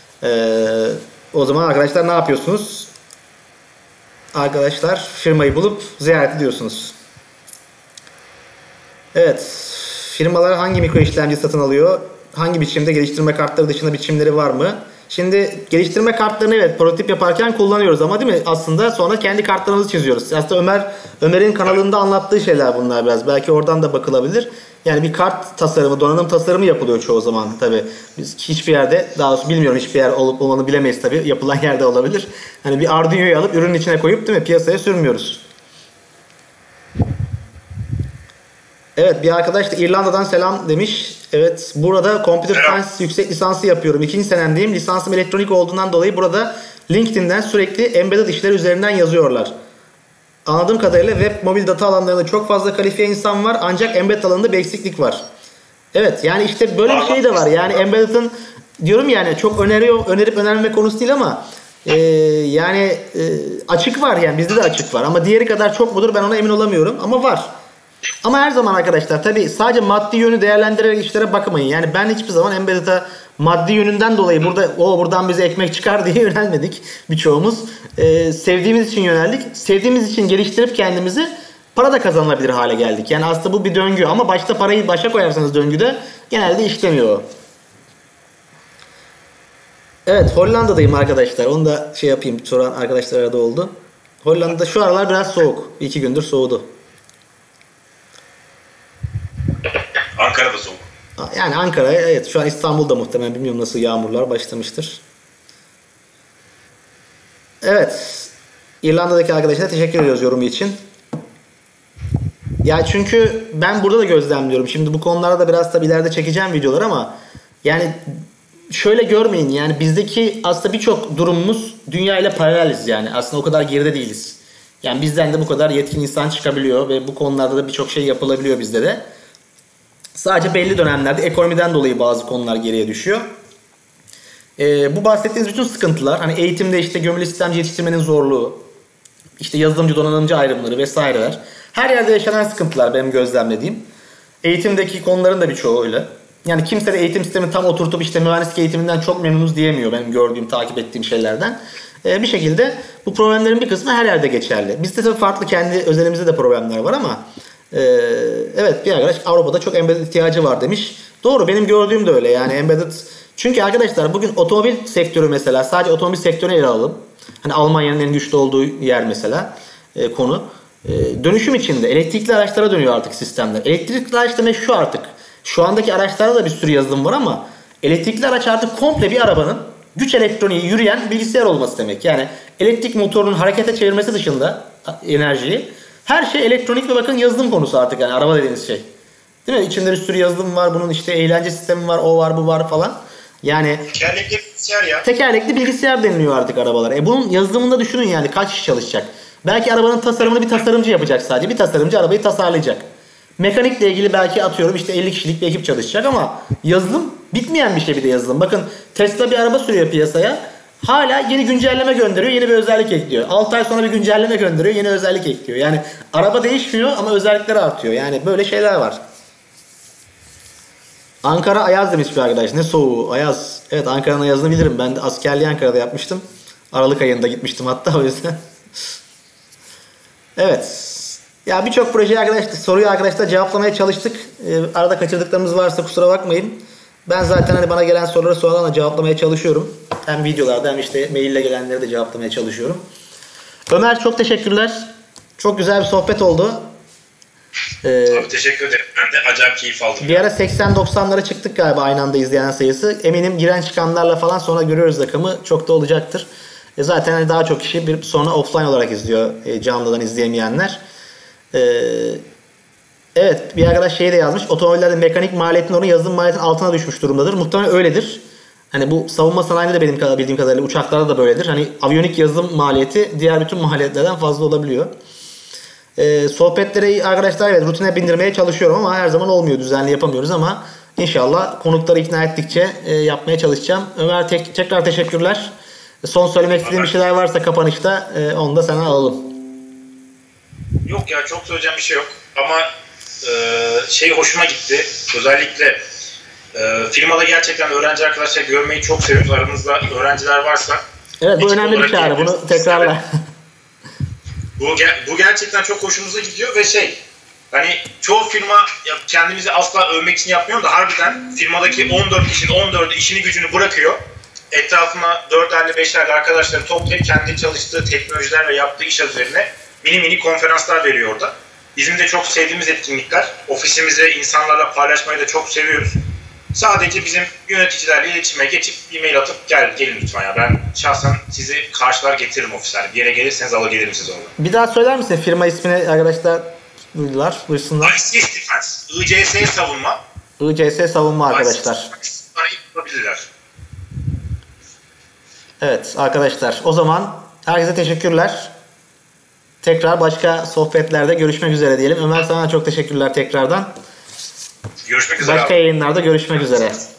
O zaman arkadaşlar ne yapıyorsunuz? Arkadaşlar firmayı bulup ziyaret ediyorsunuz. Evet. Firmalar hangi mikro işlemci satın alıyor? Hangi biçimde geliştirme kartları dışında biçimleri var mı? Şimdi geliştirme kartlarını evet prototip yaparken kullanıyoruz ama değil mi? Aslında sonra kendi kartlarımızı çiziyoruz. Aslında Ömer'in kanalında anlattığı şeyler bunlar biraz. Belki oradan da bakılabilir. Yani bir kart tasarımı, donanım tasarımı yapılıyor çoğu zaman tabii. Biz hiçbir yerde, daha doğrusu bilmiyorum hiçbir yer olup olmadığını bilemeyiz tabii. Yapılan yerde olabilir. Hani bir Arduino'yu alıp ürünün içine koyup değil mi piyasaya sürmüyoruz. Evet bir arkadaş da İrlanda'dan selam demiş. Evet burada Computer Science yüksek lisansı yapıyorum. 2. senemdeyim. Lisansım elektronik olduğundan dolayı burada LinkedIn'den sürekli embedded işleri üzerinden yazıyorlar. Anladığım kadarıyla web mobil data alanlarında çok fazla kalifiye insan var ancak embedded alanında bir eksiklik var. Evet yani işte böyle bir şey de var. Yani embedded'ın diyorum yani çok önerip önermeme konusu değil ama açık var yani bizde de açık var ama diğeri kadar çok mudur ben ona emin olamıyorum ama var. Ama her zaman arkadaşlar tabii sadece maddi yönü değerlendirerek işlere bakmayın. Yani ben hiçbir zaman embedded'a maddi yönünden dolayı buradan bize ekmek çıkar diye yönelmedik birçoğumuz. Sevdiğimiz için yöneldik. Sevdiğimiz için geliştirip kendimizi para da kazanılabilir hale geldik. Yani aslında bu bir döngü ama başta parayı başa koyarsanız döngüde genelde işlemiyor. Evet, Hollanda'dayım arkadaşlar. Onu da şey yapayım, soran arkadaşlar da oldu. Hollanda'da şu aralar biraz soğuk. 2 gündür soğudu. Ankara'da soğuk. Yani Ankara, evet, şu an İstanbul'da muhtemelen, bilmiyorum nasıl, yağmurlar başlamıştır. Evet, İrlanda'daki arkadaşlara teşekkür ediyoruz yorumu için. Ya çünkü ben burada da gözlemliyorum. Şimdi bu konularda da biraz da ileride çekeceğim videolar ama yani şöyle görmeyin, yani bizdeki aslında birçok durumumuz dünya ile paraleliz yani. Aslında o kadar geride değiliz. Yani bizden de bu kadar yetkin insan çıkabiliyor ve bu konularda da birçok şey yapılabiliyor bizde de. Sadece belli dönemlerde ekonomiden dolayı bazı konular geriye düşüyor. Bu bahsettiğiniz bütün sıkıntılar, hani eğitimde işte gömülü sistemci yetiştirmenin zorluğu, işte yazılımcı donanımcı ayrımları vesaireler, her yerde yaşanan sıkıntılar benim gözlemlediğim. Eğitimdeki konuların da birçoğu öyle. Yani kimse de eğitim sistemini tam oturtup işte mühendislik eğitiminden çok memnunuz diyemiyor benim gördüğüm, takip ettiğim şeylerden. Bir şekilde bu problemlerin bir kısmı her yerde geçerli. Bizde tabii farklı, kendi özelimizde de problemler var ama evet, bir arkadaş Avrupa'da çok embedded ihtiyacı var demiş. Doğru, benim gördüğüm de öyle yani embedded. Çünkü arkadaşlar bugün otomobil sektörü mesela, sadece otomobil sektörüne ele alalım. Hani Almanya'nın en güçlü olduğu yer mesela konu. Dönüşüm içinde elektrikli araçlara dönüyor artık sistemler. Elektrikli araç demek şu artık. Şu andaki araçlarda da bir sürü yazılım var ama elektrikli araç artık komple bir arabanın güç elektroniği yürüyen bilgisayar olması demek. Yani elektrik motorunun harekete çevirmesi dışında enerjiyi, her şey elektronik ve bakın yazılım konusu artık, yani araba dediğiniz şey. Değil mi? İçinde bir sürü yazılım var, bunun işte eğlence sistemi var, o var, bu var falan. Yani Tekerlekli bilgisayar ya. tekerlekli bilgisayar deniliyor artık arabalara. Bunun yazılımında düşünün yani kaç kişi çalışacak. Belki arabanın tasarımını bir tasarımcı yapacak sadece. Bir tasarımcı arabayı tasarlayacak. Mekanikle ilgili belki atıyorum işte 50 kişilik bir ekip çalışacak ama yazılım bitmeyen bir şey, bir de yazılım. Bakın Tesla bir araba sürüyor piyasaya. Hala yeni güncelleme gönderiyor, yeni bir özellik ekliyor. 6 ay sonra bir güncelleme gönderiyor, yeni özellik ekliyor. Yani araba değişmiyor ama özellikleri artıyor. Yani böyle şeyler var. Ankara ayaz demiş bir arkadaş. Ne soğuğu, ayaz. Evet, Ankara'nın ayazını bilirim. Ben de askerliği Ankara'da yapmıştım. Aralık ayında gitmiştim hatta, o yüzden. Evet. Ya birçok projeyi soruyu arkadaşlar cevaplamaya çalıştık. Arada kaçırdıklarımız varsa kusura bakmayın. Ben zaten hani bana gelen soruları sonradan da cevaplamaya çalışıyorum. Hem videolarda hem işte maille gelenleri de cevaplamaya çalışıyorum. Ömer, çok teşekkürler. Çok güzel bir sohbet oldu. Abi teşekkür ederim. Ben de acayip keyif aldım. Bir ara 80-90'lara çıktık galiba aynı anda izleyen sayısı. Eminim giren çıkanlarla falan sonra görüyoruz rakamı. Çok da olacaktır. Zaten hani daha çok kişi bir sonra offline olarak izliyor, canlıdan izleyemeyenler. Evet, bir arkadaş şeyi de yazmış. Otomobillerde mekanik maliyetin oranı yazılım maliyetinin altına düşmüş durumdadır. Muhtemelen öyledir. Hani bu savunma sanayinde de benim bildiğim kadarıyla uçaklarda da böyledir. Hani aviyonik yazılım maliyeti diğer bütün maliyetlerden fazla olabiliyor. Sohbetleri arkadaşlar evet rutine bindirmeye çalışıyorum ama her zaman olmuyor. Düzenli yapamıyoruz ama inşallah konukları ikna ettikçe yapmaya çalışacağım. Ömer, tekrar teşekkürler. Son söylemek istediğin bir şeyler varsa kapanışta onu da sana alalım. Yok ya, çok söyleyeceğim bir şey yok ama şey hoşuma gitti. Özellikle firmada gerçekten öğrenci arkadaşlar görmeyi çok seviyoruz. Aranızda öğrenciler varsa. Evet, bu önemli bir çağrı. Bunu tekrarla. Bu gerçekten çok hoşumuza gidiyor ve hani çoğu firma kendimizi asla övmek için yapmıyor da harbiden firmadaki 14 kişinin 14'ü işini gücünü bırakıyor. Etrafına 4'erli 5'erli arkadaşları toplayıp kendi çalıştığı teknolojiler ve yaptığı iş üzerine mini konferanslar veriyor orada. Bizim de çok sevdiğimiz etkinlikler. Ofisimize insanlarla paylaşmayı da çok seviyoruz. Sadece bizim yöneticilerle iletişime geçip e-mail atıp gelin lütfen ya. Ben şahsen sizi karşılar getiririm ofisler. Bir yere gelirseniz alır gelirim size orada. Bir daha söyler misin firma ismini arkadaşlar duydular, buyursunlar. ICS Defense, ICS savunma. ICS savunma arkadaşlar. Yapabilirler. Evet arkadaşlar, o zaman herkese teşekkürler. Tekrar başka sohbetlerde görüşmek üzere diyelim. Ömer, sana çok teşekkürler tekrardan. Görüşmek üzere. Başka yayınlarda görüşmek üzere.